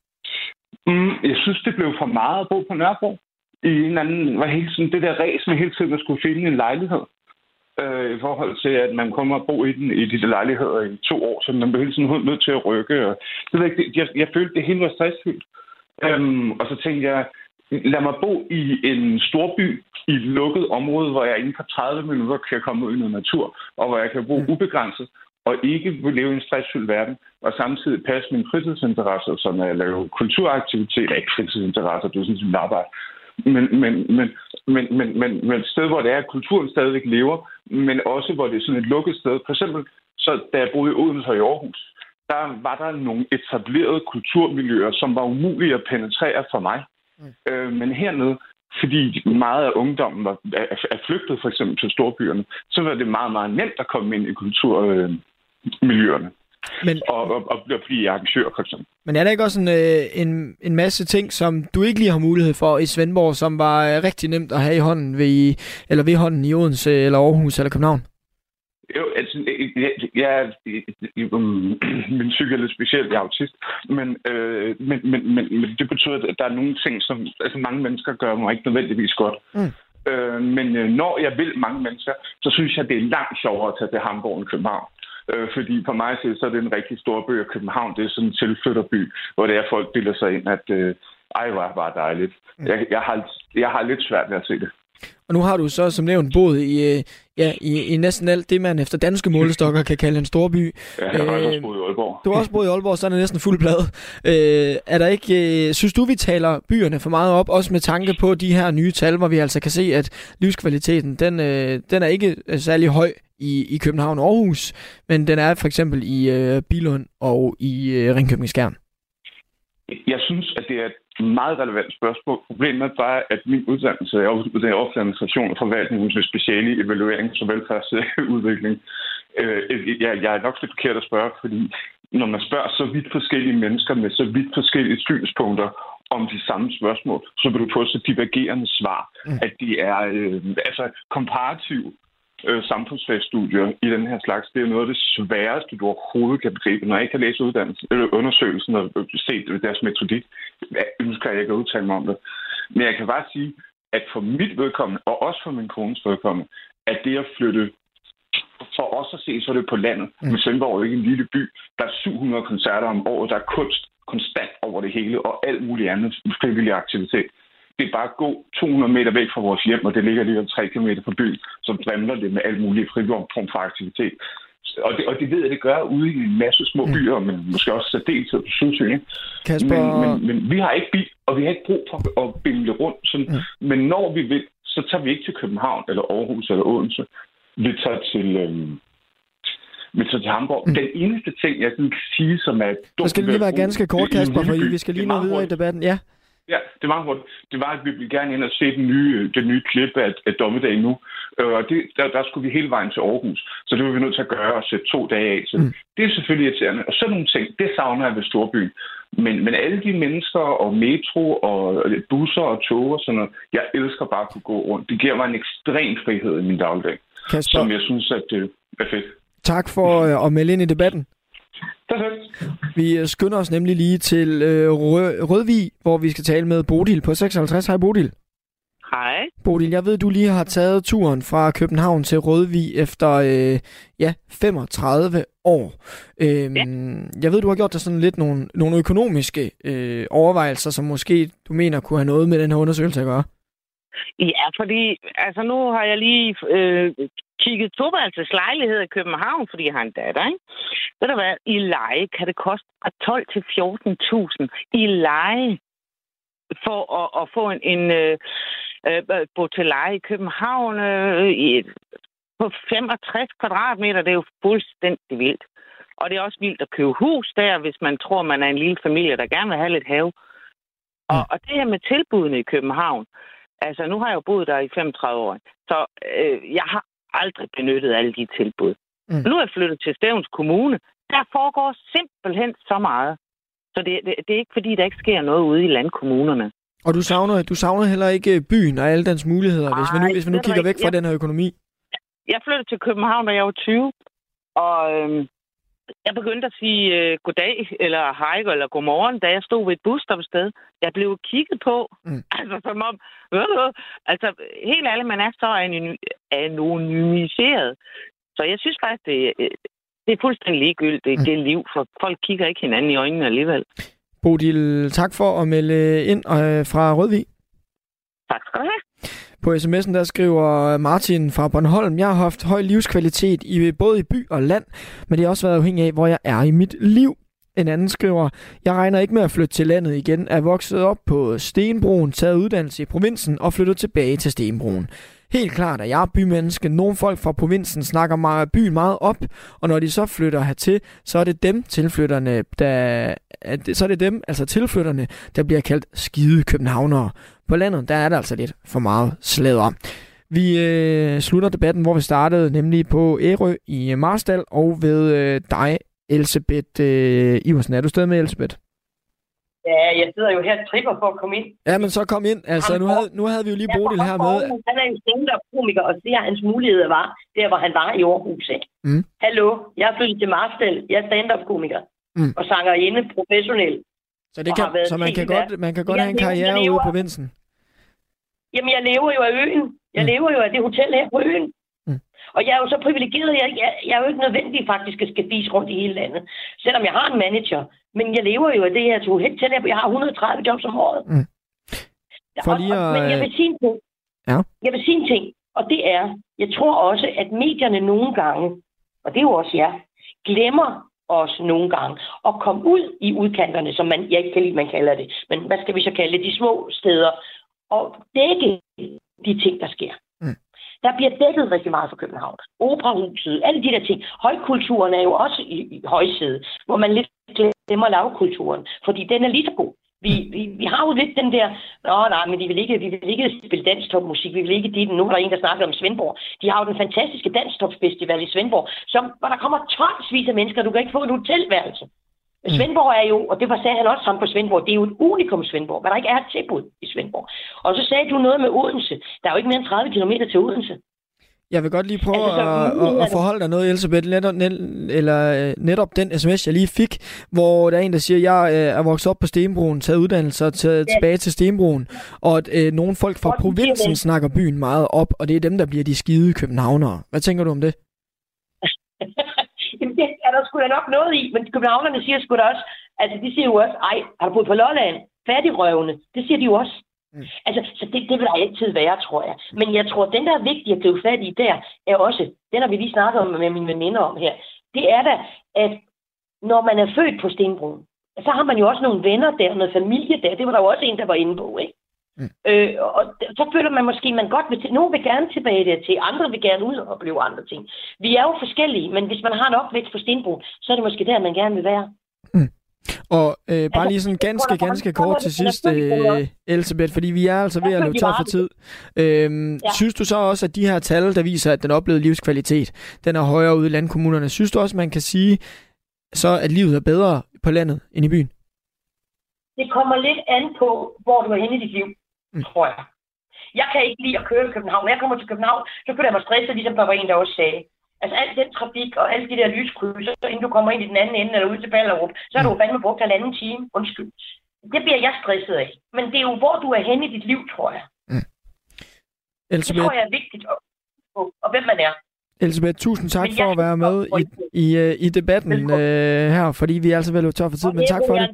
Mm, jeg synes, det blev for meget at bo på Nørrebro. I en anden var hele tiden det der ræs med hele tiden at skulle finde en lejlighed. Øh, I forhold til, at man kun må bo i, den, i de der lejligheder i to år, så man blev hele tiden nødt til at rykke. Og, det ved jeg, jeg, jeg følte, det hele var stressfyldt. Øhm, og så tænkte jeg, lad mig bo i en storby, i et lukket område, hvor jeg inden for tredive minutter kan komme ud i noget natur, og hvor jeg kan bo ubegrænset, og ikke vil leve i en stressfyldt verden, og samtidig passe mine fritidsinteresser, som er at lave kulturaktiviteter, ikke fritidsinteresser, det er sådan set arbejde, men, men, men, men, men, men, men et sted, hvor det er, at kulturen stadigvæk lever, men også, hvor det er sådan et lukket sted. For eksempel, så da jeg boede i Odense og i Aarhus, der var der nogle etablerede kulturmiljøer, som var umulige at penetrere for mig. Mm. Øh, men hernede, fordi meget af ungdommen var, er flygtet for eksempel til storbyerne, så var det meget, meget nemt at komme ind i kulturmiljøerne. Men, og, og, og blive arrangør, for eksempel. Men er der ikke også en, en, en masse ting, som du ikke lige har mulighed for i Svendborg, som var rigtig nemt at have i hånden ved, eller ved hånden i Odense, eller Aarhus, eller København? Jo, altså, jeg, jeg, jeg, min psyke er lidt specielt, jeg er autist, men, øh, men, men, men, men det betyder, at der er nogle ting, som altså, mange mennesker gør mig ikke nødvendigvis godt. Mm. Øh, men øh, når jeg vil mange mennesker, så synes jeg, det er langt sjovere at tage til Hamburg end København. Øh, fordi for mig så er det en rigtig stor by, og København det er sådan en tilflytterby, hvor det er folk bilder sig ind, at øh, ej, var bare dejligt. Mm. Jeg, jeg, har, jeg har lidt svært ved at se det. Og nu har du så som nævnt boet i, ja, i, i næsten alt det, man efter danske målestokker kan kalde en storby. Ja, jeg har øh, også boet i Aalborg. Du har også boet i Aalborg, så er det næsten fuld plade. Øh, er der ikke, øh, synes du, vi taler byerne for meget op, også med tanke på de her nye tal, hvor vi altså kan se, at livskvaliteten, den, øh, den er ikke særlig høj i, i København og Aarhus, men den er for eksempel i øh, Billund og i øh, Ringkøbing-Skjern? Jeg synes, at det er et meget relevant spørgsmål. Problemet er bare, at min uddannelse er uddannet offentlig administration og forvaltning med speciale i evaluering og velfærdsudvikling. Øh, jeg, jeg er nok lidt forkert at spørge, fordi når man spørger så vidt forskellige mennesker med så vidt forskellige synspunkter om de samme spørgsmål, så vil du få så divergerende svar, mm. at de er øh, altså komparativ øh, samfundsfagsstudier i den her slags. Det er noget af det sværeste, du overhovedet kan begribe. Når jeg ikke har læst uddannelsen, eller undersøgelsen og set deres metodik, nu skal jeg ikke udtale mig om det. Men jeg kan bare sige, at for mit vedkommende, og også for min kones vedkommende, at det at flytte, for os at se, så er det på landet. Mm. Men Svendborg er jo ikke en lille by. Der er syv hundrede koncerter om året, der er kunst konstant over det hele, og alt muligt andet frivillig aktivitet. Det er bare at gå to hundrede meter væk fra vores hjem, og det ligger lige om tre kilometer fra byen, som drømmer det med alt muligt frivillig form for aktivitet. Og det, og det ved jeg, det gør ude i en masse små byer, mm. men måske også særdeleshed på Sydsyn. Men, men, men vi har ikke bil, og vi har ikke brug for at bimle rundt. Sådan. Mm. Men når vi vil, så tager vi ikke til København, eller Aarhus, eller Odense. Vi tager til... Øhm, vi tager til Hamburg. Mm. Den eneste ting, jeg kan sige, som er... Så skal det lige være ganske kort, Kasper, for vi skal lige nå videre i debatten. Ja. Ja, det var hurtigt. Det var, at vi ville gerne ind og se den nye, den nye klip af, af Dommedag nu. Og det, der, der skulle vi hele vejen til Aarhus. Så det var vi nødt til at gøre og sætte to dage af. Så mm. det er selvfølgelig irriterende. Og sådan nogle ting, det savner jeg ved storbyen. Men, men alle de mennesker og metro og busser og tog og sådan noget, jeg elsker bare at kunne gå rundt. Det giver mig en ekstrem frihed i min dagligdag. Kasper, som jeg synes, at det er fedt. Tak for øh, at melde ind i debatten. Vi skynder os nemlig lige til øh, Rø- Rødvig, hvor vi skal tale med Bodil på seksoghalvtreds. Hej Bodil. Hej. Bodil, jeg ved, du lige har taget turen fra København til Rødvig efter øh, ja, femogtredive år. Øhm, ja. Jeg ved, du har gjort dig sådan lidt nogle, nogle økonomiske øh, overvejelser, som måske du mener kunne have noget med den her undersøgelse at gøre. Ja, fordi altså nu har jeg lige øh, kigget toværelses lejlighed i København, fordi jeg har en datter, ikke? Ved du hvad, i leje kan det koste tolv til fjorten tusind i leje for at, at få en, en øh, øh, bo til leje i København øh, i, på femogtres kvadratmeter. Det er jo fuldstændig vildt. Og det er også vildt at købe hus der, hvis man tror, man er en lille familie, der gerne vil have lidt have. Og, og det her med tilbudene i København, altså, nu har jeg jo boet der i femogtredive år, så øh, jeg har aldrig benyttet alle de tilbud. Mm. Nu er jeg flyttet til Stevns Kommune. Der foregår simpelthen så meget. Så det, det, det er ikke, fordi der ikke sker noget ude i landkommunerne. Og du savner, du savner heller ikke byen og alle dens muligheder, Ej, hvis vi nu, hvis vi nu kigger væk fra jeg, den her økonomi? Jeg flyttede til København, da jeg var tyve, og øh, jeg begyndte at sige øh, goddag, eller hej, eller godmorgen, da jeg stod ved et busstoppested. Jeg blev kigget på, mm. altså som om, ved du, altså helt ærligt, man er så anonymiseret. Så jeg synes faktisk, det, det er fuldstændig ligegyldigt, det, mm. det er liv, for folk kigger ikke hinanden i øjnene alligevel. Bodil, tak for at melde ind øh, fra Rødvig. Tak skal du have. På sms'en der skriver Martin fra Bornholm, jeg har haft høj livskvalitet i både i by og land, men det har også været afhængig af, hvor jeg er i mit liv. En anden skriver, jeg regner ikke med at flytte til landet igen, er vokset op på Stenbroen, taget uddannelse i provinsen og flyttet tilbage til Stenbroen. Helt klart, at jeg er bymenneske. Nogle folk fra provinsen snakker meget byen meget op, og når de så flytter hertil, så er det dem tilflytterne, der, så er det dem, altså tilflytterne, der bliver kaldt skide københavnere. På landet, der er der altså lidt for meget sladder. Vi øh, slutter debatten, hvor vi startede, nemlig på Ærø i Marstal, og ved øh, dig, Elsebeth øh, Iversen. Er du stadig med, Elsebeth? Ja, jeg sidder jo her og tripper for at komme ind. Ja, men så kom ind. Altså, nu havde, nu havde vi jo lige Bodil her med. Han er en stand-up-komiker, og ser hans muligheder var, der hvor han var i Aarhus. Mm. Hallo, jeg er flyttet til Marstal. Jeg er stand-up-komiker. Mm. Og sangerinde professionel. Så, det kan, så man, kan godt, man kan godt have en karriere ude i provinsen? Jamen, jeg lever jo af øen. Jeg mm. lever jo af det hotel her på øen. Mm. Og jeg er jo så privilegeret, jeg, jeg, jeg er jo ikke nødvendig faktisk at skal fise rundt i hele landet. Selvom jeg har en manager. Men jeg lever jo af det her til hotel her. Jeg har et hundrede og tredive jobs om året. Mm. For lige at... Men jeg vil sige en ting. Ja. Jeg vil sige en ting. Og det er, jeg tror også, at medierne nogle gange, og det er jo også jer, glemmer os nogle gange at komme ud i udkanterne, som man, jeg ikke kan lide, man kalder det. Men hvad skal vi så kalde det? De små steder. Og dække de ting, der sker. Mm. Der bliver dækket rigtig meget for København. Operahuset, alle de der ting. Højkulturen er jo også i, i højsædet, hvor man lidt glemmer lavkulturen, fordi den er lige så god. Vi, vi, vi har jo lidt den der, nå nej, men de vil ikke, vi vil ikke spille dansktopmusik, vi vil ikke dit. Nu er der en, der snakker om Svendborg. De har jo den fantastiske dansktopfestival i Svendborg, som, hvor der kommer tonsvis af mennesker, du kan ikke få et hotelværelse. Mm. Svendborg er jo, og det var sagde han også sammen på Svendborg, det er jo et unikum Svendborg, hvad der ikke er et tilbud i Svendborg. Og så sagde du noget med Odense. Der er jo ikke mere end tredive kilometer til Odense. Jeg vil godt lige prøve altså, at, at, at forholde dig noget, Elsebeth, netop, net, eller netop den sms, jeg lige fik, hvor der er en, der siger, at jeg er vokset op på Stenbroen, taget uddannelse og taget ja. tilbage til Stenbroen, og at øh, nogle folk fra provinsen snakker byen meget op, og det er dem, der bliver de skide københavnere. Hvad tænker du om det? Jamen, det er der sgu da nok noget i, men københavnerne siger sgu da også, altså de siger jo også, ej, har du boet på Lolland? Fattigrøvene, det siger de jo også. Mm. Altså, så det, det vil der altid være, tror jeg. Men jeg tror, den der er vigtig at blive fat i der, er også, den har vi lige snakket om med mine veninder om her, det er da, at når man er født på Stenbroen, så har man jo også nogle venner der, noget familie der, det var der jo også en, der var inde på, ikke? Mm. Øh, og så føler man måske, man godt vil til, nogen vil gerne tilbage der til, andre vil gerne ud og opleve andre ting. Vi er jo forskellige, men hvis man har en opvækst på Stenbroen, så er det måske der, man gerne vil være. Mm. Og øh, bare lige sådan ganske, ganske kort til sidst, øh, Elsebeth, fordi vi er altså ved at løbe tør for tid. Øhm, ja. Synes du så også, at de her tal, der viser, at den oplevede livskvalitet, den er højere ude i landkommunerne, synes du også, man kan sige, så at livet er bedre på landet end i byen? Det kommer lidt an på, hvor du er henne i dit liv, mm. tror jeg. Jeg kan ikke lide at køre i København. Når jeg kommer til København, så føler jeg mig stresset, ligesom der var en, der også sagde. Altså al den trafik og alle de der lyskrydser, inden du kommer ind i den anden ende eller ud til Ballerup, så har du fandme brugt en anden time. Undskyld. Det bliver jeg stresset af. Men det er jo, hvor du er henne i dit liv, tror jeg. Mm. Elsebeth... Det tror jeg er vigtigt at på, og hvem man er. Elsebeth, tusind tak for at være med i, i, i debatten øh, her, fordi vi er altså ved at løbe tør for tid, men tak for det.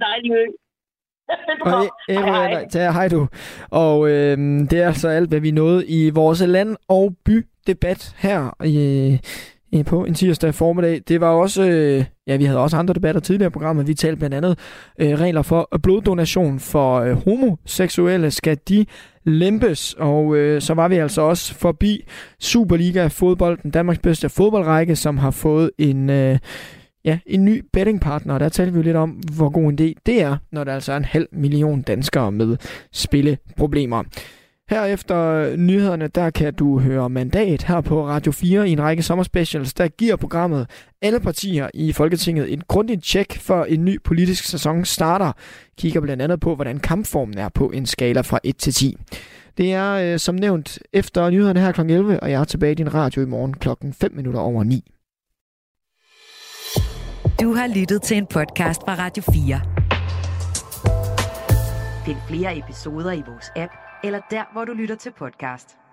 Og hej. Hej du. Og øh, det er altså alt, hvad vi nåede i vores land- og bydebat her i, i, på en tirsdag formiddag. Det var også, øh, ja, vi havde også andre debatter tidligere i programmet. Vi talte blandt andet øh, regler for bloddonation for øh, homoseksuelle. Skal de lempes? Og øh, så var vi altså også forbi Superliga-fodbold, den Danmarks bedste fodboldrække, som har fået en... Øh, Ja, en ny bettingpartner, der talte vi jo lidt om, hvor god en idé det er, når der altså er en halv million danskere med spilleproblemer. Herefter nyhederne, der kan du høre Mandat her på Radio fire i en række sommerspecials, der giver programmet alle partier i Folketinget et grundigt tjek, før en ny politisk sæson starter. Kigger blandt andet på, hvordan kampformen er på en skala fra et til ti. Det er øh, som nævnt efter nyhederne her klokken elleve, og jeg er tilbage i din radio i morgen klokken fem minutter over ni. Du har lyttet til en podcast fra Radio fire. Find flere episoder i vores app, eller der, hvor du lytter til podcast.